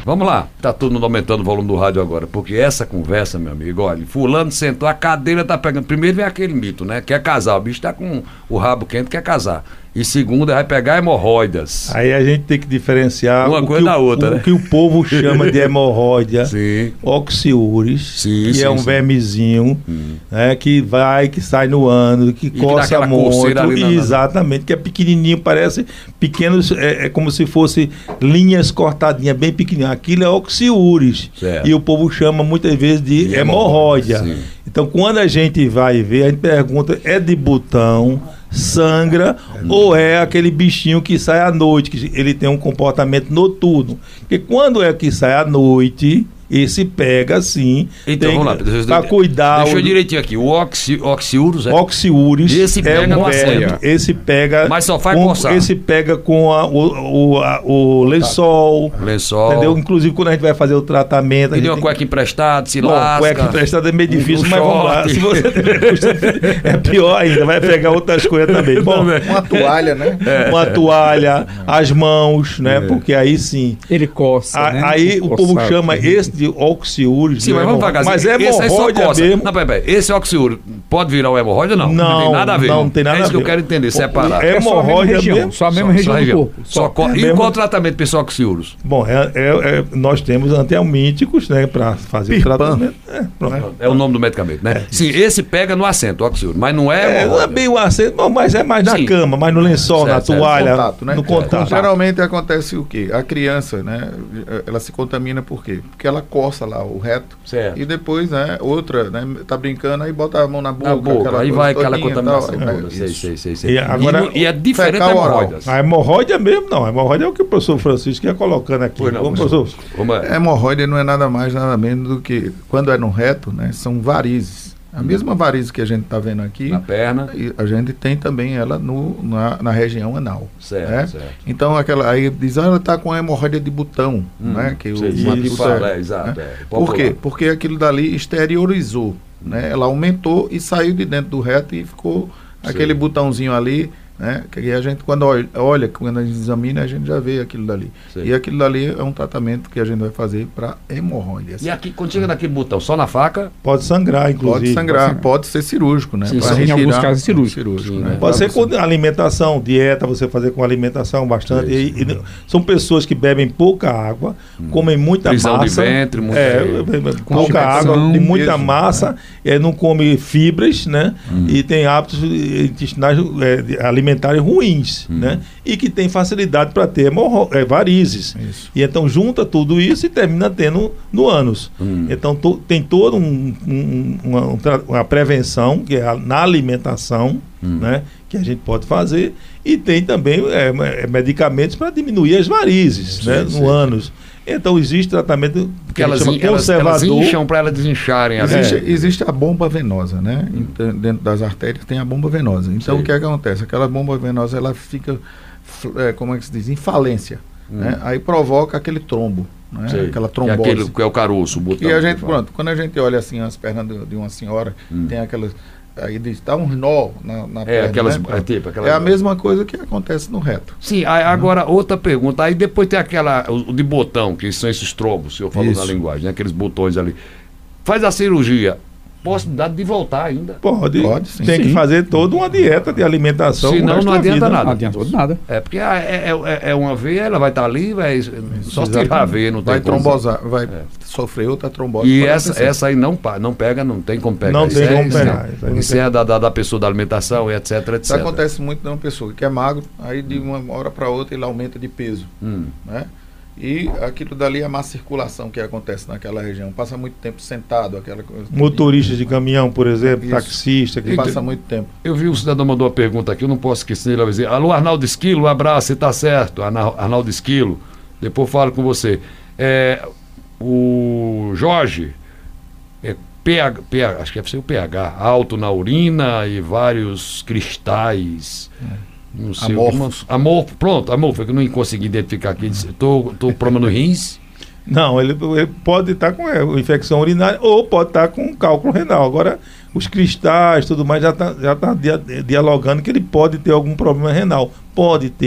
Vamos lá, tá todo mundo aumentando o volume do rádio agora, porque essa conversa, meu amigo, olha, fulano sentou, a cadeira tá pegando, primeiro vem aquele mito, né, quer casar, o bicho tá com o rabo quente, quer casar, e segunda vai pegar hemorroidas. Aí a gente tem que diferenciar uma o coisa que da o, outra, o né? que o povo chama de hemorroida, Sim. oxiúris, Sim, que sim, é um sim. vermezinho, Hum. né, que vai, que sai no ano, que que dá coça aquela muito, coceira ali na- na- exatamente, que é pequenininho, parece pequenos, é, é como se fosse linhas cortadinhas, bem pequenininhas. Aquilo é oxiúris, Certo. e o povo chama muitas vezes de De hemorroida. hemorroida, sim. Então, quando a gente vai ver, a gente pergunta, é de botão, sangra, ou é aquele bichinho que sai à noite, que ele tem um comportamento noturno? Porque quando é que sai à noite, esse pega sim, Então, vamos lá. para cuidar. Deixa eu o- direitinho aqui. O oxi, oxiurus é... Oxiúris Esse é pega um no verme. assento. Esse pega. Mas só faz com, coçar. Esse pega com a- o, o, a- o lençol. lençol. Entendeu? Inclusive, quando a gente vai fazer o tratamento. a E de gente uma tem- cueca emprestada, se Bom, lasca. cueca emprestada é meio um- difícil, um mas vamos lá. short. Se você tiver costume, é pior ainda, vai pegar outras coisas também. Bom, Uma toalha, né? uma toalha, as mãos, né? Porque aí sim. Ele coça, A- né? aí o povo Coçado. chama esse de oxiúris. Sim, de mas vamos hemorroida. devagarzinho. Mas é Esse aí só hemorroida coça. mesmo. Não, peraí, peraí. Esse oxiúro pode virar uma hemorroida ou não? Não, tem nada a ver. não tem nada É isso a que eu ver. quero entender, O- separar. é É só a mesma hemorroida região, mesmo. só a mesma Só- região só do região. corpo. Só Só. co- É E mesmo- qual o tratamento para esse oxiúrus? Bom, é, é- é- nós temos antialmíticos, né, para fazer Pirpan. o tratamento. É, pronto. É o nome do medicamento, né? Sim, esse pega no assento, o oxiúro, mas não é É, não é hemorroida. bem o assento, bom, mas é mais na Sim. cama, mais no lençol, Certo, na certo. toalha, Contato, né? no contato. Geralmente acontece o quê? A criança, né? Ela se contamina por quê? Porque ela coça lá o reto. Certo. E depois, né? Outra, né? Tá brincando, aí bota a mão na boca. Na boca, aquela aí coisa vai aquela todinha e contaminação tal, aí toda. vai- Sei, isso. sei, sei, sei. E agora- no- e é diferente da fecal oral. hemorroidas. A hemorroida mesmo, não. A hemorroida é o que o professor Francisco ia colocando aqui. Pois não, Vamos, professor. professor. Como é? Hemorroida não é nada mais, nada menos do que, quando é no reto, né? São varizes. A mesma varize que a gente está vendo aqui, Na perna. e a gente tem também ela no, na, na região anal. Certo, né? certo. Então, aquela, aí diz, ah, ela está com a hemorroida de botão, Hum, né? Que sei, o sei, Matuto que fala, é, é, exato, né? é, Por popular. quê? Porque aquilo dali exteriorizou, né? Ela aumentou e saiu de dentro do reto e ficou Sei. aquele botãozinho ali, né? Que a gente, quando olha, olha, quando a gente examina, a gente já vê aquilo dali. Sei. E aquilo dali é um tratamento que a gente vai fazer para hemorroidas. E aqui, quando chega naquele botão, só na faca, Pode sangrar, inclusive. Pode sangrar, pode ser cirúrgico, né? Sim, Pra sim, em alguns retirar- casos é cirúrgico. Sim, né? né? Pode ser Pra você- com alimentação, dieta, você fazer com alimentação bastante. Sei, E- e são pessoas que bebem pouca água, comem muita prisão de massa. ventre, muita... É, pouca Constipação, água, tem muita isso, massa, é, não come fibras, né? Hum. E tem hábitos intestinais é, de- alimentares ruins, Hum. né? E que tem facilidade para ter hemorro- é, varizes. Isso. E então junta tudo isso e termina tendo no ânus. Hum. Então to- tem toda um, um- uma, um tra- uma prevenção que é a- na alimentação, Hum. né? Que a gente pode fazer. E tem também é, é, medicamentos para diminuir as varizes, Sim, né? sim. No ânus. Então existe tratamento Porque que a elas, gente chama elas, elas conservador. incham para elas desincarem. assim. Existe, É. existe a bomba venosa, né? Então, dentro das artérias tem a bomba venosa. Então Sei. o que é que acontece? Aquela bomba venosa ela fica, fl- é, como é que se diz? Em falência. Né? Aí provoca aquele trombo, né? Sei. Aquela Que é, trombose. aquele, que é o caroço, o botão. E a gente, que fala. pronto, quando a gente olha assim as pernas de, de uma senhora, Hum. tem aquelas. Aí diz, tá uns nó na, na É, perna. aquelas... né? É, tipo, aquelas É a mesma coisa que acontece no reto. Sim, aí, agora outra pergunta. Aí depois tem aquela, o, o de botão, que são esses trombos, o senhor falou Isso. na linguagem, né? Aqueles botões ali. Faz a cirurgia, possibilidade de voltar ainda. Pode, Pode, sim. tem que Sim. fazer toda uma dieta de alimentação. Senão o resto não da adianta vida. nada. Não adiantou de nada. É, porque é, é, é- é uma veia, ela vai estar ali, vai só se tirar a exatamente. veia, não tem Vai como. trombosar, vai É. sofrer outra trombose. E pode essa, acontecer. essa aí não, pa- não pega, não tem como pegar. Não Isso tem é- como isso pegar, é- isso aí não Isso tem. é da, da, da pessoa da alimentação, etc, etc. Isso acontece muito numa pessoa que é magro, aí de uma hora para outra ele aumenta de peso, Hum. né? E aquilo dali é a má circulação que acontece naquela região. Passa muito tempo sentado, aquela coisa. Motoristas de caminhão, por exemplo, Isso. taxista. Que Ele passa muito tempo. Eu vi o cidadão mandou uma pergunta aqui, eu não posso esquecer, ele vai dizer, alô Arnaldo Esquilo, um abraço, você tá certo, Arna- Arnaldo Esquilo, depois eu falo com você. É, o Jorge, é, pH, pH, acho que deve ser o pH, alto na urina e vários cristais, não sei, Amorfos. como- amorfo, pronto, amorfo, é que eu não consegui identificar aqui, estou com problema no rins, Não, ele, ele pode estar com é, infecção urinária ou pode estar com cálculo renal. Agora, os cristais, tudo mais, já está já tá dia- dialogando que ele pode ter algum problema renal. Pode ter.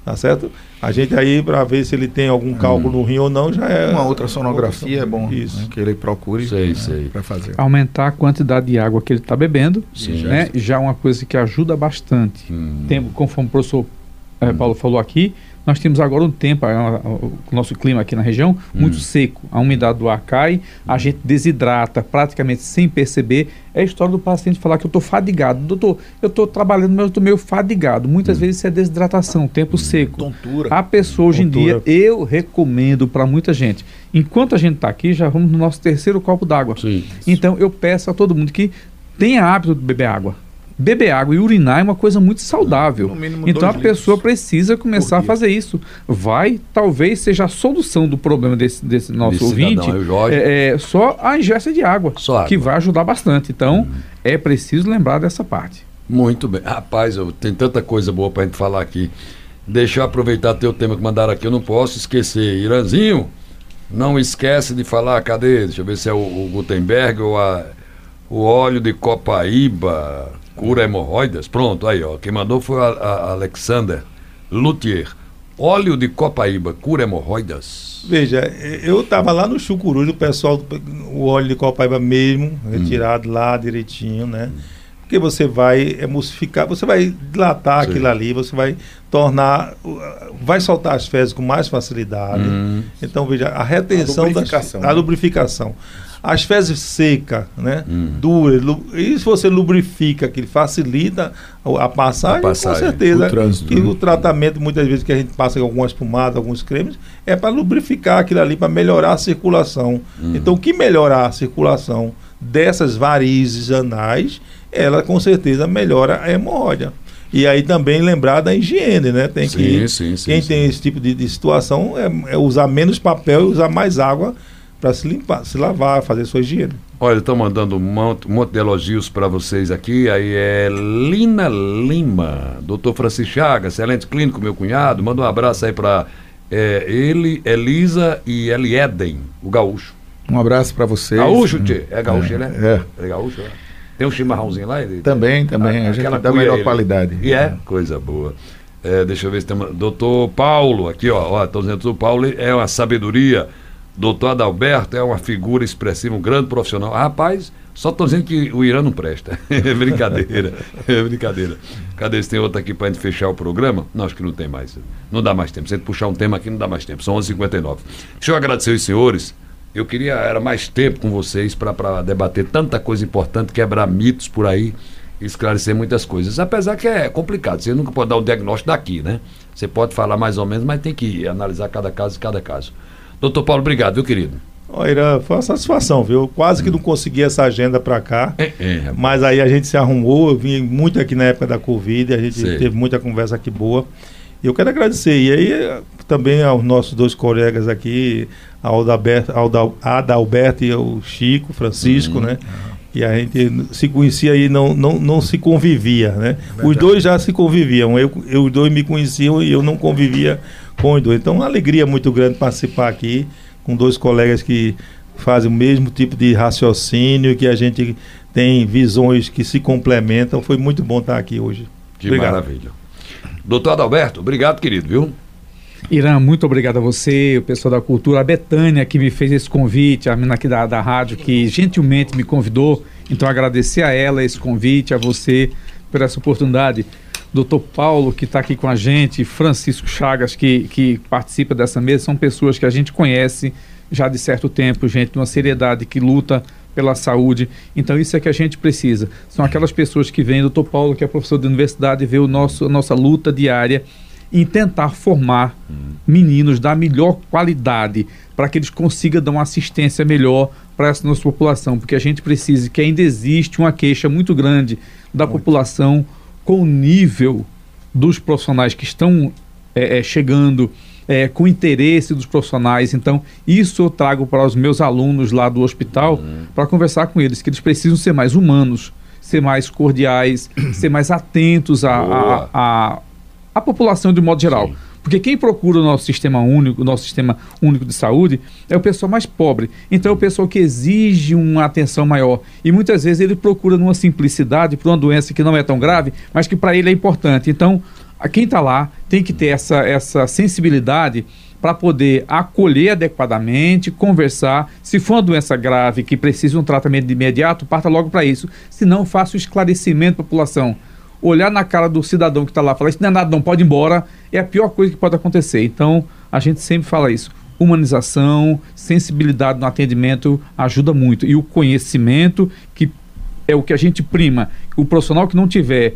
tá certo? A gente aí, para ver se ele tem algum cálculo no rim ou não, já é... Uma outra sonografia é bom, isso. Né, que ele procure sei, né, sei. para fazer. Aumentar a quantidade de água que ele está bebendo, Sim. né? Já é uma coisa que ajuda bastante. Hum. Tempo, conforme o professor eh, Paulo falou aqui, nós temos agora um tempo, a, a, o nosso clima aqui na região, muito Hum. seco. A umidade do ar cai, a gente desidrata praticamente sem perceber. É a história do paciente falar que eu estou fadigado. Doutor, eu estou trabalhando, mas eu estou meio fadigado. Muitas Hum. vezes isso é desidratação, tempo seco. Tontura. A pessoa hoje em Tontura. dia, eu recomendo para muita gente. Enquanto a gente está aqui, já vamos no nosso terceiro copo d'água. Sim. Então eu peço a todo mundo que tenha hábito de beber água. Beber água e urinar é uma coisa muito saudável. No mínimo Então a dois pessoa litros precisa começar a dia. fazer isso. Vai, talvez seja a solução do problema desse, desse nosso Desse ouvinte. cidadão aí, o Jorge. É, é só a ingesta de água, Só água. que vai ajudar bastante. Então é preciso lembrar dessa parte. Muito bem. Rapaz, eu, tem tanta coisa boa pra gente falar aqui. Deixa eu aproveitar teu tema que mandaram aqui, eu não posso esquecer. Iranzinho, não esquece de falar, cadê? Deixa eu ver se é o, o Gutenberg ou a, o óleo de copaíba, cura hemorroidas. Pronto, aí ó, quem mandou foi a, a Alexander Luthier. Óleo de copaíba, cura hemorroidas. Veja, eu estava lá no Chucuru, o pessoal, o óleo de copaíba mesmo, retirado lá direitinho, né? Porque você vai emulsificar, você vai dilatar Sim. aquilo ali, você vai tornar, vai soltar as fezes com mais facilidade. Hum. Então, veja, a retenção A lubrificação, das, a né? lubrificação. As fezes secas, né? Hum. Duras, lu- e se você lubrifica, que facilita a passagem, A passagem, com certeza o trânsito, que né? o tratamento, muitas vezes que a gente passa com algumas pomadas, alguns cremes, é para lubrificar aquilo ali, para melhorar a circulação. Hum. Então, o que melhorar a circulação dessas varizes anais, ela com certeza melhora a hemorroida. E aí também lembrar da higiene, né? Tem Sim, que sim, sim, quem sim. tem esse tipo de, de situação é, é usar menos papel e usar mais água para se limpar, se lavar, fazer sua higiene. Olha, estão mandando um monte, um monte de elogios para vocês aqui. Aí é Lina Lima, doutor Francisco Chagas, excelente clínico, meu cunhado. Manda um abraço aí para é, ele, Elisa e Elieden, o gaúcho. Um abraço para vocês. Gaúcho, tchê? É gaúcho, é, né? É. É gaúcho, é. Tem um chimarrãozinho lá? Ele, Também, também. A- A, gente aquela dá cuia melhor ele. qualidade. E é? Coisa boa. É, deixa eu ver se tem uma... Doutor Paulo, aqui ó, ó, estão dizendo que o Paulo é uma sabedoria. Doutor Adalberto é uma figura expressiva, um grande profissional. Rapaz, só estão dizendo que o Irã não presta. É brincadeira, é brincadeira. Cadê se tem outro aqui para a gente fechar o programa? Não, acho que não tem mais. Não dá mais tempo. Se a gente puxar um tema aqui, não dá mais tempo. São onze e cinquenta e nove. Deixa eu agradecer os senhores. Eu queria, era mais tempo com vocês para debater tanta coisa importante, quebrar mitos por aí, esclarecer muitas coisas. Apesar que é complicado, você nunca pode dar o diagnóstico daqui, né? Você pode falar mais ou menos, mas tem que analisar cada caso e cada caso. Doutor Paulo, obrigado, viu, querido? Ó, Irã, foi uma satisfação, viu? Eu quase que não consegui essa agenda para cá, É, é, rapaz. mas aí a gente se arrumou, eu vim muito aqui na época da Covid, a gente Sei. teve muita conversa aqui boa. E eu quero agradecer. E aí eh, também aos nossos dois colegas aqui, ao Adalberto, ao Dal- Adalberto e ao Chico, Francisco, Uhum. né? E a gente se conhecia e não, não, não se convivia, né? Os dois já se conviviam, eu, eu, os dois me conheciam e eu não convivia com os dois. Então, uma alegria muito grande participar aqui com dois colegas que fazem o mesmo tipo de raciocínio, que a gente tem visões que se complementam. Foi muito bom estar aqui hoje. Que Obrigado. maravilha. Doutor Adalberto, obrigado, querido, viu? Irã, muito obrigado a você, o pessoal da Cultura, a Betânia que me fez esse convite, a menina aqui da, da rádio que gentilmente me convidou. Então agradecer a ela esse convite, a você por essa oportunidade. Doutor Paulo que está aqui com a gente, Francisco Chagas que, que participa dessa mesa, são pessoas que a gente conhece já de certo tempo, gente de uma seriedade que luta pela saúde. Então isso é que a gente precisa. São aquelas pessoas que vêm, doutor Paulo que é professor de universidade, vê o nosso, a nossa luta diária em tentar formar meninos da melhor qualidade para que eles consigam dar uma assistência melhor para essa nossa população, porque a gente precisa, que ainda existe uma queixa muito grande da muito. população com o nível dos profissionais que estão é, é, chegando, é, com o interesse dos profissionais. Então isso eu trago para os meus alunos lá do hospital, uhum. para conversar com eles, que eles precisam ser mais humanos, ser mais cordiais, ser mais atentos a, a, a a população de modo geral. Sim. Porque quem procura o nosso sistema único, o nosso sistema único de saúde, é o pessoal mais pobre. Então é o pessoal que exige uma atenção maior. E muitas vezes ele procura numa simplicidade, por uma doença que não é tão grave, mas que para ele é importante. Então, quem está lá tem que ter essa, essa sensibilidade para poder acolher adequadamente, conversar. Se for uma doença grave que precisa de um tratamento de imediato, parta logo para isso. Se não, faça o esclarecimento da população. Olhar na cara do cidadão que está lá e falar, isso não é nada, não pode ir embora, é a pior coisa que pode acontecer. Então, a gente sempre fala isso. Humanização, sensibilidade no atendimento ajuda muito. E o conhecimento, que é o que a gente prima. O profissional que não tiver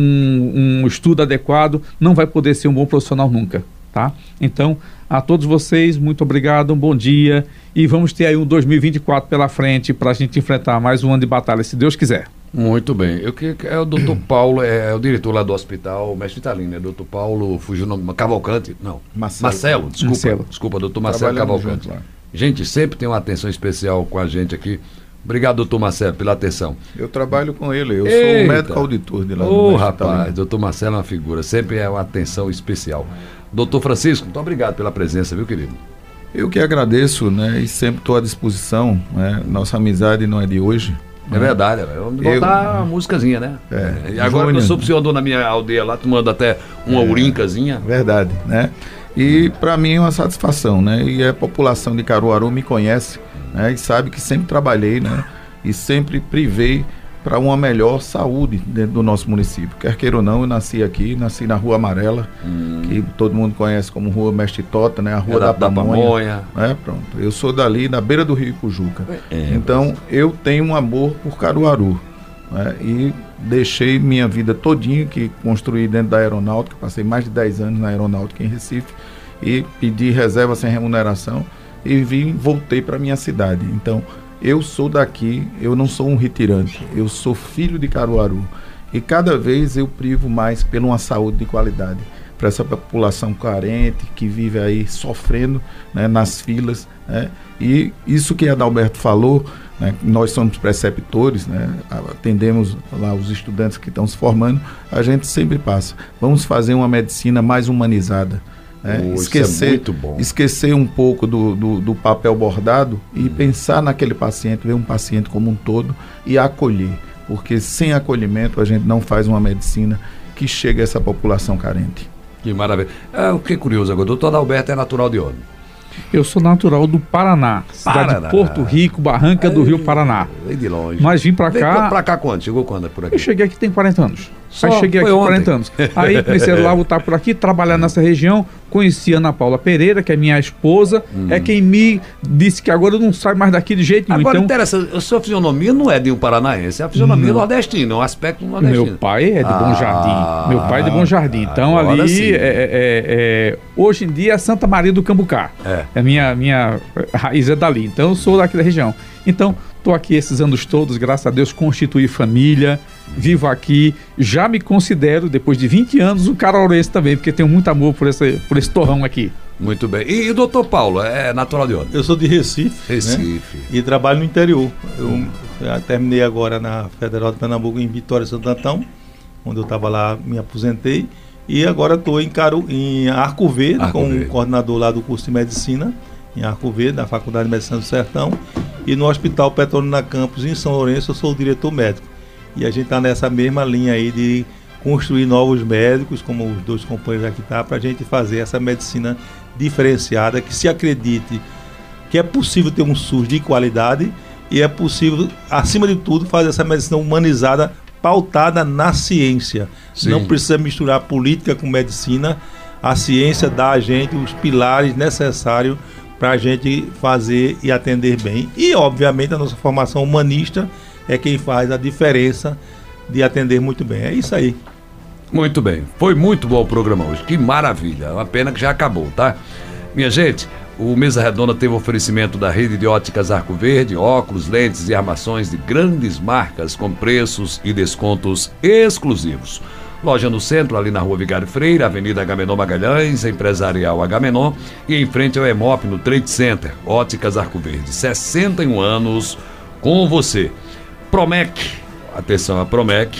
um, um estudo adequado não vai poder ser um bom profissional nunca, tá? Então, a todos vocês, muito obrigado, um bom dia. E vamos ter aí um dois mil e vinte e quatro pela frente para a gente enfrentar mais um ano de batalha, se Deus quiser. Muito bem. Eu que é o doutor Paulo, é, é o diretor lá do hospital, o mestre Vitalino, né? doutor Paulo, fugiu o nome, Cavalcante, não. Marcelo. Marcelo, desculpa. Marcelo. Desculpa, doutor Marcelo Cavalcante. Gente, sempre tem uma atenção especial com a gente aqui. Obrigado, doutor Marcelo, pela atenção. Eu trabalho com ele, eu Eita. sou o médico auditor de lá. Ô, oh, rapaz, doutor Marcelo é uma figura, sempre é uma atenção especial. Doutor Francisco, muito obrigado pela presença, viu, querido? Eu que agradeço, né, e sempre estou à disposição, né, nossa amizade não é de hoje. É verdade, vamos botar eu, uma músicazinha, né? É, e agora que eu sou o senhor andou na minha aldeia lá, tu manda até uma é, urincazinha. Verdade, né? E para mim é uma satisfação, né? E a população de Caruaru me conhece, né? E sabe que sempre trabalhei, né? E sempre privei para uma melhor saúde dentro do nosso município. Quer queira ou não, eu nasci aqui, nasci na Rua Amarela, hum. que todo mundo conhece como Rua Mestre Tota, né? A Rua é da, da Pamonha. Pamonha. Né? Pronto. Eu sou dali, da beira do Rio Ipujuca. É, então, mas... eu tenho um amor por Caruaru. Né? E deixei minha vida todinha, que construí dentro da aeronáutica, passei mais de dez anos na aeronáutica em Recife, e pedi reserva sem remuneração, e vim, voltei para minha cidade. Então, eu sou daqui, eu não sou um retirante, eu sou filho de Caruaru. E cada vez eu privo mais por uma saúde de qualidade para essa população carente que vive aí sofrendo, né, nas filas, né? E isso que a Adalberto falou, né, nós somos preceptores, né, atendemos lá os estudantes que estão se formando, a gente sempre passa, vamos fazer uma medicina mais humanizada. É, oh, esquecer, é muito bom. Esquecer um pouco do, do, do papel bordado e hum. pensar naquele paciente, ver um paciente como um todo e acolher, porque sem acolhimento a gente não faz uma medicina que chegue a essa população carente. Que maravilha. É, o que é curioso agora, o doutor Adalberto é natural de onde? Eu sou natural do Paraná, cidade Paraná. de Porto Rico, Barranca do Rio Paraná. Vem de longe. Mas vim pra cá... Vem pra cá quando? Chegou quando por aqui? Eu cheguei aqui tem quarenta anos. Só Aí cheguei aqui com quarenta ontem. anos. Aí comecei a lá voltar por aqui, trabalhar nessa região. Conheci a Ana Paula Pereira, que é minha esposa. Hum. É quem me disse que agora eu não saio mais daqui de jeito nenhum. Agora então, interessa, a sua fisionomia não é de um paranaense, é a fisionomia não. nordestina, é um aspecto nordestino. Meu pai é de Bom Jardim. Ah, Meu pai é de Bom Jardim. Então ali, é, é, é, hoje em dia é Santa Maria do Cambucá. É. A minha, minha raiz é dali. Então eu sou daqui da região. Então, estou aqui esses anos todos, graças a Deus, constituí família, vivo aqui, já me considero, depois de vinte anos, um caraurense também, porque tenho muito amor por esse, por esse torrão aqui. Muito bem. E, e o doutor Paulo, é natural de onde? Eu sou de Recife, Recife. Né? E trabalho no interior. Eu hum. terminei agora na Federal de Pernambuco, em Vitória Santo Antão, onde eu estava lá, me aposentei, e agora estou em, Caru, em Arco Verde, Arco como Verde. coordenador lá do curso de Medicina, em Arco Verde, na Faculdade de Medicina do Sertão, e no Hospital Petrolina Campos, em São Lourenço, eu sou o diretor médico. E a gente está nessa mesma linha aí de construir novos médicos, como os dois companheiros aqui estão, para a gente fazer essa medicina diferenciada, que se acredite que é possível ter um SUS de qualidade e é possível, acima de tudo, fazer essa medicina humanizada, pautada na ciência. Sim. Não precisa misturar política com medicina, a ciência dá a gente os pilares necessários para a gente fazer e atender bem. E, obviamente, a nossa formação humanista é quem faz a diferença de atender muito bem. É isso aí. Muito bem. Foi muito bom o programa hoje. Que maravilha. Uma pena que já acabou, tá? Minha gente, o Mesa Redonda teve oferecimento da rede de óticas Arco Verde, óculos, lentes e armações de grandes marcas com preços e descontos exclusivos. Loja no centro, ali na Rua Vigário Freire, Avenida Agamenon Magalhães, Empresarial Agamenon, e em frente ao Emop, no Trade Center, Óticas Arco Verde. sessenta e um anos com você. Promec, atenção a Promec,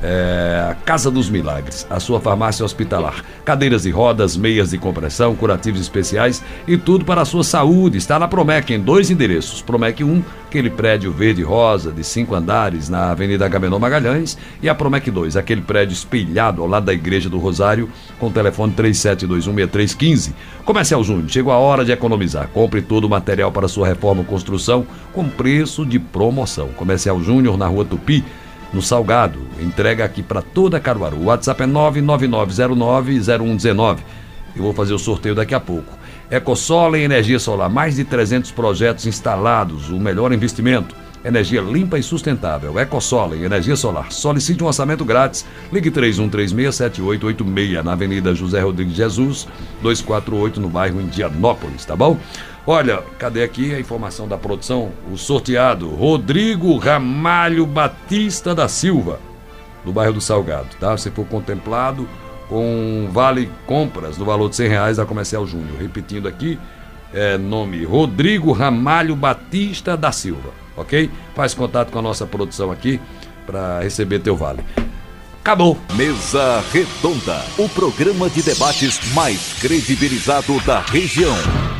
É, Casa dos Milagres, a sua farmácia hospitalar. Cadeiras de rodas, meias de compressão, curativos especiais e tudo para a sua saúde. Está na Promec, em dois endereços. Promec um, aquele prédio verde e rosa de cinco andares na Avenida Agamenon Magalhães, e a Promec dois, aquele prédio espelhado ao lado da Igreja do Rosário, com o telefone três sete dois um, seis três um cinco. Comercial Júnior, chegou a hora de economizar. Compre todo o material para sua reforma ou construção com preço de promoção. Comercial Júnior, na Rua Tupi, no Salgado. Entrega aqui para toda Caruaru. O WhatsApp é nove nove nove zero nove zero um um nove. Eu vou fazer o sorteio daqui a pouco. EcoSola em energia solar. Mais de trezentos projetos instalados. O melhor investimento. Energia limpa e sustentável. EcoSola em energia solar. Solicite um orçamento grátis. Ligue três um três seis, sete oito oito seis na Avenida José Rodrigues Jesus, duzentos e quarenta e oito, no bairro Indianópolis, tá bom? Olha, cadê aqui a informação da produção? O sorteado, Rodrigo Ramalho Batista da Silva, do bairro do Salgado, tá? Você foi contemplado com um vale compras no valor de cem reais da Comercial Júnior. Repetindo aqui, é, nome Rodrigo Ramalho Batista da Silva, ok? Faz contato com a nossa produção aqui para receber teu vale. Acabou. Mesa Redonda, o programa de debates mais credibilizado da região.